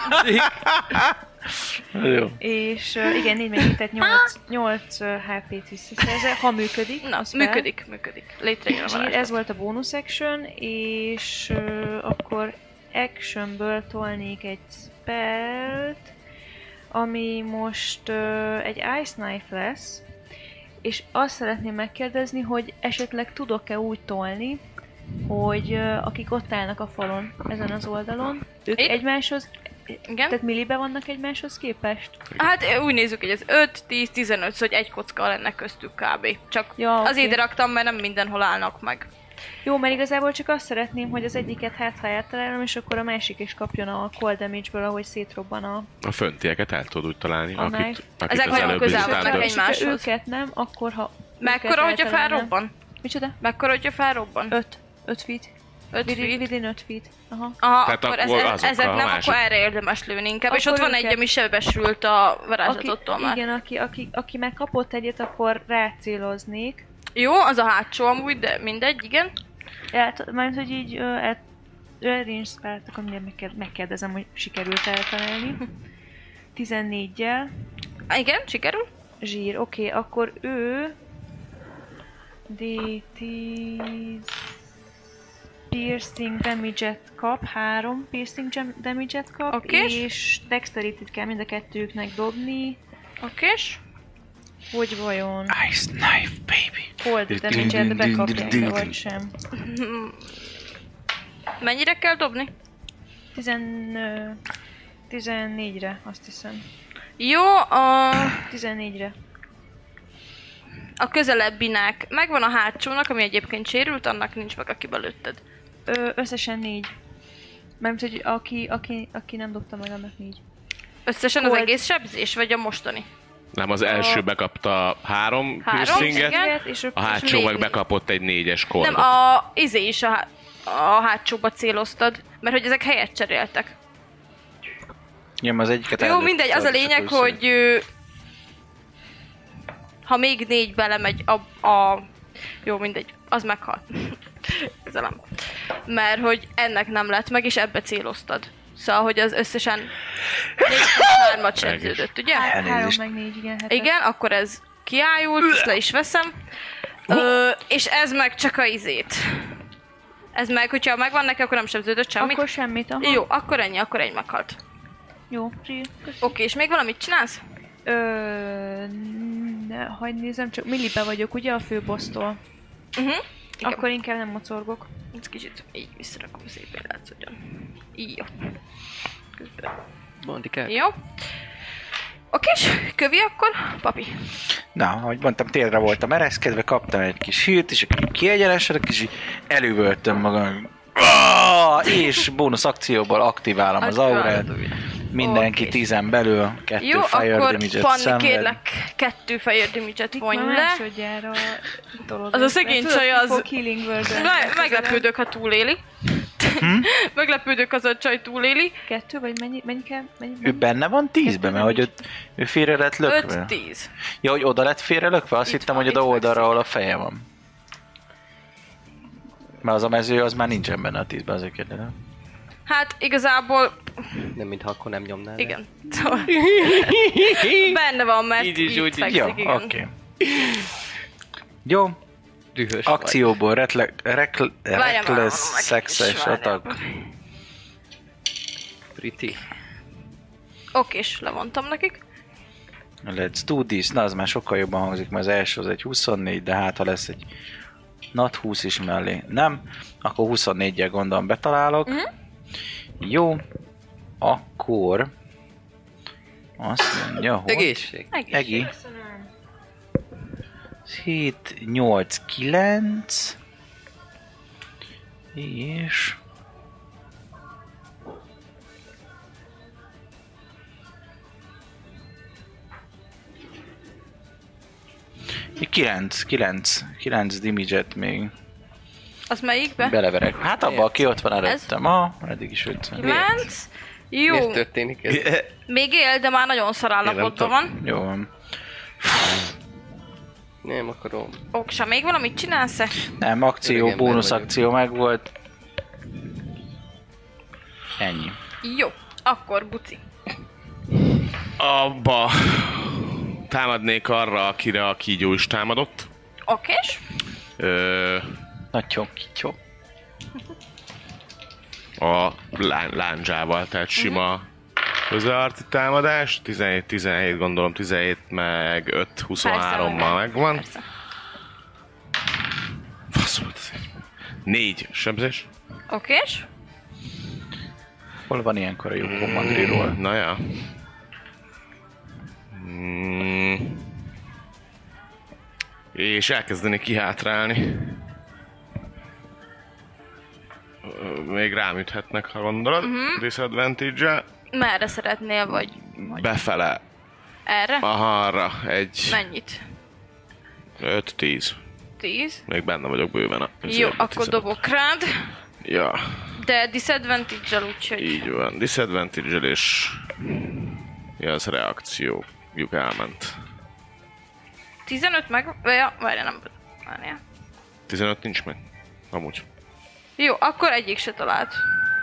Jó. És uh, igen, négy meg tehát nyolc, nyolc uh, há pét visszaszerzel, ha működik. Na, az fel. működik, működik. Létrejön a Zsír, varázslat. ez volt a bonus action, és uh, akkor actionből tolnék egy spellt, ami most uh, egy Ice Knife lesz, és azt szeretném megkérdezni, hogy esetleg tudok-e úgy tolni, hogy uh, akik ott állnak a falon, ezen az oldalon, ők Itt? egymáshoz, Igen? tehát millibe vannak egymáshoz képest? Hát úgy nézzük, hogy ez öt, tíz, tizenöt, szóval egy kocka lenne köztük kb. Csak Ja, azért oké. ide raktam, mert nem mindenhol állnak meg. Jó, mert igazából csak azt szeretném, hogy az egyiket hát ha eltalálom, és akkor a másik is kapjon a cold damage-ből, ahogy szétrobban a... A föntieket el tudod úgy találni, A akit, meg. akit Ezek az nagyon előbb közel listán vannak dönt. És hogyha egymáshoz. őket nem, akkor ha... Mekkora, őket hogyha eltalálnám- felrobban? Micsoda? Mekkora, hogyha felrobban? öt. öt feet. öt Within, feet? within öt feet. Aha. Aha, Tehát akkor, ez, akkor ez, azok ezek a nem, másik. akkor erre érdemes lőni inkább. És Akkor ott van őket. egy, ami sebesült a Aki, varázslatottól már. igen, aki, aki, aki már kapott egyet, akkor rácéloznék. Jó, az a hátsó amúgy, de mindegy, igen. El, mármint, hogy így ö, el, range spell-t, akkor mindjárt megkér- megkérdezem, hogy sikerült eltalálni. tizennégyel. Igen, sikerül. Zsír, oké, okay, akkor ő dé tíz piercing damage-et kap, három piercing jam- damage-et kap, Okés. és dexterity-t kell mind a kettőknek dobni, Okés. hogy vajon Ice knife, baby. cold damage-et bekapják-e vagy sem. Mennyire kell dobni? Tizen, ö, tizennégyre, azt hiszem. Jó, a, tizennégyre. a közelebbinek megvan a hátsónak, ami egyébként sérült, annak nincs meg, aki belőtted. Ö, összesen négy. Mert hogy aki, aki, aki nem dobta meg, annak négy. Összesen az Cold. egész sebzés, vagy a mostani? Nem, az első bekapta három Három, piercinget, igen. És a akkor hátsó még meg négy. bekapott egy négyes Nem, koldot. a izé is a, há- a hátsóba céloztad, mert hogy ezek helyet cseréltek. Igen, az egyiket Jó, ellöktem, mindegy, az a és lényeg, akkor hogy ö, Ha még négy belemegy a... a jó, mindegy, az meghal. Közelem. Mert hogy ennek nem lett meg, és ebbe céloztad. Szóval, hogy az összesen négy-hármat sebződött, ugye? Három meg négy, igen. Hetet. Igen, akkor ez kiájult, ezt le is veszem. Ö, és ez meg csak a izét. Ez meg, hogyha megvan neki, akkor nem sebződött semmit. Akkor semmit, aha. Jó, akkor ennyi, akkor egy meghalt. Jó, Pri, köszönöm. Oké, és még valamit csinálsz? Ö, ne, hagyd nézem, csak millibe vagyok, ugye, a főbossztól. Uh-huh. Akkor inkább nem mocorgok. Ez kicsit így visszarakom, szépen látszódjon. Így jó. Közben. Mondjuk Jó. Okés, kövi akkor, papi. Na, ahogy mondtam, térre voltam ereszkedve, kaptam egy kis hírt, és akkor kiegyenesedek, és így elővöltöm magam. Ah, és bónusz akcióból aktiválom az aurát. Mindenki Oké. tízen belül, kettő Jó, fire akkor damage-et Panni, szenved. kérlek, kettő fire damage-et vonj le. Másodjára dolog. Az a szegény csaj az... Killing Word-en. Me- meglepődök, ha túléli. Hm? Meglepődök, az a csaj túléli. Kettő, vagy mennyi, mennyi kell? Mennyi, Ő mennyi? benne van tízben, mert hogy ott ő félre lett lökve. öt tíz. Ja, hogy oda lett félre lökve? Azt Itt hittem, van, hogy oda itt oldalra, fekszik. ahol a feje van. Mert az a mező, az már nincsen benne a tízben, azért kérdezem. Hát igazából, Nem, mintha akkor nem nyomnál. le. igen. Szóval- Benne van, mert Így így, is, úgy is. fekszik, Jó, igen. oké. Okay. Jó, Dühös akcióból retle, rekl, Várjál már, reckless meg szexes is várjál. attack. vagy. Pretty. Oké, és levontam nekik. Let's do this. Na, az már sokkal jobban hangzik, mert az első az egy huszonnégy, de hát ha lesz egy nat húsz is mellé. Nem? Akkor huszonnégyel gondolom betalálok. Mhm. Jó. Akkor azt mondja, hogy Egészség. Egi. hét, nyolc, kilenc és kilenc, kilenc, kilenc damage-et még Az melyikbe? beleverek. Hát abba, aki ott van előttem. Ah, eddig is ötven. kilenc. Jó. Miért történik ez? Még él, de már nagyon szar állapotban van. Jó van. Nem akarom. Oksa, még valamit csinálsz-e? Nem, akció, Öreg ember bónusz vagyok. akció megvolt. Ennyi. Jó, akkor buci. Abba támadnék arra, akire a kígyó is támadott. Okés. Ö, Nagyon kityó. a lá- lándzsával, tehát sima közelharci támadás. tizenhét tizenhét gondolom, tizenhét meg öt huszonhárommal megvan. Persze. Fasz volt ez egy. Négy sebzés. Okés. Hol van ilyenkor a jó Magriról? Na ja. Mm. És elkezdeni kihátrálni. Ö, Még rám üthetnek, ha gondolod. Uh-huh. Disadvantage-el. Merre szeretnél, vagy Befele. erre? Aha, arra. Egy Mennyit? öt tíz. tíz. Még benne vagyok bőven a Jó, ezért akkor tizenöt. dobok rád. Ja, De disadvantage-el, úgyhogy... így van. Disadvantage-el és... Ja, az reakciójuk elment. tizenöt meg... Ja, várjál, nem... Várjál. tizenöt nincs meg. Amúgy. Jó, akkor egyik se talált.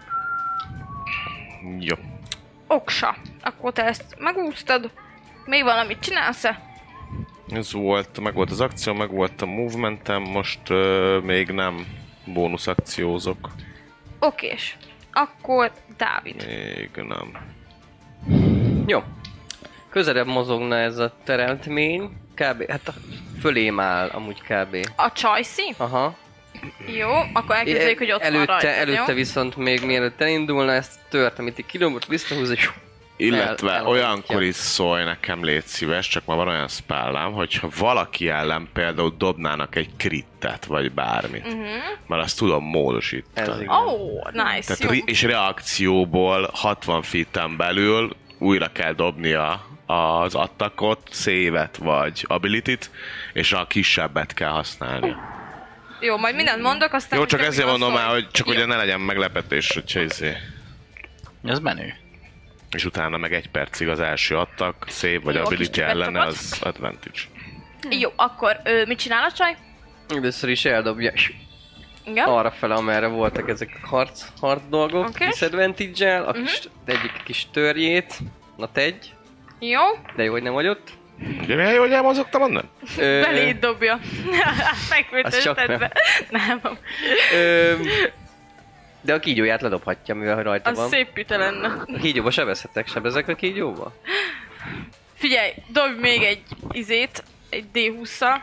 Jó. Oksa. Akkor te ezt megúsztad. Még valamit csinálsz-e? Ez volt, meg volt az akció, meg volt a movementem, most uh, még nem bónusz akciózok. Okés. Akkor Dávid. Még nem. Jó. Közelebb mozogna ez a teremtmény. Kb. Hát a fölém áll amúgy kb. A csajszi? Aha. Jó, akkor elképzeljük, hogy ott előtte, van rajta, előtte jó? viszont még mielőtt elindulna, ezt tört, amit egy kilómot visszahúz, és Illetve el- olyankor is szólj nekem, légy szíves, csak ma van olyan spellem, hogyha valaki ellen például dobnának egy krittet, vagy bármit, Mhm. mert azt tudom Ez módosítani. igen. Oh, nice, Tehát jó. re- és reakcióból hatvan feet-en belül újra kell dobnia az attackot, save-et vagy ability-t, és a kisebbet kell használni. Jó, majd mindent mondok, aztán... Jó, csak amikor ezért mondom szól. már, hogy csak Jó. ugye ne legyen meglepetés, hogyha izé. Ez menő. És utána meg egy percig az első attack, save vagy Jó, ability kis csövet ellene csapat. az advantage. Jó, akkor ö, mit csinál a csaj? Először is eldobja Igen. arra fele, amerre voltak ezek a harc, harc dolgok, Oké. disadvantage-el, a kis, Mhm. egyik kis törjét, na tegy, Jó, de jó, hogy nem vagy ott. Ugye milyen jól elmozogtam onnan? Ö, beléd dobja. Az csak Megfőtöztetve. Nem. Ö, de a kígyóját ledobhatja, mivel rajta Az van. szép pite lenne. A kígyóba sebezhetek, sebezek a kígyóba? Figyelj, dobj még egy izét, egy dé húsz-szal.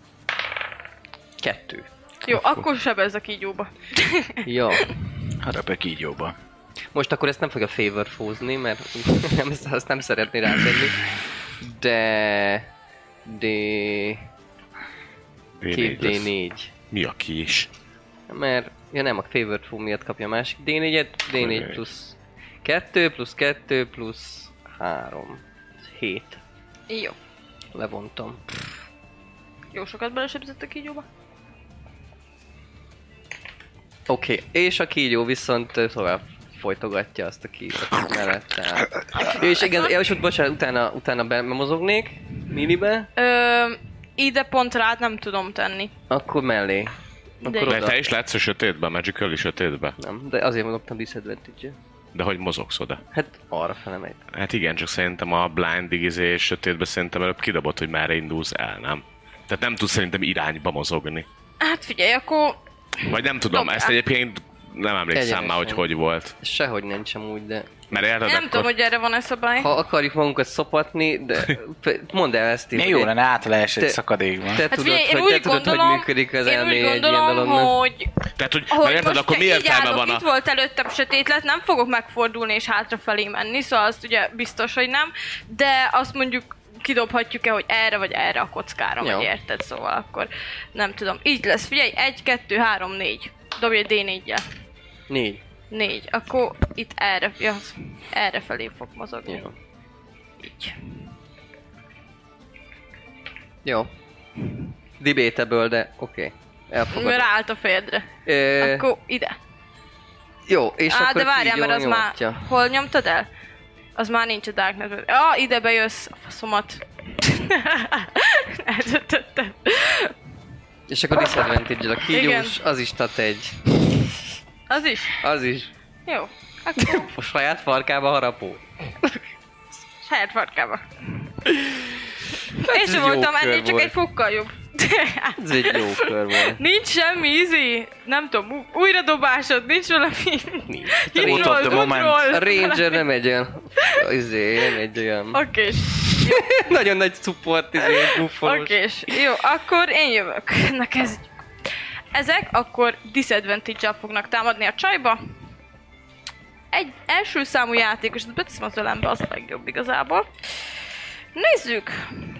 Kettő. Jó, akkor sebezz a kígyóba. Ja. Harap-e kígyóba. Most akkor ezt nem fogja favor fózni, mert nem, ezt, azt nem szeretné rátenni. De... De... Két dé négy. Mi a kis? Mert... Ja nem, a favor fó miatt kapja a másik dé négyet. dé négy plusz kettő, plusz kettő, plusz három. hét. Jó. Levontam. Jó sokat belesebzett a kígyóba. Oké, okay. És a kígyó viszont ö, tovább folytogatja azt a kígyót mellette. És igen, és ott bocsánat, utána, utána bemozognék, minibe, Ö, ide pont rád nem tudom tenni. akkor mellé. Akkor De- De oda. te is látsz a sötétbe, a Magical is sötétbe? Nem, de azért mondtam disadvantage-e. De hogy mozogsz oda? Hát arra fele megy. Hát igen, csak szerintem a blind igizés sötétbe szerintem előbb kidobott, hogy merre indulsz el, nem? Tehát nem tudsz szerintem irányba mozogni. Hát figyelj, akkor... Vagy nem tudom, Dobjál. ezt egyébként nem emlékszem már, hogy Egyenesen. hogy volt. Sehogy nincs amúgy, de... Mert érted, Nem akkor... tudom, hogy erre van-e szabály. Ha akarjuk magunkat szopatni, de... Mondd el ezt, Milyen jó lenne átlees egy Te- szakadékban. Te Hát tudod, figyelj, én hogy, úgy te tudod, gondolom, hogy működik az én elmé úgy egy ilyen gondolom, dolognak. hogy, Tehát, hogy, hogy na érted, most akkor mi te így értelme állok, van a... itt volt előttem sötét lett, nem fogok megfordulni és hátrafelé menni, szóval azt ugye biztos, hogy nem, de azt mondjuk kidobhatjuk-e, hogy erre vagy erre a kockára, Jó. vagy érted, szóval akkor nem tudom. Így lesz, figyelj, egy, kettő, három, négy. Dobj egy dé négyel. Négy. Négy. Akkor itt erre, ja, erre felé fog mozogni. Jó. Így. Jó. Debatable, de oké. Okay. Elfogadom. Ráállt a fejedre. Ö, Akkor ide. Jó, és Á, akkor de várjál, kígyó mert az már... nyomatja. Hol nyomtad el? Az már nincs a Darkness-ben. Ah, ide bejössz, a faszomat. Eltöttem. És akkor disadvantage-el a kígyós, Igen. az is tat egy. Az is? Az is. Jó. Akkor A saját farkába harapó. saját farkába. Én ez sem jó voltam, kör ennél csak volt. egy fokkal jobb. Ez egy jó kör volt. Nincs semmi ízi. Nem tudom, ú- újra dobásod, nincs valami. Nincs. Hitról, Out of the moment. tudról. A Ranger nem egy olyan... Izé, nem egy olyan... Oké, Nagyon nagy support, izé, buffolos. oké, jó, akkor én jövök. Na kezdjük. Ezek akkor disadvantage-el fognak támadni a csajba. Egy első számú játékos, ezt beteszem az ölembe, az a legjobb igazából. Nézzük!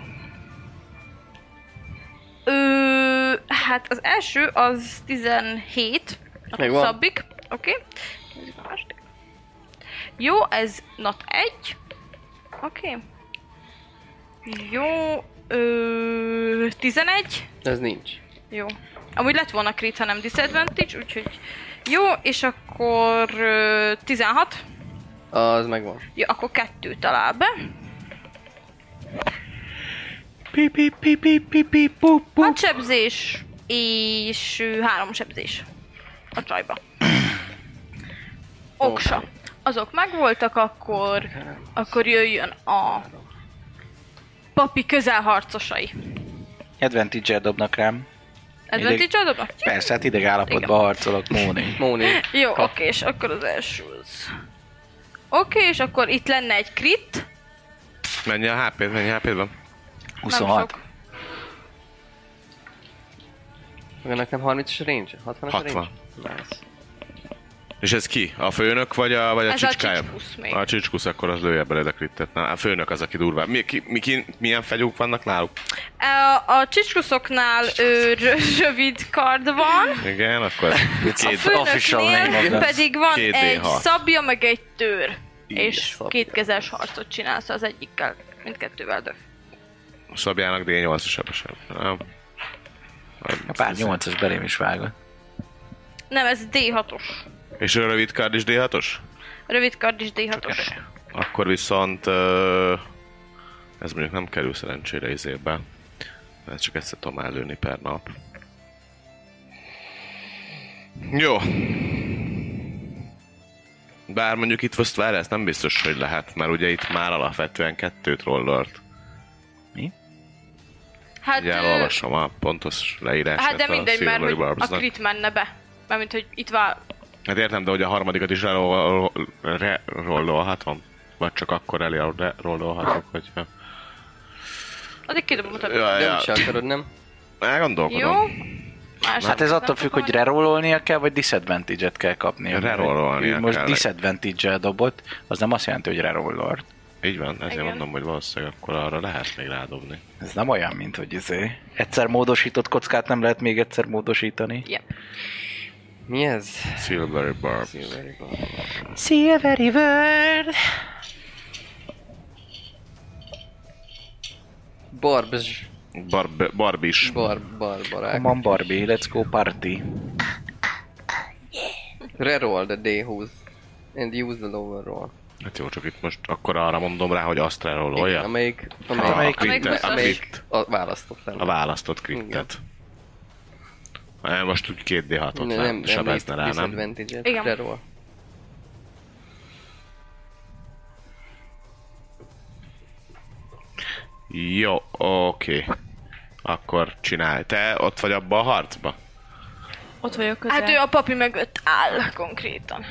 Ö, hát az első az tizenhét, a Megvan. szabik, oké. Okay. Nézzük a második. Jó, ez not egy. Oké. Okay. Jó, ö, tizenegy. Ez nincs. Jó. Amúgy lett volna crit, ha nem disadvantage, úgyhogy jó, és akkor ö, tizenhat. Az megvan. Jó, akkor kettő talál be. Pi, pi, pi, pi, pi, pi, pu, pu. Hat sebzés és ö, három sebzés a csajba. Oksa. Azok megvoltak, akkor, akkor jöjjön a papi közelharcosai. Advantage-el dobnak rám. Advantage adod? Persze, hát ideg állapotban harcolok, Móni. Móni. Jó, oké, és akkor az első az... Oké, és akkor itt lenne egy crit. Mennyi a há pé-t, mennyi há pé-t van? huszonhat. sok. Meg nekem harmincas range? hatvanas a hatvan. range? Nice. És ez ki? A főnök vagy a, vagy a Ez a csicskája? csicskusz még. A csicskusz, akkor az lője bele a krittet. Na, a főnök az, aki durvá. Mi, ki, mi, ki, milyen fegyók vannak náluk? A, a csicskuszoknál ö, rö- rövid kard van, Igen, akkor a két, official name of főnöknél the- pedig van két egy dé hat. szabja, meg egy tőr. Igen, És szabja. kétkezes harcot csinálsz az egyikkel, mindkettővel döf. szabjának dé nyolc sebesen. Nem. A pár nyolcas belém is vágott. Nem, ez dé hatos. És a rövid kard is dé hatos? A rövid kard is dé hatos. Akkor viszont... Uh, ez mondjuk nem kerül szerencsére izébe. ezt csak egyszer tudom előni per nap. Jó. Bár mondjuk itt most várj, ez nem biztos, hogy lehet, mert ugye itt már alapvetően kettőt rollort. Mi? Hát, Ugye ö, elolvasom a pontos leírását hát de a mindegy, mert Silvery hogy a Barbsnak. crit menne be. Mármint, hogy itt vár... Hát értem, de hogy a harmadikat is rerollolhatom? Vagy csak akkor elé rollolhatok, hogyha... Addig kidobom a Ja, Nem ja. is akarod, nem? Elgondolkodom. Jó. Más Hát ez nem attól függ, tudom, hogy rerollolnia kell, vagy disadvantage-et kell kapnia. Rerollolnia Ő most kell. disadvantage-el dobott, az nem azt jelenti, hogy rerollort. Így van, ezért Igen. mondom, hogy valószínűleg akkor arra lehet még rádobni. Ez nem olyan, mint hogy izé. Egyszer módosított kockát nem lehet még egyszer módosítani. Yep. Mi ez? Silvery Barb. Silvery Barb. Silvery World! Barbs. Barb, Barbis. Bar, barbarák. Come on Barbie, let's go party. Reroll the D húsz. And use the lower roll. Hát jó, csak itt most akkor arra mondom rá, hogy azt Igen, rerollolja. amelyik, A, amelyik, a, amelyik crit, biztos. a, amelyik crit, a választott lenne. a választott crittet. Nem, most úgy két dé hatot nem, nem, nem, sebezne rá, nem? disadvantage-et. Igen. Reroll. Jó, oké. Akkor csinálj. Te ott vagy abba a harcba? Ott vagyok közel. Hát ő a papi mögött áll konkrétan.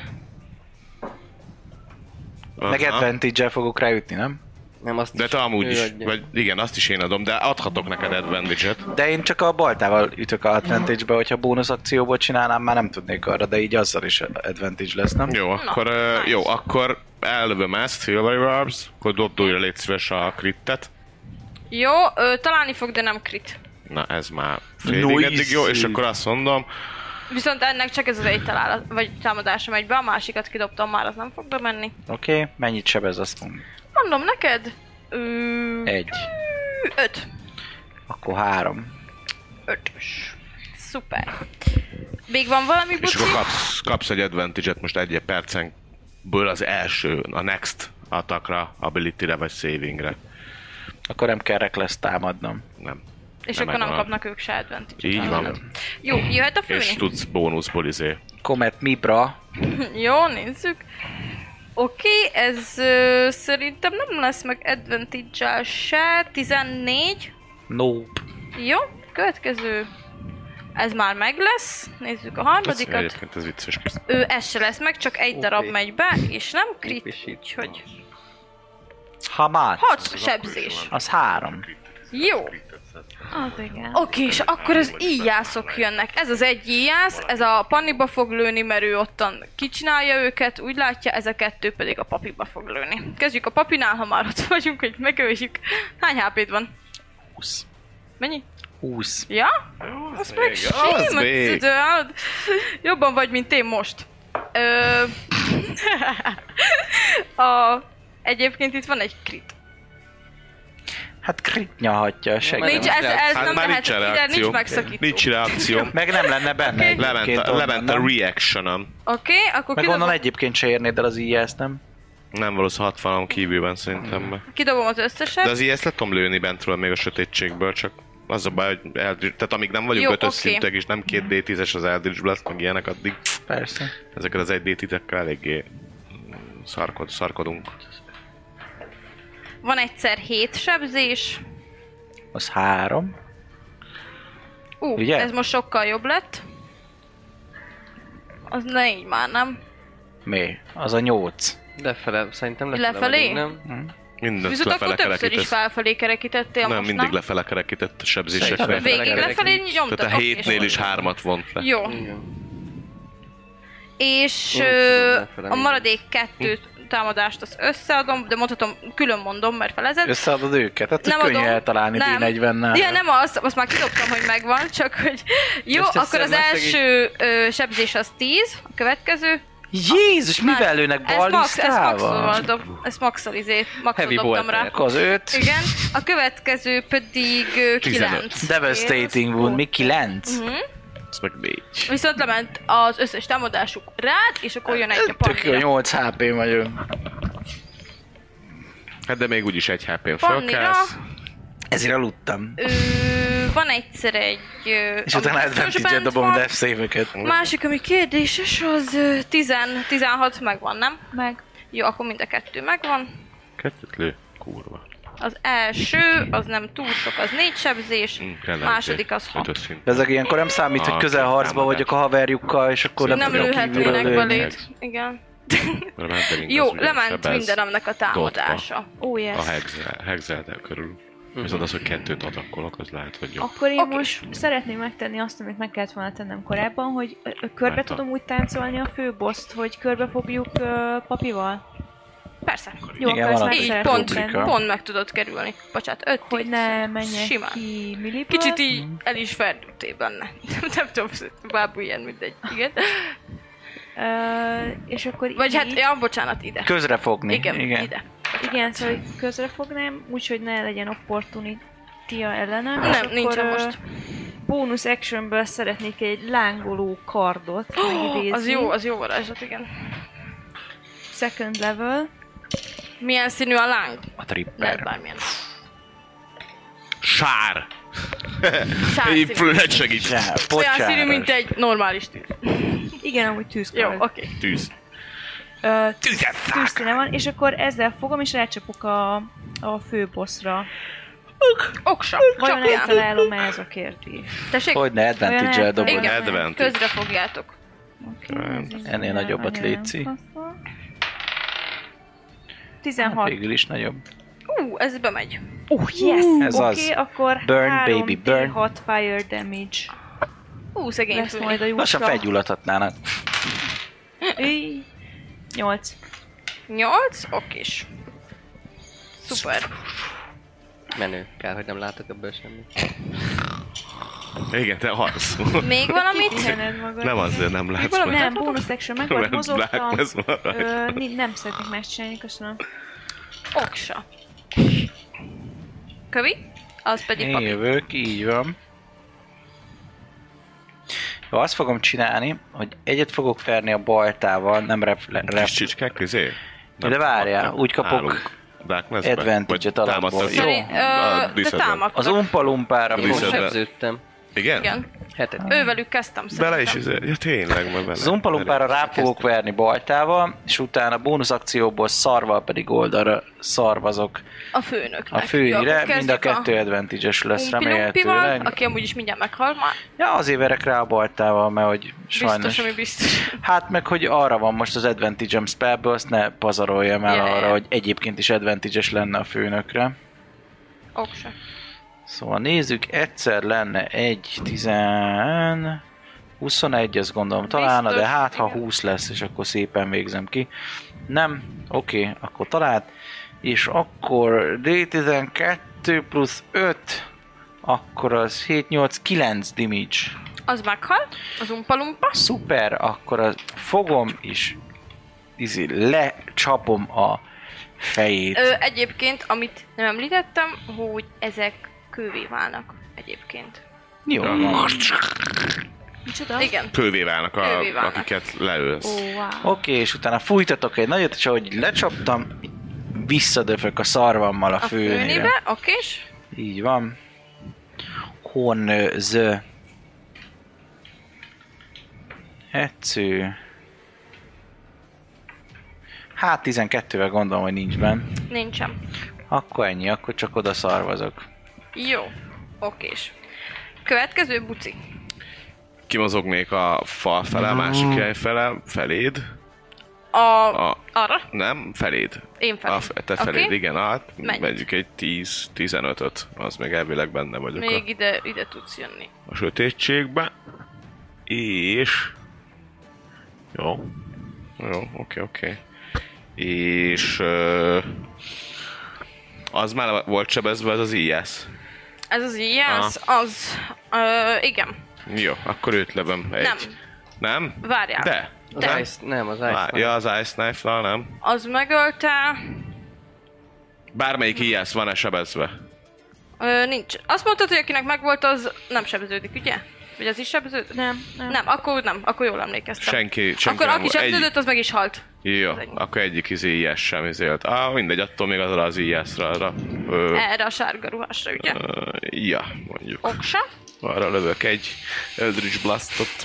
Meg Aha. advantage-el fogok ráütni, nem? Nem, azt De te amúgy ő is, adja. vagy igen, azt is én adom, de adhatok neked advantage-et. De én csak a baltával ütök a advantage-be, hogyha bónusz akcióból csinálnám, már nem tudnék arra, de így azzal is advantage lesz, nem? Jó, akkor, Na, uh, jó, akkor ellövöm ezt, Silvery Barbs, akkor dobd újra, légy szíves a crittet. Jó, ö, találni fog, de nem crit. Na ez már félig Nice. eddig jó, és akkor azt mondom, Viszont ennek csak ez az egy találat, vagy támadása megy be, a másikat kidobtam már, az nem fog bemenni. Oké, okay, mennyit sebez, azt mondom. Mondom neked, ö, Egy. öt. Akkor három. Ötös. Szuper. Még van valami és buci? akkor kapsz, kapsz egy advantage-et most egy percenből az első, a next attackra, ability-re vagy savingre. Akkor nem kell reckless támadnom. Nem. És nem akkor nem megvan. kapnak ők se advantage. Így van. Jó, jöhet a És főni? tudsz bónuszból izé. Comet Mibra. Jó, nézzük. Oké, okay, ez ö, szerintem nem lesz meg advantage-el se. tizennégy. Nope. Jó, következő. Ez már meg lesz. Nézzük a Ez, harmadikat. egyébként ez vicces kis. Ő ez se lesz meg, csak egy darab Oké. megy be, és nem crit, Építsít. úgyhogy Ha már. hat sebzés. Az három. Jó. Az igen. Oké, és akkor az íjászok jönnek. Ez az egy íjász, ez a Panniba fog lőni, mert ő ottan kicsinálja őket, úgy látja, ez a kettő pedig a papiba fog lőni. Kezdjük a papinál, ha már ott vagyunk, hogy megöljük. Hány há pé-d van? húsz. Mennyi? húsz. Ja? Azt meg az simot még. tudod. Jobban vagy, mint én most. Ö... a... Egyébként itt van egy crit. Hát crit nyalhatja, segít. Nincs, ez, ez Hát nem már lehet, nincsen ide reakció. nincs megszakító. Nincs reakció. Meg nem lenne benne Oké. Lement egyébként a, onnan, lement a nem? reaction-om. Oké, okay, akkor Meg kidobom, onnan egyébként se érnéd el az I S, nem? Nem valószínűleg hatvanon kívül van szerintem. be. kidobom az összeset. De az I S le tudom lőni bentről még a sötétségből, csak az a baj, hogy Eldritch, tehát amíg nem vagyunk Jó, ötös oké. szintek és nem két dé tízes az Eldritch Blast, meg ilyenek, addig Persze. ezekkel az egy dé tízekkel eléggé szarkod, szarkodunk. Van egyszer hét sebzés. Az három. Ú, Ugye? ez most sokkal jobb lett. Az négy már, nem? Mi? Az a nyolc. Lefele, szerintem lefele Lefelé? vagyunk, nem? Mindent Viszont lefele akkor többször is kerekítesz. felfelé kerekítettél Nem, most, mindig nem? lefele kerekített sebzésekre. Szerintem Végig Lefele lefelé kerekít. nyomtad. Tehát a oké, hétnél is és- hármat vont le. Jó. Igen. És Én úgy ö, tudom, lefele a menni. maradék kettő támadást azt összeadom, de mondhatom, külön mondom, mert felezett. Összeadod őket? Hát Nem könnyű adom. eltalálni Nem. D negyvennel. Ja, nem az, azt már kidobtam, hogy megvan, csak hogy... Jó, Most akkor az egyszer már első ö, sebzés az tíz, a következő... Jézus, mivel lőnek Ezt max, ezt maxol ballisztával? dob, ezt maxol izé, maxol Heavy dobtam bolter. rá. Akkor az öt. Igen, a következő pedig ö, kilenc. Devastating wound, még kilenc. Mhm. Ez meg négy. Viszont lement az összes támadásuk rád, és akkor jön egy a Tök jó, Pannira. nyolc há pé vagyunk. Hát de még úgyis egy há pén Pannira, fölkelsz. Ezért aludtam. ö, van egyszer egy... Ö, És utána advantage-et dobom death save-öket. Másik, ami kérdéses, az ö, tíz, tizenhat megvan, nem? Meg. Jó, akkor mind a kettő megvan. Kettőt lő. Kurva. Az első, az nem túl sok, az négy sebzés, Mm, második az hat. ötös szint. De ezek ilyenkor nem számít, hogy Ah, közelharcba támadás. vagyok a haverjukkal, és akkor nem, Nem tudok kívülről lőhetnének lőni. belét. Igen. Mert a Mendelink Jó, az ugye lement sebez mindenemnek a támadása. Oh, yes. A hegzel, hegzelte körül. Viszont az, hogy kettőt atakkolok, az lehet, hogy jó. Akkor én Oké. most szeretném megtenni azt, amit meg kellett volna tennem korábban, hogy ö, ö, körbe Márta. tudom úgy táncolni a főboszt, hogy körbe fogjuk ö, papival. Persze. Jó, Igen, akkor ezt van meg az Így, szeretném pont, tenni. rubrika. pont meg tudod kerülni. Bocsánat, öt Hogy ne menjek Simán. ki milliből. Kicsit így el is ferdültél benne. Nem tudom, bábú ilyen mindegy. Igen. Ö, és akkor Vagy így, hát, ja, bocsánat, ide. Közrefogni. Igen, Igen. ide. igen, szóval hogy közre fognám, úgyhogy ne legyen opportunity-a ellenem. Nem, és akkor, nincsen ö, most. Bónusz actionből szeretnék egy lángoló kardot megidézni. Az jó, az jó varázslat, igen. Second level. Milyen színű a láng? A Lehet tripper. bármilyen. Sár! Sárszínű. Fölhet segít. Zsá, Olyan pocsáros. színű, mint egy normális tűz. Igen, amúgy Jó, tűzkard. oké. Tűz. Ö, Tüzet tűzszíne van, és akkor ezzel fogom, és rácsapok a, a főbosszra. Oksa. Vajon Csapjál. eltalálom-e ez a kérdés? Tessék? Hogyne, advantage-el Olyan dobod. Igen, Advantage. közre fogjátok. Ennél nagyobbat létszi. tizenhat. Végül is nagyobb. Ú, ez bemegy. Oh, yes! Ez Oké, az. akkor Burn, három baby, D burn. hat fire damage Ú, szegény lesz főni. majd a Lassan lyukra. felgyulladhatnának. Íj. nyolc. Nyolc? Okés. Szuper. Menő. Kár, hogy nem látok ebből semmit. Igen, te halsz. Még valamit? Kipihened magad. Nem azért nem látsz valami- meg. Nem, bónusz action meg volt, Mert mozogtam. Black Mesa van rajta. Ö, ni- nem szeretnék más csinálni, köszönöm. Oksa. Kövi? Az pedig Én papi. jövök, így van. Jó, azt fogom csinálni, hogy egyet fogok verni a baltával, nem rep... rep Kis csicskák, izé? de várjál, úgy kapok advantage-et alapból. Jó. Szerint, ö, de támad. Az umpalumpára Viszont- fogok. Sebződtem. Igen? Igen. Hetet. Ővelük kezdtem szerintem. Bele is izé. Ja tényleg, meg bele. Az umpalumpára rá fogok verni baltával, és utána bónusz akcióból szarval pedig oldalra szarvazok A főnöknek. a Jó, főire, akkor mind a kezdjük kettő advantage-es lesz Umpi-lumpival, remélhetőleg. aki amúgy is mindjárt meghal már. Ja, azért verek rá a baltával, mert hogy sajnos... Biztos, ami biztos. Hát meg, hogy arra van most az advantage-em spellből, azt ne pazaroljam el Ja, ja, arra, ja. hogy egyébként is advantage-es lenne a főnökre. Oksa. Szóval nézzük, egyszer lenne egy, tizen... huszonegy, azt gondolom találna, de Biztos, hát ha igen. húsz lesz, és akkor szépen végzem ki. Nem? Oké, okay, akkor talált. És akkor D tizenkettő plusz öt, akkor az hét, nyolc, kilenc damage. Az meghal, az umpalumpa. Szuper, akkor az fogom és izi, lecsapom a fejét. Ö, egyébként, amit nem említettem, hogy ezek kővé válnak egyébként. Jó. Micsoda? Igen. Kővé válnak, a, Kővé válnak. akiket leölsz. Ó, wow. Oké, és utána fújtatok egy nagyot, és ahogy lecsaptam, visszadöfök a szarvammal a, A főnébe. főnébe, okés. Így van. Honzö. Etsző. Hát tizenkettővel gondolom, hogy nincs benn. Nincsen. Akkor ennyi, akkor csak oda szarvazok. Jó. Okés. Következő buci. Kimozognék a fal fele, a másik hely fele, feléd. A... A, Arra? nem, feléd. Én felém. A, te feléd, Oké. igen, hát Menjünk. megyünk egy tíz tizenötöt, az még elvileg benne vagyok Még a, ide, ide tudsz jönni. a sötétségbe. És... Jó. Jó, oké, oké. És... Uh, az már volt sebezve, ez az I S. Ez az Yes, az... Ö, igen. Jó, akkor őt lövöm egy. Nem. Nem? Várjál. De. Az De. ice, nem, az ice. Vár, ja, az Ice Knife-nal nem. Az megölte... Bármelyik I S van-e sebezve? Ö, nincs. Azt mondtad, hogy akinek megvolt, az nem sebeződik, ugye? Vagy az is sebződött? Nem, nem. Nem, akkor nem, akkor jól emlékeztem. Senki, senki Akkor nem aki volt. sebződött, az meg is halt. Jó, Az ennyi. akkor egyik izé ilyes sem izélt. Á, mindegy, attól még azra az ilyesre arra. Ö, Erre a sárga ruhásra, ugye? ö, ja, mondjuk. Oksa. Arra lövök egy Eldritch Blastot.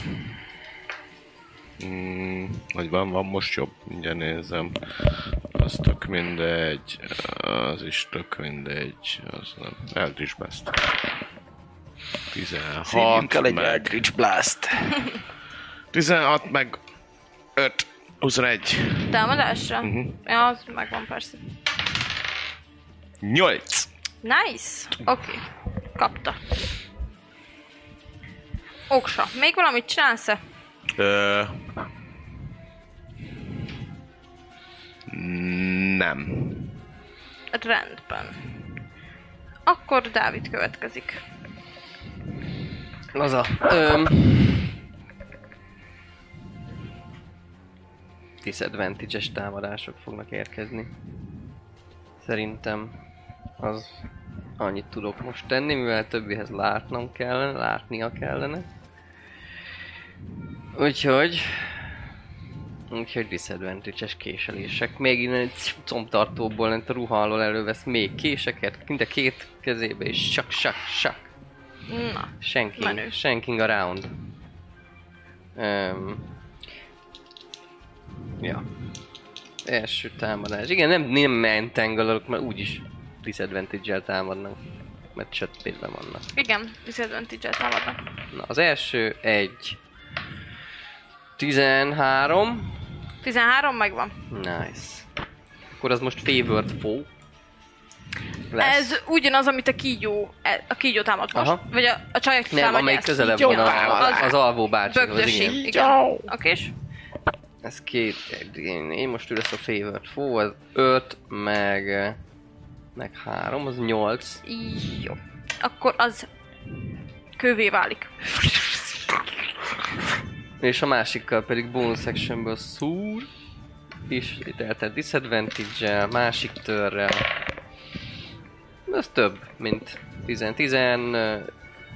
Mm, hogy van, van most jobb? Mindjárt nézem. Az tök mindegy. Az is tök mindegy. Az nem. Eldritch Blast. Szívjünk tizenhat el egy meg... Eldritch Blast. tizenhat meg öt. huszonegy. Támadásra? Mhm. Ja, az megvan persze. nyolc. Nice. Oké. Okay. Kapta. Oksa. Még valamit csinálsz-e? Ö... Nem. Rendben. Akkor Dávid következik. Laza. Öm... Disadvantage-es támadások fognak érkezni. Szerintem az annyit tudok most tenni, mivel többihez látnom kellene, látnia kellene. Úgyhogy... Úgyhogy disadvantage-es késelések. Még innen egy combtartóból, lent a ruha alól elővesz még késeket, mind a két kezébe és sak, sak, sak. Na. Shanking, Menő. shanking around. Um, ja. Első támadás. Igen, nem, nem entangle-olok, mert úgyis disadvantage-el támadnak. Mert sötétben vannak. Igen, disadvantage-el támadnak. Na, az első egy... tizenhárom. tizenhárom megvan. Nice. Akkor az most favored foe. Lesz. Ez ugyanaz, amit a kígyó, a kígyó támad most. Aha. Vagy a, a csajok Nem, támadja amelyik ezt. közelebb Jó, van a, az az alvó bácsihoz, bögdösi. igen. Igen. Okés. Ez két, én, én most ő lesz a favored foe, az öt, meg, meg három, az nyolc. Jó. Akkor az kővé válik. És a másikkal pedig bonus actionből szúr. És itt eltelt disadvantage-el, másik törrel. Ez több, mint tíz, tizenhat.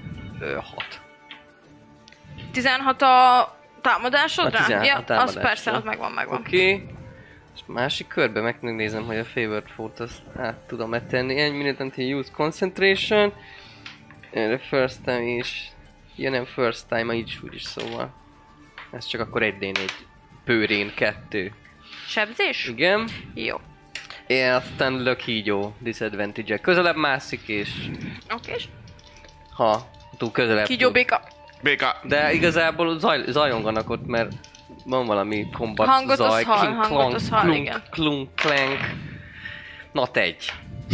tizenhat a támadásodra? A tizenhat Ja, a támadásra. az persze, az megvan, megvan. Oké. Okay. És másik körbe megnézem, hogy a favored foe-t azt át tudom-e tenni. Egy minute until use concentration. And the first time is... Ja nem, first time, így is úgy is szóval. Ez csak akkor egy dé négy. Pőrén kettő. Sebzés? Igen. Jó. És aztán lökígyó disadvantage-e. Közelebb mászik és... Okés. Ha túl közelebb Kígyó tud. béka. Béka. De igazából zaj, zajonganak ott, mert van valami combat Hangot zaj. az hall, Klink, hangot klonk, az hall, klunk, igen. klunk, klank. Not egy.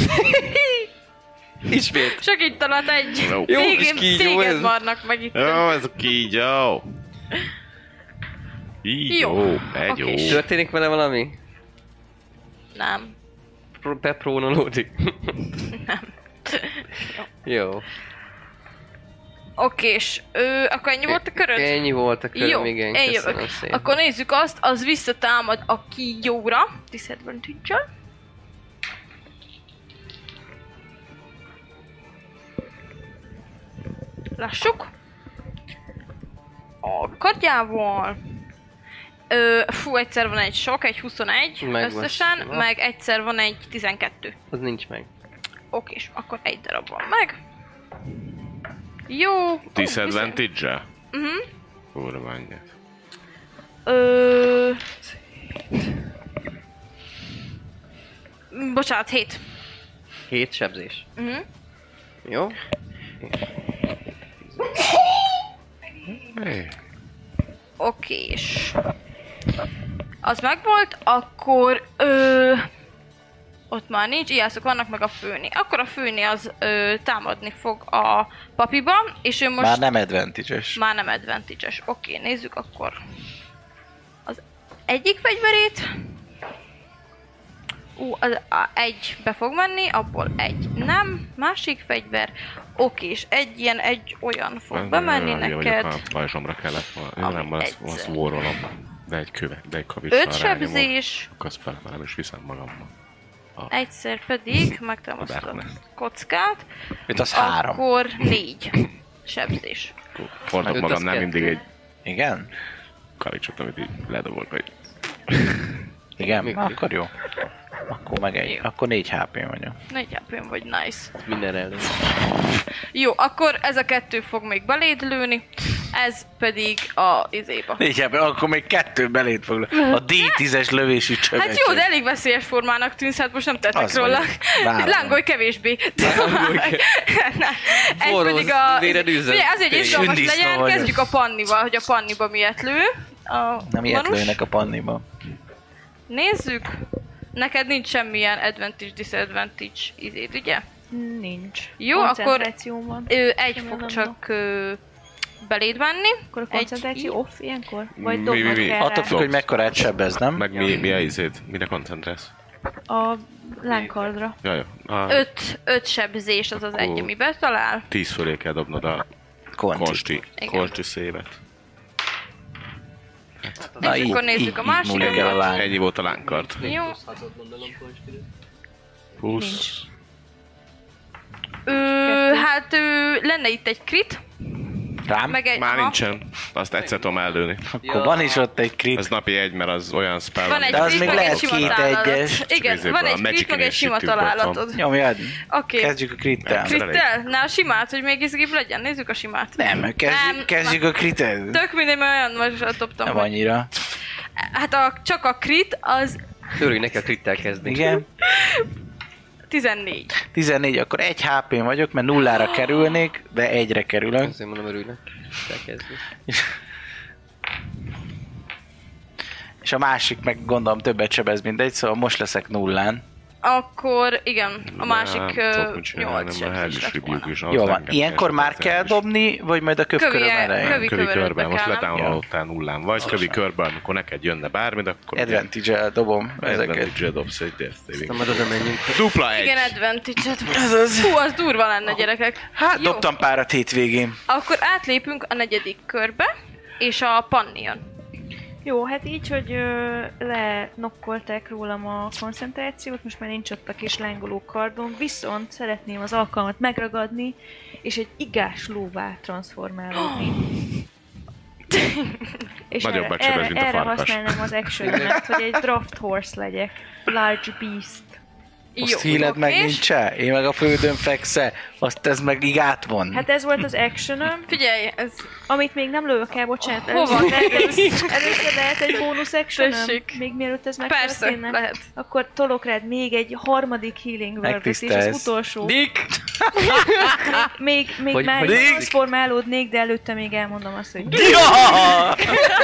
Ismét. Segítanat egy. Jó. Jó Téged, kis kígyó téged ez. marnak meg itt. Jó, ez a kígyó. Így Jó. jó, egy Oké. jó. Történik vele valami? Nem. Pro- Beprónolódik? Nem. Jó. Okés. Ö, akkor ennyi volt a köröd? Ennyi volt a köröm, Jó, igen. én Köszönöm jövök. szépen. Akkor nézzük azt, az visszatámad a kígyóra. Disadvantage-el. Lássuk. A kardjával. Ö, fú, egyszer van egy sok, egy huszonegy Megvan. összesen, Na. meg egyszer van egy tizenkettő. Az nincs meg. Okés, akkor egy darab van meg. Jó. Ó, Disadvantage-e? Mhm. Kurva anyját. Ö... Bocsánat, hét. Hét sebzés. Mhm. Jó? Hey. Okés. Az megvolt, akkor ö, ott már nincs, ijászok vannak meg a főni. Akkor a főni az ö, támadni fog a papiba, és ő most... Már nem advantage-es. Már nem advantage-es. Oké, nézzük akkor az egyik fegyverét. Ú, az a, egy be fog menni, abból egy nem. Másik fegyver. Oké, és egy ilyen, egy olyan fog bemenni neked. A pajzsomra kellett volna. Jó, Ami nem, az, egyszer. az warrolom. De egy köve, de egy kavicsal Öt sebzés, Akkor azt felmelem és viszem magammal. egyszer pedig megtámasztod a Darkness. kockát, Itt az három. akkor négy sebzés. akkor fordok Öt magamnál az mindig kettő. egy Igen? kalicsot, amit így ledobok, hogy Igen? Működik. Na, akkor jó. Akkor meg egy. Akkor négy há pé vagyok. Négy há pé vagy, nice. Minden elő. Jó, akkor ez a kettő fog még beléd lőni, ez pedig a izéba. négy há pé, akkor még kettő belét fog. A dé tízes lövési csövetség. Hát jó, de elég veszélyes formának tűnsz, hát most nem tettek Az róla. vagyok. Várom. Lángolj kevésbé. Lángolj Ez Forró pedig a... véred üzzet. Figyelj, azért Tényleg. izgalmas Sündisznó legyen, vagyok. kezdjük a pannival, hogy a panniba miért lő. A Nem ilyet Manus. lőnek a panniba. Nézzük. Neked nincs semmilyen advantage, disadvantage izéd, ugye? Nincs. Jó, akkor- Koncentrációm van. Ő egy Nem fog mondom. csak ö, beléd venni. Akkor a Egy koncentráció így. off ilyenkor? Vagy Mi, dobnod mi, mi? kell Attól rá? függ, hogy mekkorát sebez, nem? meg mi, mi a izéd? Mire koncentrálsz? A lángkardra. Jaj, a Öt, öt sebzés az az Akkor- egy, ami betalál. tíz fölé kell dobnod a Konti. konsti, Igen. konsti szévet. Na, És így, akkor nézzük így, a így másikat. múlik el a lány. Ennyi volt a lángkart. Jó. húsz. Ö, hát ö, lenne itt egy crit, Rám? meg egy... Már aha. nincsen. Azt egyszer tudom ellőni. Akkor van is ott egy crit. Ez napi egy, mert az olyan spell. Van egy De az crit, még meg egy lehet sima két találat. egyes. Igen, Csak van egy a crit, meg Magicen egy is sima sütünk találatod. Nyomjad. Oké. Kezdjük a krittel. Crit- Crittel? Na a simát, hogy még izgibb legyen, nézzük a simát. Nem, kezdjük, Nem, kezdjük a krittel. Tök mindegy, mert olyan most dobtam. Nem hogy- annyira. Hát a, csak a crit az Örülj neki a krittel kezdni. Igen. tizennégy. tizennégy, akkor egy há pé vagyok, mert nullára kerülnék, de egyre kerülök. Azért mondom, örülj neki. Kell kezdni. És a másik meg gondolom többet sebez, mindegy, szóval most leszek nullán. Akkor igen, a másik nyolc nyolc sebzés lett volna. Jó van, ilyenkor már kell dobni, vagy majd a kövköröm Kövi- elején? kövi- Kövi kövörödbe körben, most kell, nem? letámolódtál nullán vagy, kövi körben, amikor neked jönne bármid, akkor Advantage-el dobom ezeket. advantage-el dobsz egy death saving. Nem, majd oda menjünk. Dupla egy! Igen, advantage-et. Ez az. Hú, az durva lenne, gyerekek. Hát Jó, dobtam párat hétvégén. akkor átlépünk a negyedik körbe, és a panni jön. Jó, hát így, hogy ö, lenokkolták rólam a koncentrációt, most már nincs ott a kis lángoló kardom, viszont szeretném az alkalmat megragadni, és egy igás lóvá transformálódni. és Nagyobb erre, becsebez, erre, mint a erre farkas. használnám az actionemet, hogy egy draft horse legyek. Large beast. Azt híled meg és nincs-e? Én meg a földön fekszel, azt ez meg így átvon. Hát ez volt az actionöm, Figyelj, ez amit még nem lövök el, bocsánat. Hova? Először, először, először lehet egy bónusz actionöm, Tessék. még mielőtt ez persze, megtörténne. lehet. Akkor tolok rád még egy harmadik healing word és az Megtisztelsz. utolsó. Dick! Még, még Hogy- már hogy- transformálódnék, de előtte még elmondom azt, hogy Ja!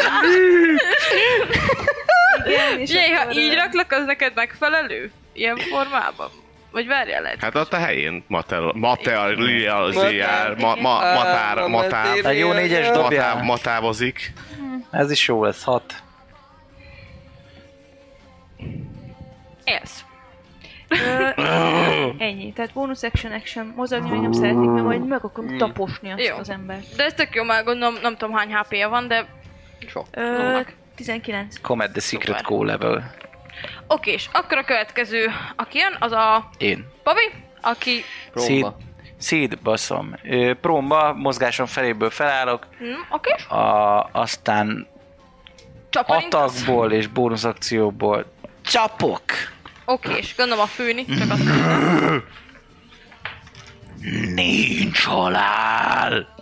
igen, és Figyelj, ha akkor, így ö, raklak, az neked megfelelő? Ilyen formában? Vagy várjál lehet? Hát ott a helyén mater- materializál, ma, ma, matár, matár, Egy jó négyes matár, dobjál. matávozik. Ez is jó lesz, hat. Élsz. ö, ennyi. Tehát bonus action action. Mozogni még nem szeretnék, mert majd meg akarom taposni azt Jó. az embert. De ez tök jó, már gondolom, nem tudom hány há pé-je van, de Sok. Ö, tizenkilenc. Comet the Secret Szuper. Go level. okés. Akkor a következő, aki jön, az a Én. Bobby, aki... Próba. Seed baszom. Ö, Prómba, mozgásom feléből felállok, Hm, okés. a, aztán Csaparintasz. atakból és bónusz akcióból csapok. Okés. Gondolom a főni, csak azt Nincs halál.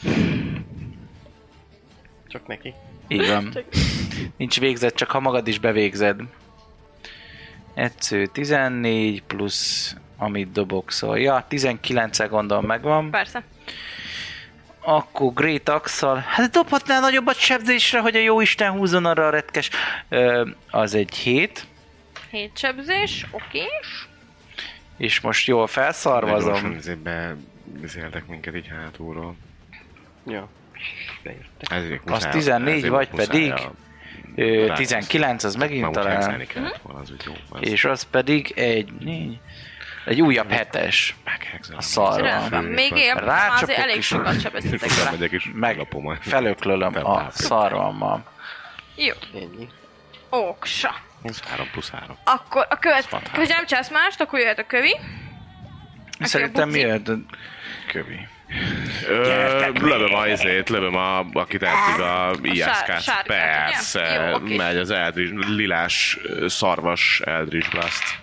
Csak neki. Így van. Nincs végzet, csak ha magad is bevégzed. Egysző tizennégy plusz amit dobok, szóval ja, tizenkilenccel gondolom megvan. Persze. Akkor Great Axe-szal, hát dobhatnál nagyobbat sebzésre, hogy a jó Isten húzzon arra a retkes. Ö, az egy hét, hét sebzés, okés. és most jól felszarvazom. Be beszéltek minket így hátulról. Ja. Beértek. Ezért Az tizennégy vagy pedig ö, tizenkilenc, az megint Már talán. hexelni kellett volna, az úgy jó. Az És az pedig egy, négy, egy újabb hetes meghexelem. a szarva. Rendben. Még él, már Rácsapok azért elég is. sokat sebeztetek vele. Megyek is Meg lapom majd. felöklölöm a Feltápom. szarvammal. Jó. Ennyi. Oksa. három plusz három. Akkor a következő, Szathány. hogy nem csász mást, akkor jöhet a kövi. Szerintem buci. miért? Kövi. Ö, lövöm a izét, lövöm a, akit eddig a ijászkát. sárgát, Persze, ugye? Jó, oké. megy az Eldritch, lilás, ö, szarvas Eldritch Blast.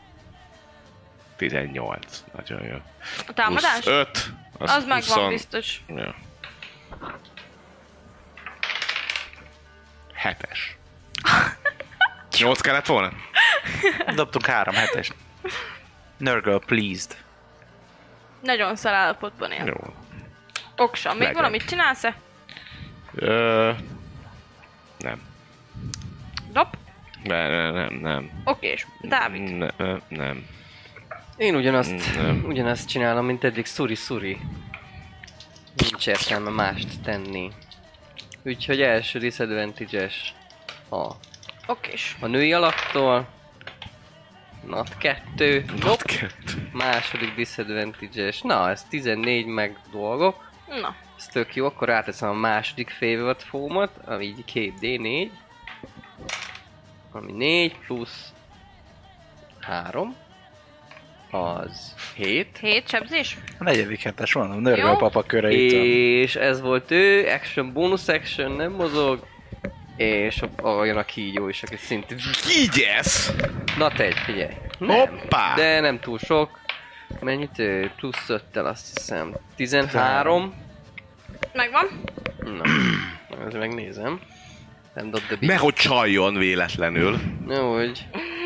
tizennyolc, nagyon jó. A támadás? öt, Az, az megvan huszon... biztos. Ja. Hetes. nyolc kellett volna? Dobtunk három hetest. Nurgle pleased. Nagyon szar állapotban él. Jó. Oksa, még Legyen. valamit csinálsz-e? Ö, nem. Dob? Ne, ne, nem, nem. Okés. Dávid. Ne, ö, nem. Én ugyanazt, Nem. ugyanazt csinálom, mint eddig szuri-szuri. Nincs értelme mást tenni. Úgyhogy első disadvantage-es a, Okés. a női alaktól. Nat kettő. Not kettő. Második disadvantage-es. Na, ez tizennégy meg dolgok. Na. Ez tök jó, akkor ráteszem a második favorite foamot, ami így két dé négy. Ami négy plusz három. Az hét. Hét sebzés? A negyedik hetes, mondom, Nurgle Jó. papa köreit. És ez volt ő, action, bonus action, nem mozog. És a- olyan a kígyó is, aki szintén... Kígyesz! Na tegy, figyelj. Nem. Hoppá! De nem túl sok. Mennyit ő? Plusz öttel azt hiszem. tizenhárom. Megvan? Na, ezt megnézem. Nem dob the beat. Nehogy csaljon véletlenül. Jó, hogy...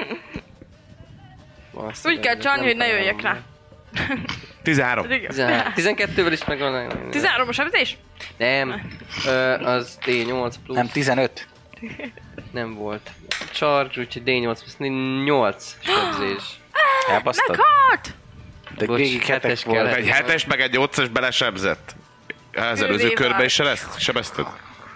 Azt Úgy kell nem csalni, hogy ne találom jöjjek rá. meg. tizenhárom. tizenhárom. tizenkettővel is megvan. tizenhárom a sebzés? Nem. Ö, az dé nyolc plusz... Nem, tizenöt. Nem volt. Charge, úgyhogy dé nyolc plusz nyolc sebzés. Elbasztad? Meghalt! De Bocs, végig hetes hetes volt. kellett. Egy hetes, meg egy nyolcas belesebzett. Az előző Ővé körben vált. is sebezted? sebezted?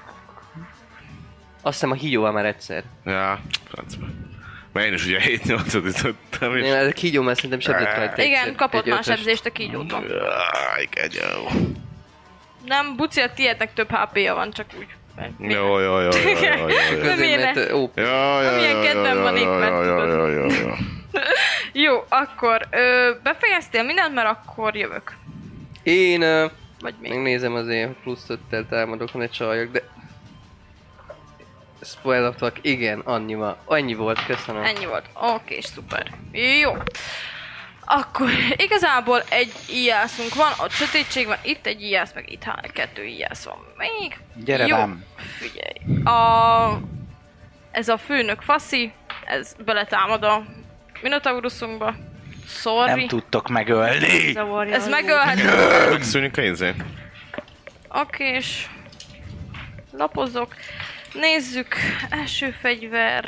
Azt hiszem a híjóval már egyszer. Ja, francba. Mert én is ugye hét nyolcat ütöttem, és... Nem, ez a kígyó már szerintem sebzett rajta. Igen, egyszer. kapott Egy már ötös. sebzést a kígyótól. Jaj, kegyem. Nem, Buci, a tiédnek több há pé-ja van, csak úgy. Jó, jó, jó, jó, jó, jó, jó. Azért, mert Miért? ó, Jó, jó, Amilyen jó, kedvem jó, van jó, éppen, jó, jó, tudod. jó, jó, jó. Jó, akkor ö, befejeztél mindent, mert akkor jövök. én ö, Vagy még. megnézem azért, hogy plusz öttel támadok, ne csaljak, de... Spoilertak, igen, annyi, va- annyi volt, köszönöm. Ennyi volt. Oké, szuper. Jó. Akkor igazából egy ijászunk van, ott sötétség van, itt egy ijász, meg itt há- kettő ijász van még. Gyere Jó. rám. Figyelj. A... Ez a főnök faszi, ez beletámad a Minotaurusunkba. Sorry. Nem tudtok megölni. Zavarja Ez az megölhető. Megszűnik a izé. Oké, és lapozok. Nézzük, első fegyver...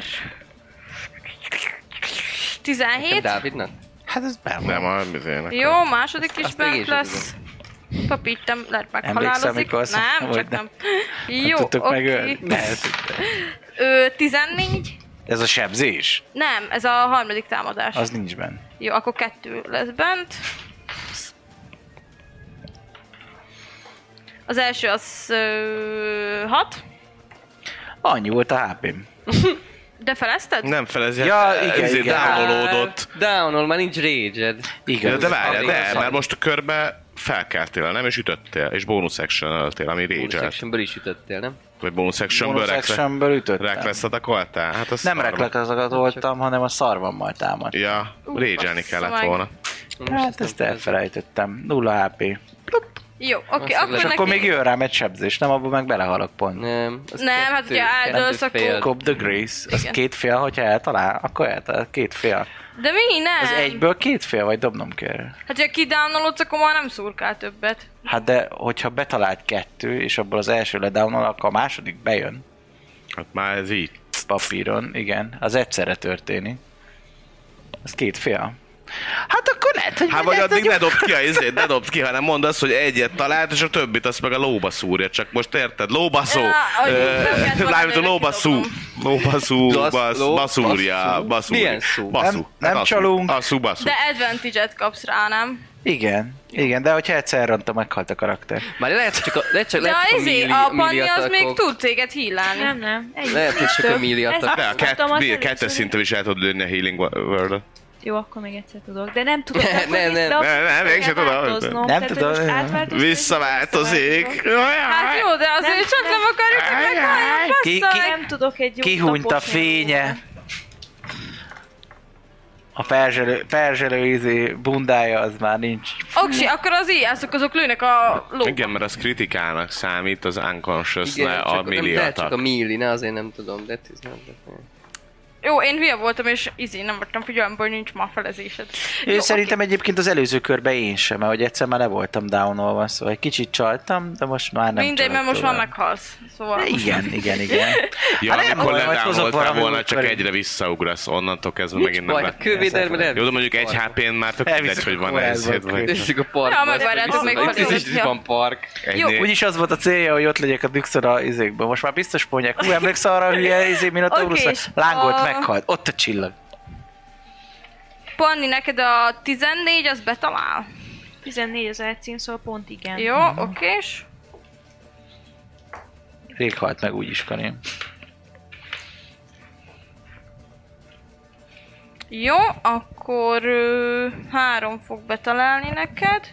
tizenhét. Dávidnak? Hát ez benn Nem, van. a izének. Jó, második is azt meg én bent sem lesz. Papi, itt nem lehet Emlékszem, meghalálozik. mikor azt Nem, mondtam, csak hogy nem. Nem Jó, tudtok oké. megölni. Persze. Ö, tizennégy. Ez a sebzés? Nem, ez a harmadik támadás. Az nincs benne. Jó, akkor kettő lesz bent. Az első az ö, hat. Annyi volt a há pém. De felezted? Nem felez, Ja, igen, izé igen. downloadott. Downol, már nincs rage-ed. Igen. Ja, de várjál, de, Abban mert az- most a körbe felkeltél, nem? És ütöttél, és bonus action öltél, ami Bonus rage-elt. actionből is ütöttél, nem? Vagy bonus actionből Bonus rekle- actionből ütöttem. reckless attackoltál? Hát az Nem szarva. reklekazakat voltam, hanem a szarvammal támadt. Ja, Ú, rage-elni bassza kellett meg. volna. Hát ezt elfelejtettem. Nulla há pé. Jó, oké, Azt akkor És neki... akkor még jön rám egy sebzés, nem? Abban meg belehalok pont. Nem. az Nem, hát kettő- ugye áldolsz, kettő akkor- fél. Cop the Grace. Az Igen. két fél, hogyha eltalál, akkor eltalál. Két fél. De mi? Nem. Az egyből két fél, vagy dobnom kell? Hát, ha kidownolodsz, akkor már nem szurkál többet. Hát de, hogyha betalált kettő, és abból az első ledownol, akkor a második bejön Hát már ez így. papíron. Igen, az egyszerre történik. Az két fél. Hát akkor lehet, hogy Hát vagy addig ne dobd ki a izét, ne dobd ki, hanem mondd azt, hogy egyet talált, és a többit azt meg a lóba szúrja. Csak most érted? Lóbaszó! Ja, hogy nem kellett volna Lármint a előre lóbaszú! kidobnom. Lóbaszú, Lasz- basz, ló- baszúrja, basszú? baszúr. Milyen szó? Baszú. Nem- nem Hát asszú. csalunk. Asszú, baszú. De advantage-et kapsz rá, nem? Igen, igen, de hogyha egyszer elrontom, meghalt a karakter. Már lehet, hogy csak a, lehet, csak, De lehet, a, csak a izé, milli, a milli Panni az még attackok. tud téged hílálni. Nem, nem. Egy Lehet, hogy csak a milli Ez- attack. De a Kaptam az kett, először. kettes szinten is el tudod lőni a Healing World-ot. Jó, akkor még egyszer tudok, de nem tudok. Ne, ne, ne. Ne, ne, mégsem tudom. Nem tudom. Visszaváltozik. Hát jó, de azért csak nem akarjuk, hogy meghalljunk, Ki- basszaj! ki- Nem tudok egy jó Kihúnyt a tapos fénye. nyelvre. A perzselő, perzselő izé bundája az már nincs. Oksi, akkor az íjászok azok lőnek a lóba. Igen, mert az kritikának számít, az unconscious Igen, ne csak, a nem, melee de csak a attack. melee, ne, azért nem tudom, de ez nem tudom. Jó, én hülye voltam, és izé, nem vettem figyelembe, hogy nincs ma felezésed. Én szerintem egyébként az előző körben én sem, mert hogy egyszer már le voltam downolva, szóval egy kicsit csaltam, de most már nem mindegy, mert csalok most már tovább. meghalsz. Szóval... Igen, igen, igen. Ja, Hát nem amikor baj, majd hozok ledownoltál valami volna, új csak körül. egyre visszaugrasz, onnantól kezdve Nincs megint nem baj, lehet. a kővédelme nem. Jó, de mondjuk egy há pén már tök mindegy, Elviszek hogy a van kórházba, ezért, akkor. vagy... Nézzük a parkba. Ja, megvárjátok még Itt is felé. van park. Jó. Egy Úgyis az volt a célja, hogy ott legyek a Dixon a izékben. Most már biztos mondják, hú, emlékszel arra a hülye izé Minotaurusra? Oké, és Lángolt, a- meghalt, ott a csillag. Panni, neked a tizennégy, az betalál? tizennégy az elcím, szóval pont igen. Jó, okés. Rég halt meg úgyis, Karim. Jó, akkor ö, három fog betalálni neked.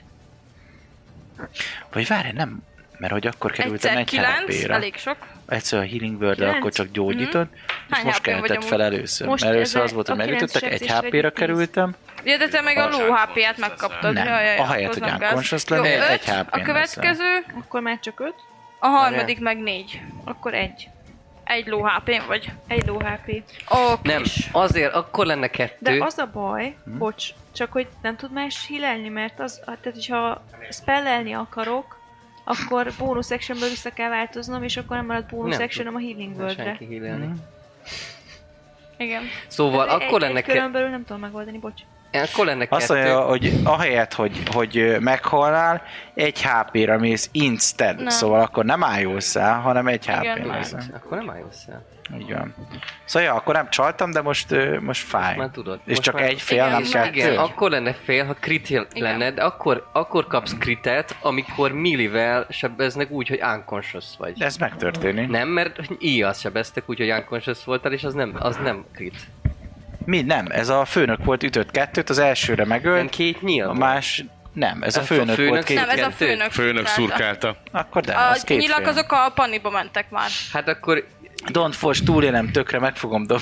Vagy várj, nem, mert hogy akkor kerültem Egyszer egy kilenc, há pére. elég sok. Egyszer a Healing Word-re, Kilenc? akkor csak gyógyítod, és Hány most há pén vagy keltett amúgy? fel először. Most Mert először ez az volt, hogy a kilenc megütöttek, egy sebzésre há pére egy tíz. kerültem. Ja, de te meg a low há pé-et megkaptad. Nem, Ja, ja, ja, ahelyett, akkor hogy nem gáz. unconscious Jó, lennél, öt, egy há pén a következő, Akkor már csak öt, a harmadik meg négy. akkor egy. Egy low há pén vagy. Egy low há pé. Oké. Nem, azért akkor lenne De kettő. az a baj, Hm? bocs, csak hogy nem tud más hílelni, mert az, tehát hogyha spellelni akarok, akkor bónusz actionből vissza kell változnom, és akkor nem marad bónusz Nem actionom a healing Nem wordre. senki healelni. Igen. Szóval Tehát akkor egy, lenne egy körön kettő. belül nem tudom megoldani, bocs. Akkor lenne Azt kettő. mondja, hogy ahelyett, hogy, hogy meghalnál, egy há pére mész instead. Nem. Szóval akkor nem ájulsz el, hanem egy há Igen. pén Hát, leszel. akkor nem állj össze. Így van. Szóval ja, akkor nem csaltam, de most, ö, most fáj. Már tudod. És Most csak már- egy fél, Igen, nem és kettő? Igen, akkor lenne fél, ha crit Igen. lenne, de akkor, akkor kapsz critet, amikor millivel sebeznek úgy, hogy unconscious vagy. De ez megtörténik. Nem, mert íjat sebeztek úgy, hogy unconscious voltál, és az nem, az nem crit. Mi? Nem, ez a főnök volt ütött kettőt, az elsőre Nem megölt, két nyíl a volt. más... Nem, ez a Ez a főnök, főnök volt két. Nem, ez a kettő. főnök. Főnök szurkálta. szurkálta. Akkor de, A az két nyilak fél. azok a panniba mentek már. Hát akkor Don't force túlélem tökre, meg fogom dobni.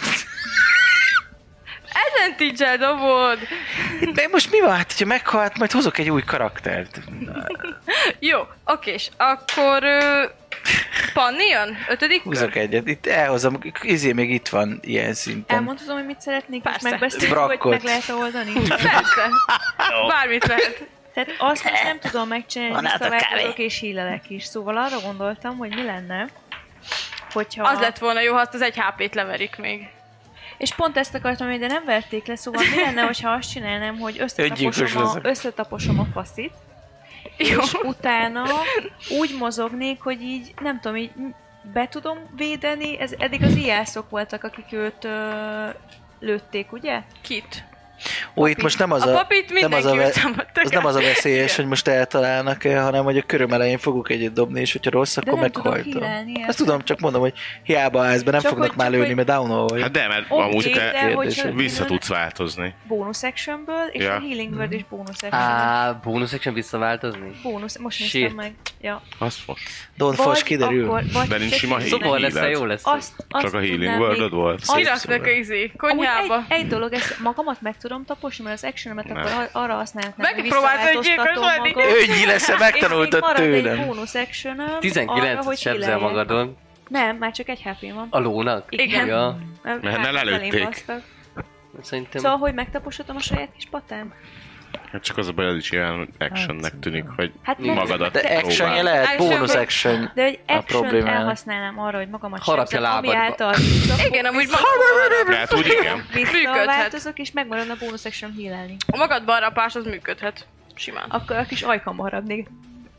Advantage-el dobod. De most mi van? Hát, hogyha meghalt, majd hozok egy új karaktert. Jó, okés. Akkor... Ö, Panni jön? Ötödik kör? Húzok egyet. Itt elhozom, izé még itt van ilyen szinten. Elmondhatom, hogy mit szeretnék, és Persze. megbeszéljük, hogy Brakkot. meg lehet oldani? Persze. Bármit lehet. Tehát azt most nem tudom megcsinálni, Van hogy át a visszaváltozok kávé. és hílelek is. Szóval arra gondoltam, hogy mi lenne, hogyha... Az lett volna jó, ha azt az egy há pét leverik még. És pont ezt akartam, hogy de nem verték le, szóval mi lenne, hogyha azt csinálnám, hogy Öngyilkos összetaposom a, leszek. összetaposom a faszit, Jó. és utána úgy mozognék, hogy így, nem tudom, így be tudom védeni, ez eddig az ijászok voltak, akik őt ö, lőtték, ugye? Kit? Ó, itt most nem az A a, papit nem az a, mindenki ve- támadta. az nem az a veszélyes, hogy most eltalálnak-e, hanem hogy a köröm elején fogok egyet dobni, és hogyha rossz, De akkor nem tudok meghajtom. hílelni, Azt ezt tudom, csak mondom, hogy hiába állsz be, nem Csak fognak hogy- már csak lőni, hogy- mert down vagy. Hát de, mert Oké, amúgy de te hogyha kérdés, vissza hílel- tudsz változni. Bonus actionből, és Ja. a healing word is bonus action. Á, bónusz action visszaváltozni? Bónusz, most Shit. néztem meg. Ja. Azt most. Don't force kiderül. Akkor, vagy De nincs csak sima így- healing. Szóval lesz, Healed. jó lesz. Azt, azt Csak a healing tudnám wordod még- volt. Azt- Kiraknak a izé, Amúgy konyhába. egy, egy dolog, ezt magamat meg tudom taposni, mert az actionemet Nem. akkor ar- arra használhatnám, hogy Megpróbálsz, hogy visszaváltoztatom gyilkos lenni. magam. Önnyi lesz, megtanultad És még marad egy tőlem. bónusz actionöm arra, tizenkilencet hogy sebzel healeljek. magadon. Nem, már csak egy há pé van. A lónak? Igen. Ja. Mert ne háttal lelőtték. elém basztak. Szerintem... Szóval, hogy megtaposodtam a saját kis patám? Hát csak az a baj, az is ilyen actionnek tűnik, hogy Hát nem, magadat De actionje próbál. lehet, Action bónusz vagy- action. de egy a action problémája. elhasználnám arra, hogy magamat Harapja sebzem, ami lábadba. által vissza- Igen, amúgy Lehet úgy, igen. visszaváltozok, és megmaradna a bónusz action healelni. a magadban harapás az működhet. Simán. Akkor a kis ajkamba harapnék.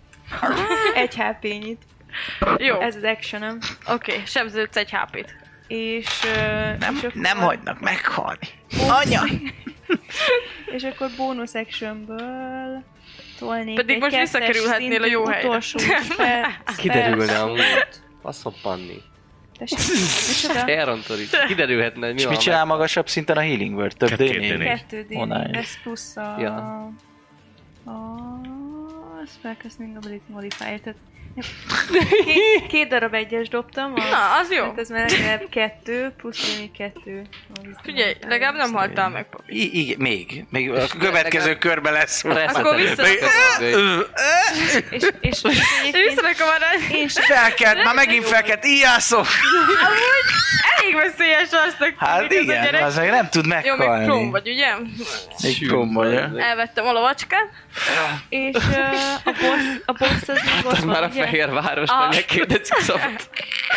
Egy há pé-nyit. Jó, Ez az actionöm. oké, sebződsz egy há pét. És, ö, Nem, és akkor, nem hagynak meghalni. Anya! És akkor bónusz actionből tolnék Pedig egy most kettes visszakerülhetnél a szintű jó helyre. utolsó spell- Kiderülne spell- amúgy. Azt panni. Tessék, micsoda? Elrontod itt. Kiderülhetne, hogy mi És van. mit csinál magasabb szinten a Healing Word? Több Kettő D négy? D négy. kettő D Oh, nice. ez plusz a... Ja. a... Spellcasting Ability Modifier, tehát... Két, két darab egyes dobtam, a... Na, az jó. Hát ez már legalább kettő, plusz még kettő. Figyelj, legalább nem haltál meg, papi. I- igen, még. Még a következő körben lesz. Akkor vissza- És, és, és Én visszarakom arra, én sem Felkelt, már megint felkelt, ijászok! elég veszélyes azt, Hát hogy ez a igen, gyerek. az meg nem tud Jó, még meghalni. próm vagy, ugye? Egy próm vagy. Elvettem a lovacskát. És uh, a boss, a boss az még ott Az már a van, ugye? Fehérváros, Ah. majd megkérdezik szabad.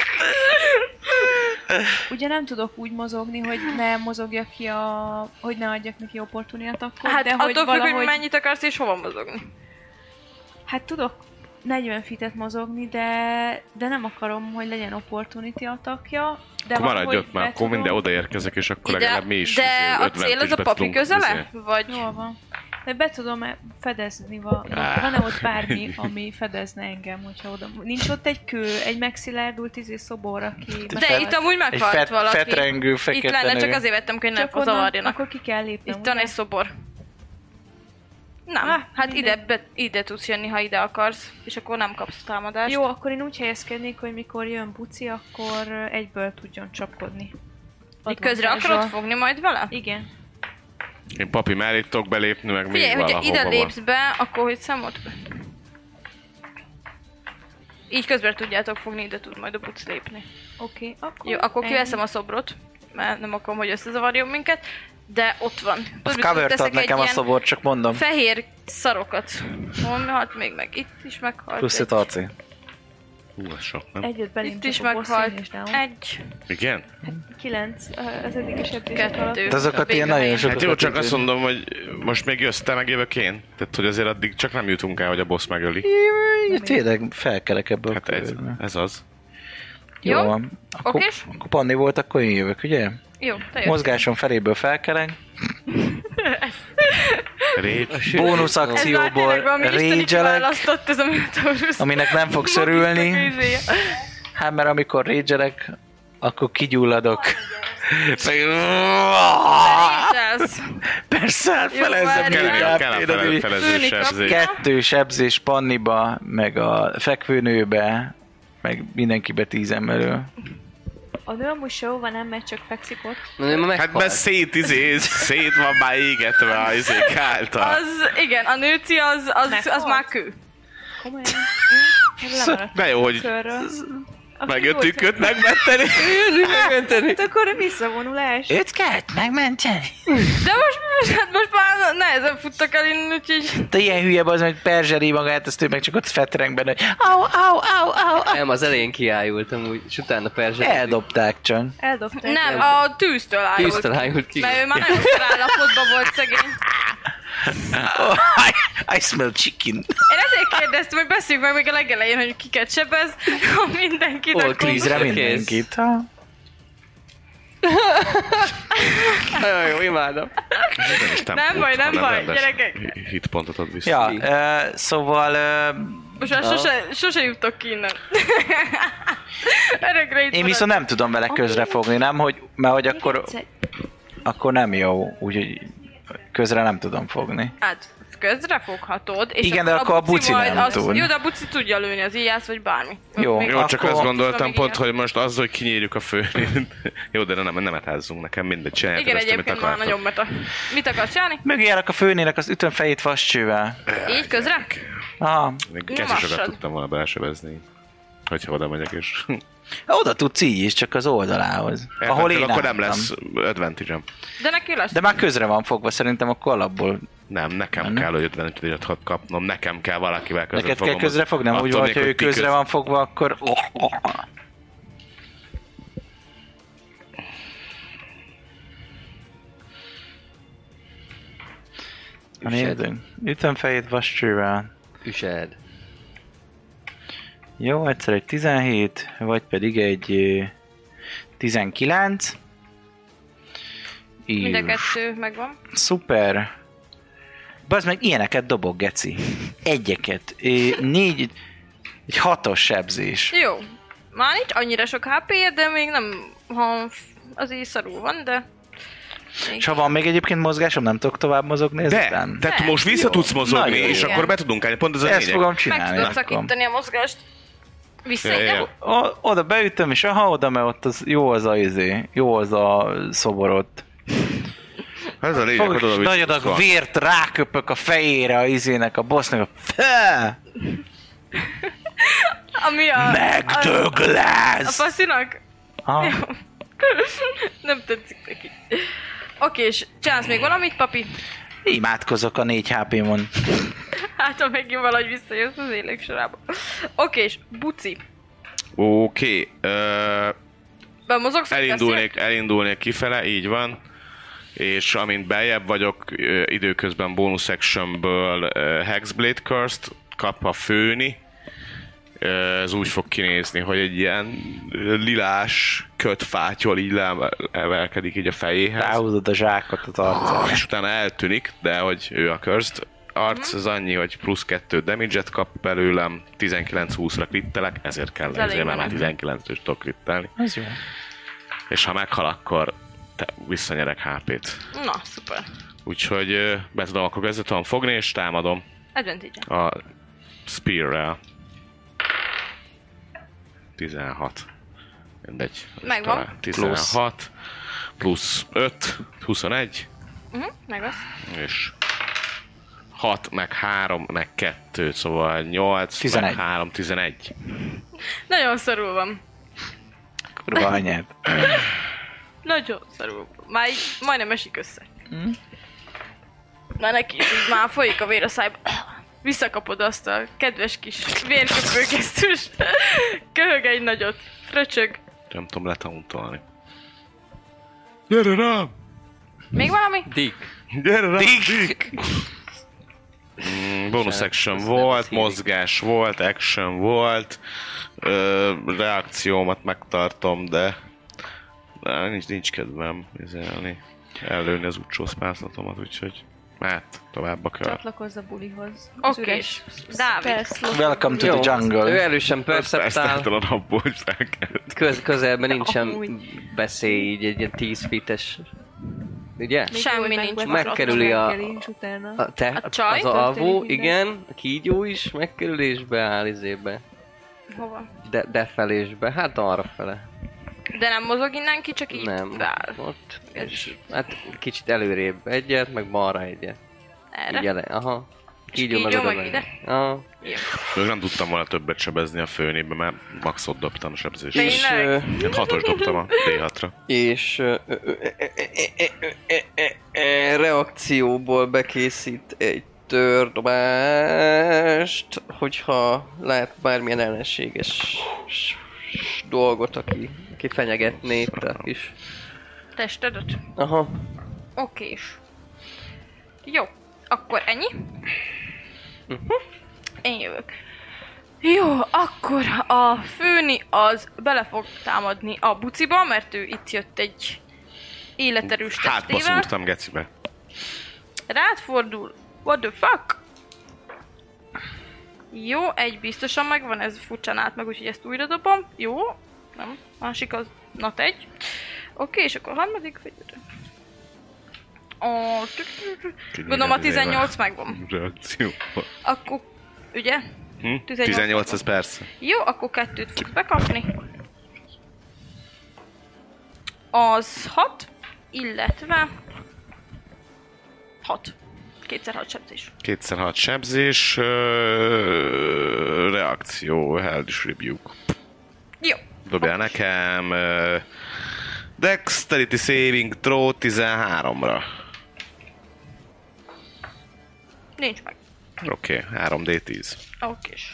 Ugye nem tudok úgy mozogni, hogy ne mozogjak ki a... hogy ne adjak neki opportunitát akkor, Hát de hogy attól függ, valahogy... hogy mennyit akarsz és hova mozogni. Hát tudok negyven fitet mozogni, de, de nem akarom, hogy legyen opportunity atakja. De Akkor valahogy maradj ott már, be akkor minden tudom- odaérkezek, és akkor Ide, legalább mi is de izé, a ötven cél az is a be papi tudunk, közele? izé. Vagy... Jól van. De be tudom fedezni, va- Á. van-e ott bármi, ami fedezne engem, hogyha oda... Nincs ott egy kő, egy megszilárdult izé szobor, aki... De itt amúgy Egy meghalt fet, valaki. fetrengő, Itt fekete lenne, csak nő. azért vettem, hogy nem Csak onnan, zavarjanak. akkor ki kell lépnem. Itt van ugye? egy szobor. Nem, Ah, hát mindegy. ide, be, ide tudsz jönni, ha ide akarsz, és akkor nem kapsz támadást. Jó, akkor én úgy helyezkednék, hogy mikor jön Buci, akkor egyből tudjon csapkodni. Így közre Advantage-val. akarod fogni majd vele? Igen. Én papi mellé tudok belépni, meg még Figyelj, hogyha valahova ide van. lépsz be, akkor hogy számot? Így közben tudjátok fogni, ide tud majd a buc lépni. Oké, okay, akkor... Jó, akkor ennyi. kiveszem a szobrot, mert nem akarom, hogy összezavarjon minket, de ott van. Az Tudod, covert teszek ad egy nekem a ilyen szobor, csak mondom. fehér szarokat. Hol halt még meg? Itt is meghalt. Plusz egy. öt á cé. Hú, ez sok, nem? Egyet belém Itt is csapok, meghalt. és down. Egy, Igen? Kilenc, az eddig is edzések alatt. kettő. De azokat A ilyen végre nagyon helyen. sok- Hát jó, csak azt mondom, hogy most még jössz, te meg jövök én. Tehát, hogy azért addig csak nem jutunk el, hogy a boss megöli. Tényleg felkelek ebből Hát a ez, körből. ez az. Jó Jó? van. Akkor, Okés? akkor Panni volt, akkor én jövök, ugye? Jó, te jössz. Mozgásom feléből felkelek. Rage. Bónusz Ez már akcióból tényleg valami isteni rage-elek, kiválasztott ez a Minotaurus. aminek nem fog szörülni. Maguknak a izéje. Hát mert amikor rage akkor kigyulladok. Meg... Rage-elsz. Persze, hát Jó, felezem várjál. még Kell, kell a át, fele, én felező Főni sebzés. kapja. kettő sebzés Panniba, meg a fekvőnőbe, meg mindenkibe tíz emelő. A nő amúgy sehova nem megy, csak fekszik ott. Na, én ma Hát meghalt. mert szét, izé, szét van már égetve a izék által. Az, igen, a nőci az, az, az Meghalt? már kő. Komolyan. Hát lemaradt De jó, hogy körről. Akkor megjöttünk jó, őt megmenteni. Megmenteni. hát akkor visszavonulás. Őt kellett megmenteni? De most, most, hát most már nehezen futtak el innen, úgyhogy... Te ilyen hülye az, hogy perzseri magát, ezt ő meg csak ott fetreng benne, hogy au, au, au, au. Nem, az elején kiájultam úgy, és utána perzsel. Eldobták csak. Eldobták. Nem, a tűztől állult. Tűztől állult ki. Mert ő már nagyon felállapotban volt szegény. Oh, I, I smell chicken. Én ezért kérdeztem, hogy beszéljük meg még a legelején, hogy kiket sebez, ha mindenkit Hol akkor... Tízre Kész. mindenkit. Ha? Nagyon jó, imádom. Nem baj, nem baj, gyerekek. Hitpontot ad vissza. Ja, uh, szóval uh, Most már sose, sose jutok ki innen. Örökre itt én viszont nem tudom vele közre fogni, nem? Hogy, mert hogy akkor, Egyszer- akkor nem jó, úgyhogy közre nem tudom fogni. Hát, közre foghatod. És Igen, de akkor a buci majd nem azt, tud. Jó, de a buci tudja lőni az íjász, vagy bármi. Jó. Még Jó, csak Akkor- azt gondoltam Még pont, ilyen. hogy most az, hogy kinyírjuk a főnét. Jó, de nem, nem etázzunk nekem, mindegy, csináljátok Igen, azt, amit egyébként már akartok. nagyon meta. Mit akarsz csinálni? Mögé járok a főnének az ütöm fejét vascsővel. Így közre? Aha. Még Nem kecsisokat lassad. tudtam volna belsebezni. Hogyha oda megyek és... Oda tudsz így is, csak az oldalához. Ahol én akkor nem álltam. lesz advantage-em. De neki lesz. De már közre van fogva, szerintem akkor alapból. Nem, nekem Nem. kell, hogy advantage-et kapnom, nekem kell valakivel közre Neked kell fogom. közre fogni, nem úgy Attól van, még, hogyha ő hogy ti közre köz- van fogva, akkor... Na nézzük. Ütöm fejét vascsővel. Üsed. Jó, egyszer egy tizenhét, vagy pedig egy ö, tizenkilenc. Mind a És kettő megvan. szuper. Bazd meg, ilyeneket dobok, geci. Egyeket. Ö, négy, egy hatos sebzés. Jó. már nincs annyira sok há pé, de még nem, ha azért szarul van, de... És ha van még egyébként mozgásom, nem tudok tovább mozogni De, ezután? tehát De. most vissza tudsz mozogni, Nagyon és jó. akkor be tudunk állni, pont ez a Ezt lényeg. fogom Meg csinálni. tudod akkor. szakítani a mozgást. Vissza Ja, ja, egyet. ja. O- oda beütöm, és aha, oda, mert ott az jó az a izé, jó az a szoborod. Ez a lényeg, Fog, hogy oda vissza nagy tudsz adag van. vért ráköpök a fejére a izének, a bossnak, a Fá! Ami a... Megdög A lesz! faszinak? Aha. Nem tetszik neki. Oké, és csinálsz még valamit, papi? Imádkozok a négy há pé-mon. Hát, ha megint valahogy visszajössz az élek sorába. Oké, és buci. Oké, ö, Bemozogsz? vagy elindulnék, elindulnék kifele, így van. És amint beljebb vagyok, ö, időközben bonus actionből ö, Hexblade Curse-t kap a főni. Ö, Ez úgy fog kinézni, hogy egy ilyen lilás kötfátyol így leemelkedik így a fejéhez. Ráhúzod a zsákot az arcára. És utána eltűnik, de hogy ő a cursed arc, az annyi, hogy plusz kettő damage-et kap belőlem, tizenkilenc húszra krittelek, ezért kell Ez elég ezért, mert már menő. tizenkilencről tudok krittelni. Ez jó. És ha meghal, akkor te visszanyerek há pét. Na, szuper. Úgyhogy ö, be tudom akkor kezdve tudom fogni, és támadom Advantage. a spear-rel. tizenhat. Mindegy. Megvan. Talán tizenhat. Plusz öt. huszonegy. Uh-huh, meg az. És hat, meg három, meg kettő, szóval nyolc, tizenegy. meg három, tizenegy. Nagyon szarul van. Kurva anyád. Nagyon szarul. Már így majdnem esik össze. Már neki is így már folyik a vér a szájba. Visszakapod azt a kedves kis vérköpőgesztust. Köhög egy nagyot. Fröcsög. Nem tudom letauntolni. Gyere rám! Még valami? Dick. Gyere rám! Dick! Mm, bonus Sem- action ez volt, nem szírik. mozgás volt, action volt, ö, reakciómat megtartom, de, de nincs, nincs kedvem izélni, ellőni az utcsószpászlatomat, úgyhogy hát tovább a kör. Csatlakozz a bulihoz. Az Oké, és üres Dávid. perclot- Welcome to Jó, the jungle. ő erősen perceptál, Perceptál abból, hogy felkelt. köz, közelben nincsen Amúgy. veszély, így egy ilyen tíz feet-es, ugye? Még Semmi jó, hogy nincs. megvettem Megkerüli a- reggeli, és utána. A, te, A csaj? az a alvó, Történik minden. igen, a kígyó is megkerülésbe áll izébe, Hova? de, defelésbe, hát arra fele. De nem mozog innen ki, csak így Nem, beáll. ott, és hát kicsit előrébb egyet, meg balra egyet. Így Erre? ele, aha. Kígyó kígyó meg oda meg megy. ide? Aha. Még nem tudtam volna többet sebezni a főnébe, mert maxot dobtam a sebzésre. És, Tényleg? ö, Én hatos dobtam a dé hatra. és ö, ö, ö, ö, ö, ö, ö, ö, ö, reakcióból bekészít egy tördobást, hogyha lát bármilyen ellenséges s- s- dolgot, aki, aki fenyegetné itt a kis... Testedet? Aha. Okés. Jó, akkor ennyi. Én jövök. Jó, akkor a főni az bele fog támadni a buciba, mert ő itt jött egy életerős Hátba testével. szúrtam gecibe. Rád fordul. What the fuck? Jó, egy biztosan megvan, ez furcsán állt meg, úgyhogy ezt újra dobom. Jó, nem, másik az not egy. Oké, és akkor a harmadik fegyver. Ó, gondolom a tizennyolc megvan. Reakció. Akkor, ugye? Hm? tizennyolc tizennyolc, ez megvan. persze. Jó, akkor kettőt fogsz bekapni. Az hat, illetve hat. Kétszer hat sebzés. Kétszer hat sebzés, ö, reakció, Hellish Rebuke. Jó. Dobjál nekem ö, Dexterity Saving Throw tizenháromra. Nincs meg. Oké, okay, három dé tíz. Okés.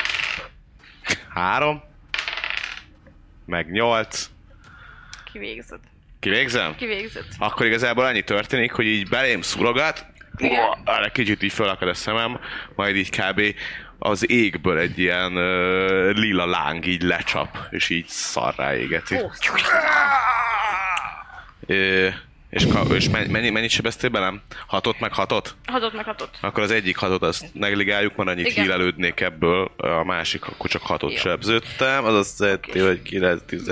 három. Meg nyolc. Kivégzed. Kivégzem? Kivégzed. Akkor igazából annyi történik, hogy így belém szurogat, erre kicsit így fölakad a szemem, majd így kb. Az égből egy ilyen uh, lila láng így lecsap, és így szarrá égeti. Ö, És, ka- és mennyi, mennyit sebeztél belem? Hatot meg hatot? Hatot meg hatot. Akkor az egyik hatot azt negligáljuk, mert annyit Igen. hílelődnék ebből, a másik akkor csak hatot Jó. sebződtem, az azt jelenti, hogy kilenc, tíz,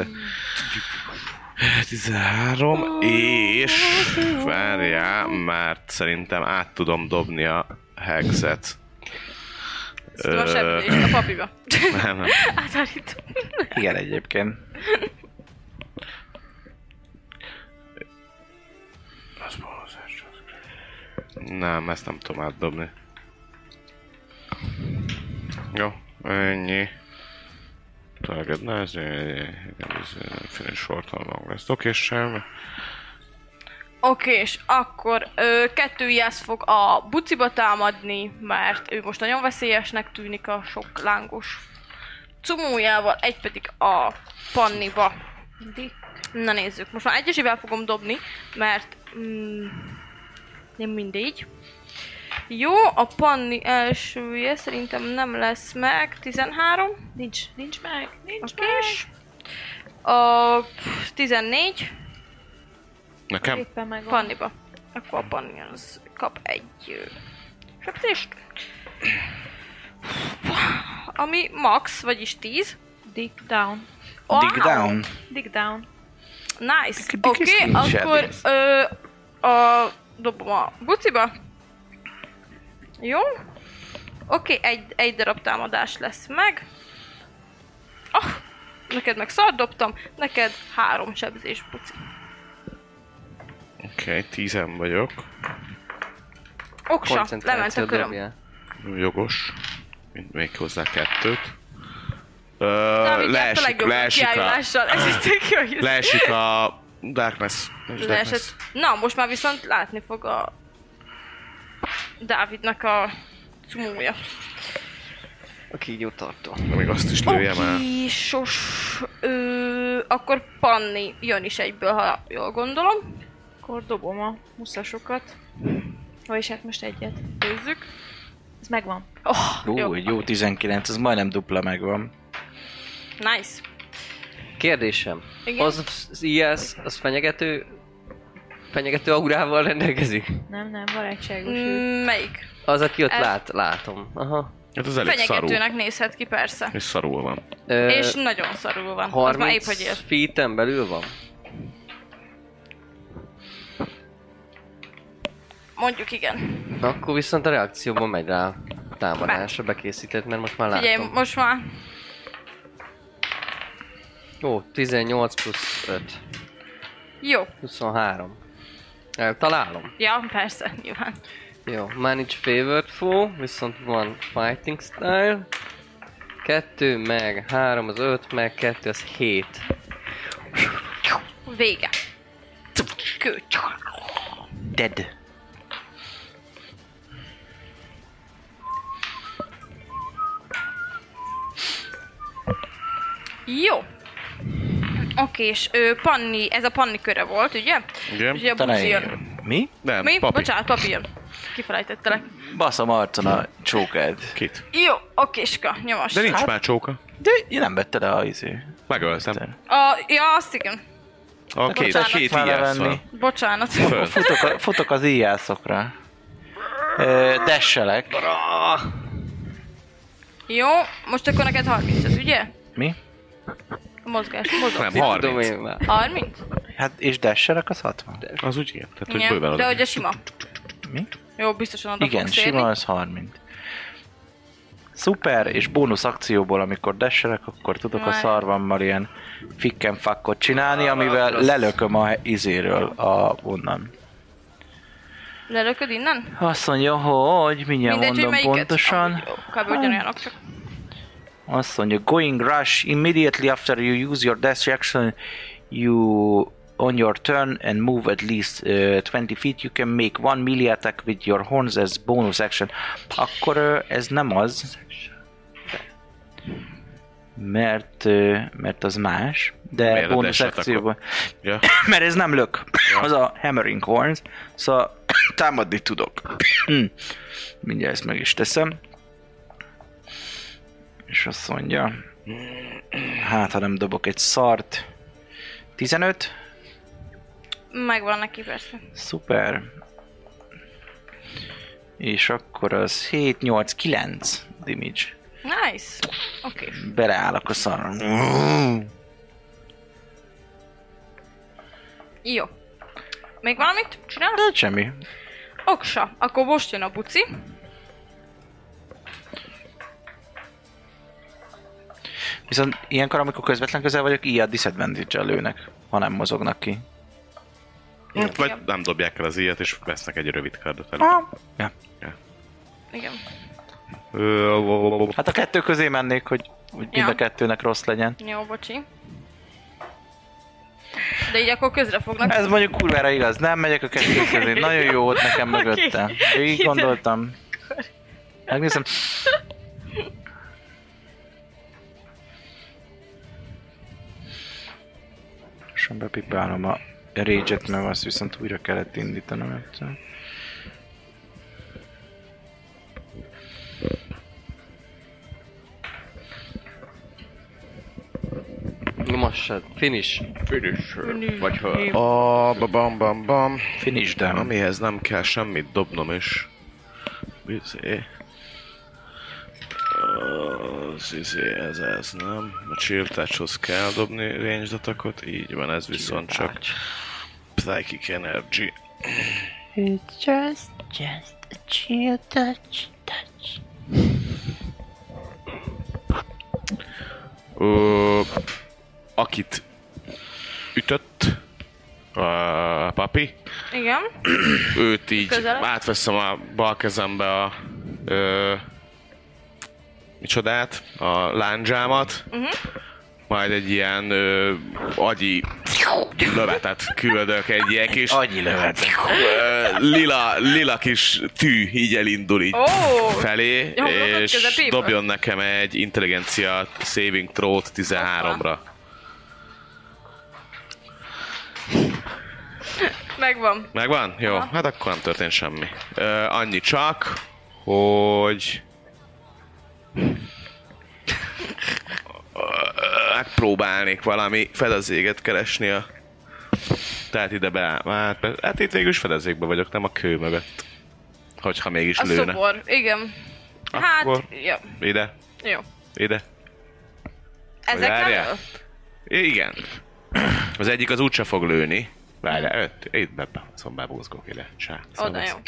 tizenhárom, és várjál, mert szerintem át tudom dobni a hexet. Szerintem a sebzést a papiba. Nem, nem. Átállítom. Igen, egyébként. Nem, ezt nem tudom átdobni. Jó, ennyi. Target nice, finish short on long rest. Oké, sem. Oké, és akkor ö, kettő ijász fog a buciba támadni, mert ő most nagyon veszélyesnek tűnik a sok lángos cumójával, egy pedig a panniba. Na nézzük, most már egyesével fogom dobni, mert mm, nem mindegy. Jó, a panni elsője szerintem nem lesz meg, tizenhárom. Nincs, nincs meg, nincs Okés. A tizennégy. Nekem? meg. Éppen meg van. Panniba. Akkor a Panni az kap egy ö, sebzést. Ami max, vagyis tíz. Dig down. Dig down. Dig down. Nice. Dig- dig Oké, is okay, nincs akkor sebész. ö, a, dobom a buciba. Jó. Oké, okay, egy, egy darab támadás lesz meg. Ah, neked meg szart dobtam, neked három sebzés, buci. Oké, okay, tízen vagyok. Oksa, lement a Koncentráció köröm. dobjál. Jogos. Mind még hozzá kettőt. Ö, Dávid, leesik, a legjobb leesik a... kiállással. Ez egy tök jó hír. Leesik a... Darkness. Darkness. Leesett. Na, most már viszont látni fog a Dávidnak a cumója. A kígyótartó. De még azt is lőjem el. Oké, sos... Ö, akkor Panni jön is egyből, ha jól gondolom. Akkor dobom a huszasokat. Vagyis hát most egyet. Nézzük. Ez megvan. Oh, Ú, jó. egy jó tizenkilenc, ez majdnem dupla megvan. Nice. Kérdésem. Igen? Az az i es, az fenyegető... Fenyegető aurával rendelkezik? Nem, nem, barátságos ő. Mm, melyik? Az, aki ott Ez- lát, látom. Aha. Hát az elég szarul. Fenyegetőnek nézhet ki, persze. És szarul van. Ö, És nagyon szarul van. Az már épp, hogy harminc ér. feet-en belül van? Mondjuk igen. Akkor viszont a reakcióban megy rá támadásra bekészített, mert most már látom. Figyelj, most már... Ó, tizennyolc plusz öt. Jó. huszonhárom. Eltalálom. Ja, persze, nyilván. Jó, manage favored foe, viszont van fighting style. Kettő meg három az öt, meg kettő az hét. Vége. Kő. Dead. Jó. Oké, és ő, Panni, ez a Panni köre volt, ugye? Igen? Ugye a Talán buci jön. én- Mi? Nem, Mi? papi. Bocsánat, papi jön. Kifelejtettelek. Baszom arcon a csókád. Kit. Jó, okéska, nyomos. De nincs már csóka. De én nem vetted a izé. Megöltem. A, ja, azt igen. A két, bocsánat. két Már ijásszal. levenni. Bocsánat. Föl. Futok, a, futok az íjászokra. Ö, Desselek. Jó, most akkor neked harmincöt, ugye? Mi? A mozgás, mozog. Nem, Tudom harminc. én már. harminc? Hát és desselek az hatvan. Az úgy igen. Tehát, hogy Igen, bőven de oda. hogy a sima. Mi? Jó, biztosan oda Igen, fogsz érni. sima az harminc. Szuper, és bónusz akcióból, amikor desselek, akkor tudok a Már. szarvammal ilyen fikken fakkot csinálni, amivel lelököm a izéről a onnan. Lelököd innen? Azt mondja, hogy mindjárt Mindegy, hogy mondom melyiket? pontosan. Amúgy jó, kb. ugyanolyanok csak. Azt mondja, going rush immediately after you use your dash action, you on your turn and move at least uh, twenty feet, you can make one melee attack with your horns as bonus action. Akkor uh, ez nem az, mert, uh, mert az más, de Miért a bonus dash akcióban. Ja. Mert ez nem lök, az a Hammering Horns, szóval támadni tudok. Mindjárt ezt meg is teszem. És azt mondja, hát ha nem dobok egy szart, tizenöt, Megvan neki persze. Szuper. És akkor az hét, nyolc, kilenc damage. Nice. Oké. Okay. Beleállok a szarra. Jó. Még valamit csinálsz? Hát semmi. Oksa. Akkor most jön a buci. Viszont ilyenkor, amikor közvetlen közel vagyok, így a disadvantage-el lőnek, ha nem mozognak ki. Hát, vagy nem dobják el az ilyet, és vesznek egy rövid kardot el. Ah. Ja. Ja. Igen. Hát a kettő közé mennék, hogy, hogy mind Ja. a kettőnek rossz legyen. Jó, bocsi. De így akkor közre fognak. Ez mondjuk kurvára igaz, nem megyek a kettő közé. Nagyon jó volt nekem mögötte. Így gondoltam. Megnézem. Sem bepipálom a rage-et, mert azt viszont újra kellett indítanom egyszer. Most finish. Finish. Vagy ha... A bam bam bam. Finish them. Amihez nem kell semmit dobnom is. Izé. Az izé, ez, ez nem. A chill touchhoz kell dobni ranged attackot, így van, ez viszont csak psychic energy. It's just, just a chill touch, touch. Ö, akit ütött a papi, Igen. őt így Közelebb. átveszem a bal kezembe a ö, micsodát, a lándzsámat, uh-huh. majd egy ilyen ö, agyi lövetet küldök, egy ilyen kis Agyi lövet. ö, lila, lila kis tű így elindul így Ó! felé, Jó, és közepéből. dobjon nekem egy intelligencia saving throw-t tizenháromra. Megvan. Megvan? Jó, Aha. hát akkor nem történt semmi. Ö, annyi csak, hogy... megpróbálnék valami fedezéket keresni a... Tehát ide be... Hát, be- hát itt végül is fedezékbe vagyok, nem a kő mögött. Hogyha mégis A lőne. szobor. Igen. Hát, Akkor- ja. Ide, Jó. ide. Ezek várjál? elől? I- igen. Az egyik az úgyse fog lőni. Várjál, öt, itt be, be, szóval bebúzgok ide. Csá, Oda, jó.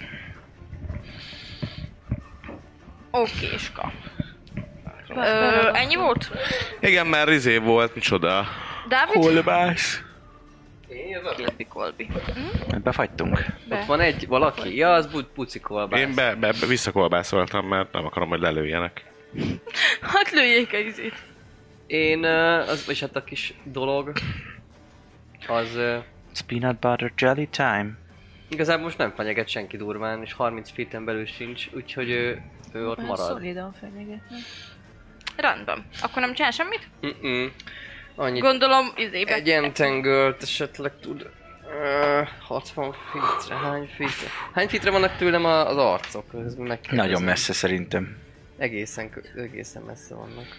Okéska. Ö, ennyi volt? Igen, már rizé volt, micsoda. Dávid? Kolbász. Kilpi Kolbi. Befagytunk. Ott van egy valaki? Ja, az bu- puci kolbász. Én be, be, be visszakolbászoltam, mert nem akarom, hogy lelőjenek. Hát lőjék egy izét. Én, ö, az, és hát a kis dolog, az ö, It's peanut butter jelly time. igazából most nem fenyeget senki durván, és harminc feet-en belül sincs, úgyhogy ő, ő ott marad. Szolidan fenyegetnek. Rendben. Akkor nem csinál semmit? Mm-mm. Annyit. Gondolom, izébe. Egy entangled esetleg tud... Uh, hatvan feetre, hány feetre? Hány feetre vannak tőlem a- az arcok? Ez meg kell Nagyon nézni. messze szerintem. Egészen, kö- egészen messze vannak.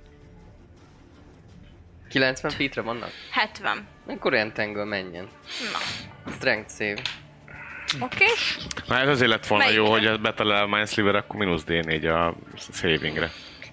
kilencven feetre vannak? hetven. Akkor entangle menjen. Na. Strength save. Oké. Na ez azért lett volna Melyik? jó, hogy betalál a Mindsliver, akkor mínusz dé négy a savingre.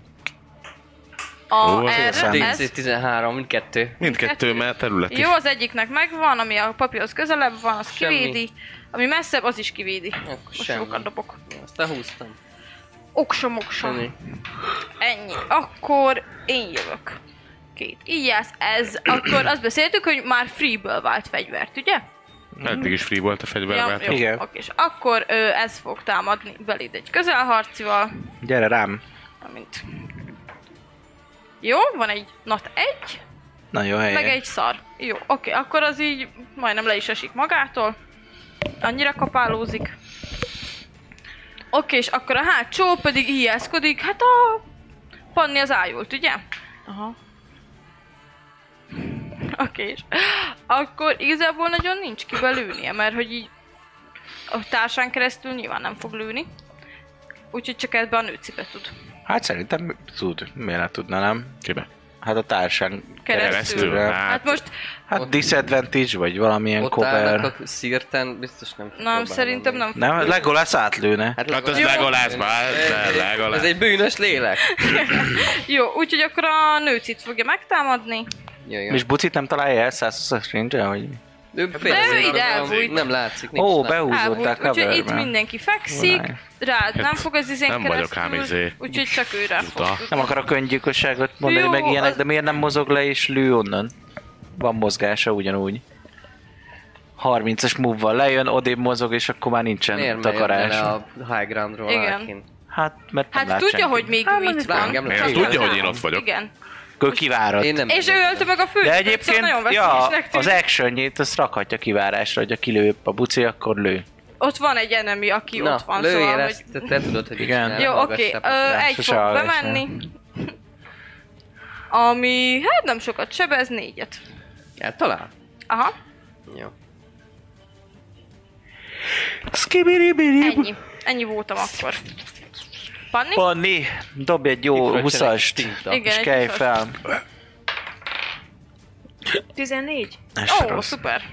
A Ó, az erre, szám. ez. tizenhárom, mindkettő. Mindkettő, mert terület is. Jó, az egyiknek megvan, ami a papírhoz közelebb van, az Semmi. kivédi. Ami messzebb, az is kivédi. Akkor Most semmi. sokat dobok. Aztán húztam. Oksa-moksa. Ennyi. Ennyi. Akkor én jövök. Két. Így jársz. Ez, akkor azt beszéltük, hogy már freeből vált fegyvert, ugye? Eddig is free volt a fegyvervált. jó. Igen. Oké, és akkor ö, ez fog támadni beléd egy közelharcival. Gyere rám. Amint... Jó, van egy nat egy, Nagyon meg helyes. egy szar. Jó, oké, akkor az így majdnem le is esik magától. Annyira kapálózik. Oké, és akkor a hátsó pedig ijeszkodik. Hát a... Panni az ájult, ugye? Aha. Oké, és akkor igazából nagyon nincs kibe lőnie, mert hogy így a társán keresztül nyilván nem fog lőni. Úgyhogy csak ebbe a nőcibe tud. Hát szerintem tud. Miért ne tudna, nem? Kibe? Hát a társán Keresztül. keresztül. Hát, Hát most, Hát disadvantage, vagy valamilyen Ott állnak cover. a szírten, biztos nem nem, szerintem nem. Nem, Legolász átlőne. Hát, Hát az Legolas- Legolász már, de Legolász. Ez egy bűnös lélek. Jó, úgyhogy akkor a nőcit fogja megtámadni. Jöjjön. És Bucit nem találja el százhúszas range vagy? Ő ő félre- ide elbújt. Nem látszik, nincs. Ó, nem. behúzódtál Elmúlt, úgyhogy itt coverben. mindenki fekszik, Nice. rád nem fog az izén nem vagyok ám keresztül, izé. úgyhogy csak őre fog Buta. tudni. Nem akarok öngyilkosságot mondani, Jó, meg ilyenek, az- de miért nem mozog le és lő onnan? Van mozgása ugyanúgy. harmincas move-val lejön, odébb mozog, és akkor már nincsen Miért megyek takarás. bele a high groundról Igen. Larkin? Hát, mert nem Hát lát tudja, senki. hogy még ő itt van. engem Miért? csak Tudja, az hogy én nem. ott vagyok. Igen. Ő kivárott. Én nem És ő megyek ölte bele. meg a főt, De szóval egyébként, nagyon ja, veszélyesnek tűnik. az actionjét azt rakhatja kivárásra, hogy aki lő a buci, akkor lő. Ott van egy enemy, aki Na, ott van, lőjél szóval, ezt, hogy... te, te tudod, hogy Igen. mit Jó, csinál, oké, hallgass ö, egy Sose fog hallgass bemenni. Ami, hát nem sokat sebez, négyet. el. Talál? Aha, Jó. ennyi. Ennyi voltam akkor. Panni? Panni, dobj egy jó Kifröccsen egy huszast, tinta. Igen, és egy kelj huszast. fel. tizennégy. Ez Ó, se oh, rossz. szuper.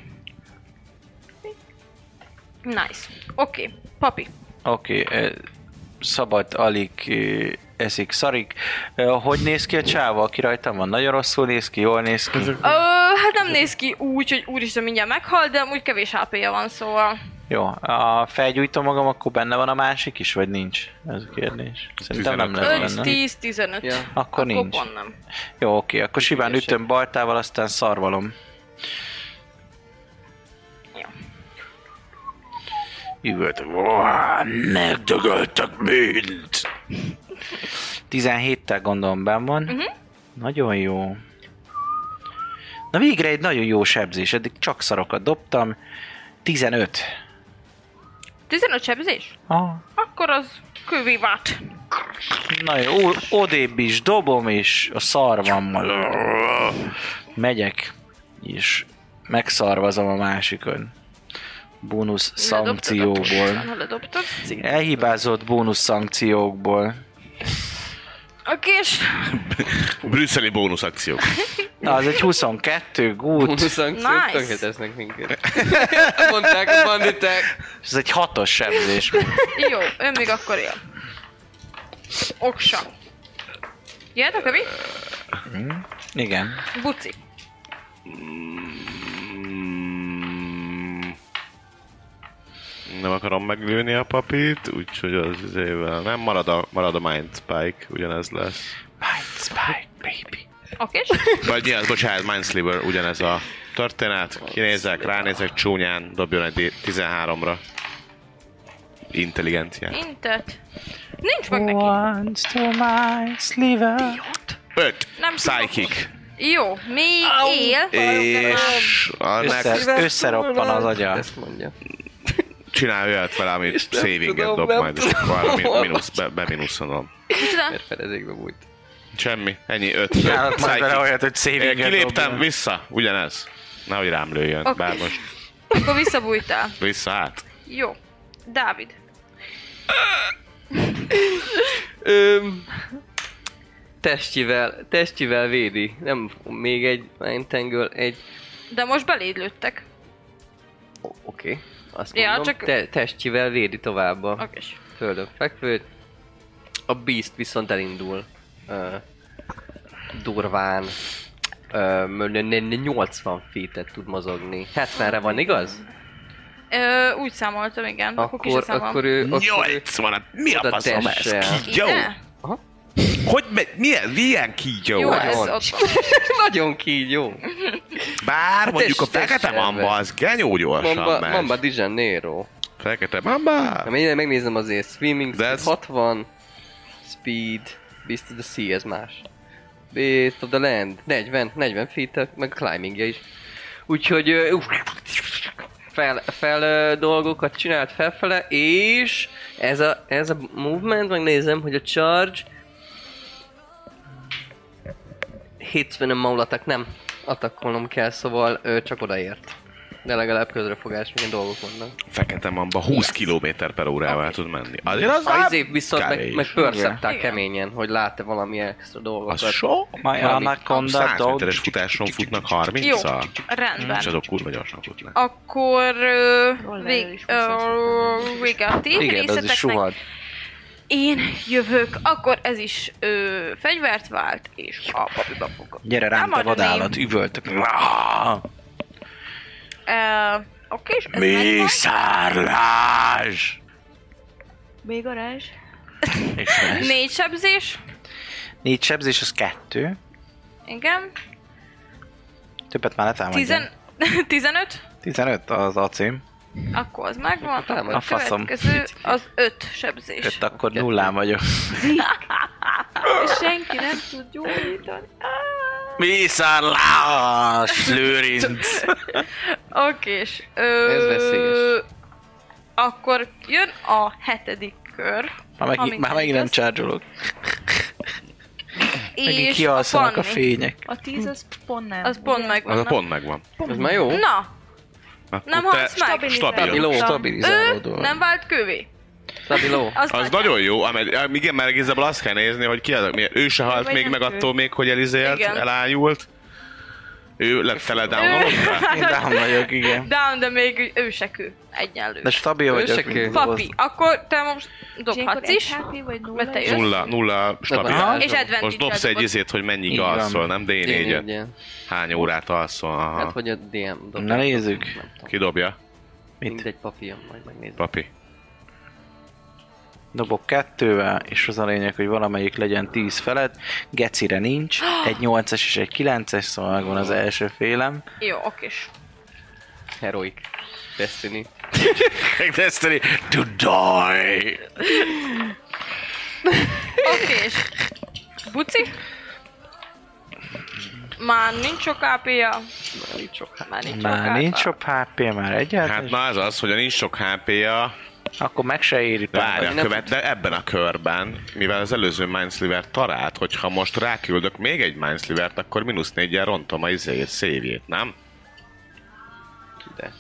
Nice. Oké, okay. Papi. Oké, okay, szabad alig eh, eszik, szarik. Eh, Hogy néz ki a csáva, aki rajtam van? Nagyon rosszul néz ki, jól néz ki? Ö, hát nem néz ki úgy, hogy úristen mindjárt meghal, de úgy kevés há pé-je van, szóval... Jó, a felgyújtom magam, akkor benne van a másik is, vagy nincs? Ez a kérdés. Szerintem nem tizenöt. lesz benne. tíz tizenöt. Ja. Akkor nincs. pont nem. Jó, oké, akkor simán Hülyeség. ütöm baltával, aztán szarvalom. Jó. Üvöltök. Megdögöltek mind! tizenhéttel gondolom benn van. Mhm. Nagyon jó. Na végre egy nagyon jó sebzés, eddig csak szarokat dobtam. tizenöt. tizenöt sebzés? Ah, Akkor az kövé vált. na jó, ó- odébb is dobom, és a szarvammal megyek, és megszarvazom a másikon. Bónusz szankciókból. Ledobtad. Elhibázott bónusz szankciókból. Oké, és... Brüsszeli bónusz akciók. Na, az egy huszonkettő, good. Bónuszankciók Nice. tönkretesznek minket. Mondták a banditák. És ez egy hatos sebzés. Jó, ő még akkor él. Oksa. Jöhet a kövi? Igen. Buci. Mm, Nem akarom meglőni a papit, úgyhogy az izével nem marad a, marad a Mind Spike, ugyanez lesz. Mind Spike, baby. Oké, Vagy mi az, bocsánat, Mind Sliver, ugyanez a történet. Kinézek, ránézek csúnyán, dobjon egy D- tizenháromra. Intelligenciát. intet. Nincs meg neki. Once to my sliver. öt. Nem Psychic. Jó, még él. És annak Össze, összeroppan az agya. Ezt mondja. csinálj olyat vele, amit És nem savinget tudom, dob nem majd, és tudom. valami mínusz, be, beminuszolom. Micsoda? Mert fedezékbe bújt. Semmi, ennyi, öt. Csinálok öt majd vele psychic. olyat, hogy Én savinget kiléptem, dobjon. vissza, ugyanez. Nehogy rám lőjön, Oké. bár most Akkor visszabújtál. vissza át. Jó. Dávid. Öm, testjivel, testjivel védi. Nem, még egy Entangle, egy... De most beléd lőttek. Oké, okay. Azt Ja, mondom, csak- te, testjivel védi tovább a Oké. földön fekvőt. A Beast viszont elindul. Uh, durván. Uh, nyolcvan feet-et tud mozogni. hetvenre van, igaz? Ö, úgy számoltam, igen. Akkor, kis a Akkor, számom. akkor ő... Akkor ő nyolcvan, hát mi a oda faszom ez? tessel. Kígyó? Ide? Hogy me- milyen, milyen kígyó Jó, ez? ez van. ott van. Nagyon kígyó. Bár mondjuk a tess- fekete tesselve. mamba, az genyó gyorsan Mamba, megy. Mamba Di Janeiro. Fekete mamba? Nem, én megnézem azért. Swimming De speed ez- hatvan. Speed. Beast of the Sea, ez más. Beast of the Land. negyven, negyven feet, meg climbingja is. Úgyhogy ö, uff, fel, fel ö, dolgokat csinált felfele, és ez a, ez a movement, megnézem, hogy a charge hits when a maul attack, nem attackolnom kell, szóval ö, csak odaért. De legalább közrefogás, milyen dolgok vannak. Fekete mamba húsz Yes. kilométer per órával tud menni. Azért az Az év viszont meg, kevés. meg pörszeptál Igen. keményen, hogy lát-e valami extra dolgokat. Az sok? My Anaconda száz dog. méteres futáson futnak Jó, harminccal? rendben. És azok kurva gyorsan futnak. Akkor ö, Rollerrel vég, is ö, hozzá vége a ti Igen, az is részleteknek. suhad. Én jövök, akkor ez is ö, fegyvert vált, és a papiba fogok. Gyere rám, te támadni. vadállat, üvöltök. Ö, Oké, és ez megvan. Mészárlás! Még varázs. És ez. Négy sebzés. Négy sebzés, az kettő. Igen. Többet már ne támadjál. Tizen... tizenöt. tizenöt az acém. Akkor az megvan. támadj. A A faszom. következő az öt sebzés. öt, akkor nullán vagyok. És senki nem tud gyógyítani. Mészárlás, Lőrinc! Okés. Ö... Ez veszélyes. Akkor jön a hetedik kör. Már megint, amint már megint nem igaz. charge-olok. Megint És kialszanak a Fanni. fények. A tíz az pont nem. Az pont ugye? megvan. Az a pont megvan. Ez már jó? Na, Akkor nem te halsz meg. stabil. Stabiló. Ő Stabilizálódó. nem vált kővé. Stabiló. Az, Az nagyon jó, amely, igen, mert igazából azt kell nézni, hogy ki az, miért ő se halt vagy még nem meg ő. attól még, hogy elizélt, Igen. elájult. Ő lett tele downloadra. Én down vagyok, igen. Down, de még ő se kő. Egyenlő. De stabil Ő se vagyok. kő. mint Papi, akkor te most És ilyenkor dobhatsz egy is. há pé vagy nulla Mert te is? jössz. Nulla, nulla stabil. Aha. És advantage-el Most dobsz egy dobod. izét, hogy mennyig Így van. alszol, nem? dé négyet. Igen. Hány órát alszol? Hát, Aha. hogy a dé em dobja. Na nézzük. Nem tudom. Ki dobja? Mit? Mindegy papíron, majd megnézem. Papi. Dobok kettővel, és az a lényeg, hogy valamelyik legyen tíz felett. Gecire nincs. Egy nyolcas és egy kilences, szóval megvan az első félem. Jó, okés. Heroic. Destiny. Destiny to die! Okés. Buci? Már nincs sok á pé-ja. Már nincs sok. Már nincs sok Már á pé. nincs sok há pé, már egyáltalán. Hát na ez az, hogy a nincs sok há pé-ja, Akkor meg se éri várj a nem követ, de ebben a körben, mivel az előző Mindsliver talált, hogyha most ráküldök még egy Mindslivert, akkor mínusz néggyel rontom a izéjét, szévjét, nem? De.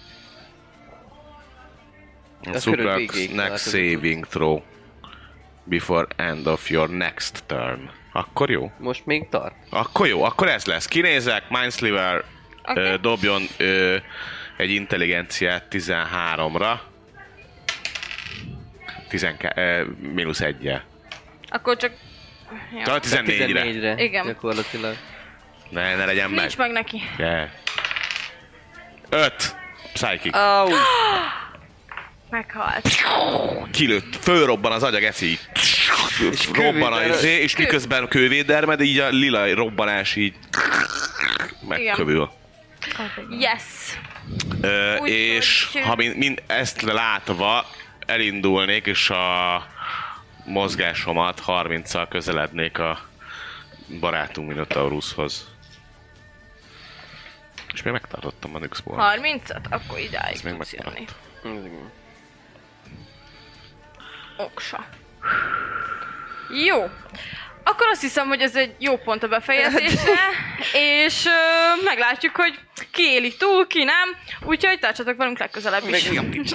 A körül Suplex végig next találkozik. saving throw before end of your next turn. Akkor jó? Most még tart. Akkor jó, akkor ez lesz. Kinézek, Mindsliver Oké. ö, dobjon ö, egy intelligenciát tizenháromra. tizenkettő, mínusz egyje. Akkor csak... Jó. Talán tizennégyre. tizennégyre. Igen. Gyakorlatilag. Ne, ne legyen meg. Nincs meg neki. Yeah. öt. Psychic. Au! Meghalt. Kilőtt, fölrobban az agya, geci. Robban a kővédelme- izé, és miközben kővédelme, de így a lila robbanás így megkövül. Yes. Ö, Úgy, és hogy- ha mind, mind ezt látva elindulnék, és a mozgásomat harminccal közelednék a barátunk Minotaurushoz. És még megtartottam a Nyxból. harmincat? Akkor idáig Ez még tudsz jönni. megmaradt. Oksa. Jó. Akkor azt hiszem, hogy ez egy jó pont a befejezésre, és ö, meglátjuk, hogy ki éli túl, ki nem. Úgyhogy tartsatok velünk legközelebb is.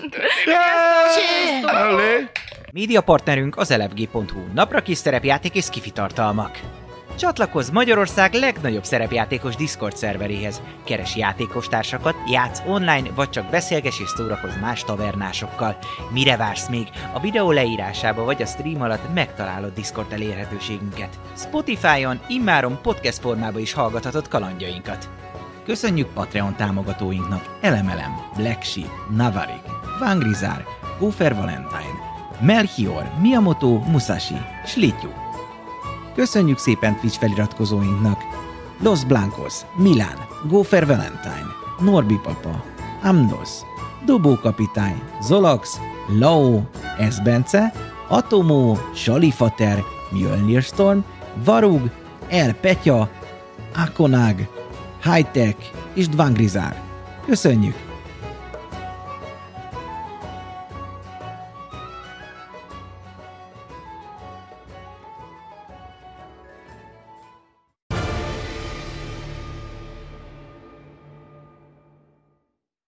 Média partnerünk az elefg pont hu, napra kis szerepjáték és skifi tartalmak. Csatlakozz Magyarország legnagyobb szerepjátékos Discord szerveréhez. Keres játékostársakat, játsz online, vagy csak beszélges és szórakozz más tavernásokkal. Mire vársz még? A videó leírásába vagy a stream alatt megtalálod Discord elérhetőségünket. Spotify-on immáron podcast formában is hallgathatod kalandjainkat. Köszönjük Patreon támogatóinknak Elemelem, Black Sheep, Navarik, Vangrizár, Gófer Valentine, Melchior, Miyamoto, Musashi, Slityu. Köszönjük szépen Twitch feliratkozóinknak Los Blancos, Milán, Gófer Valentine, Norbi Papa, Amnos, Dobó Kapitány, Zolax, Lao, Esbence, Atomó, Salifater, Mjölnir Storm, Varug, El Petya, Akonag, Hightech és Dvangrizár. Köszönjük!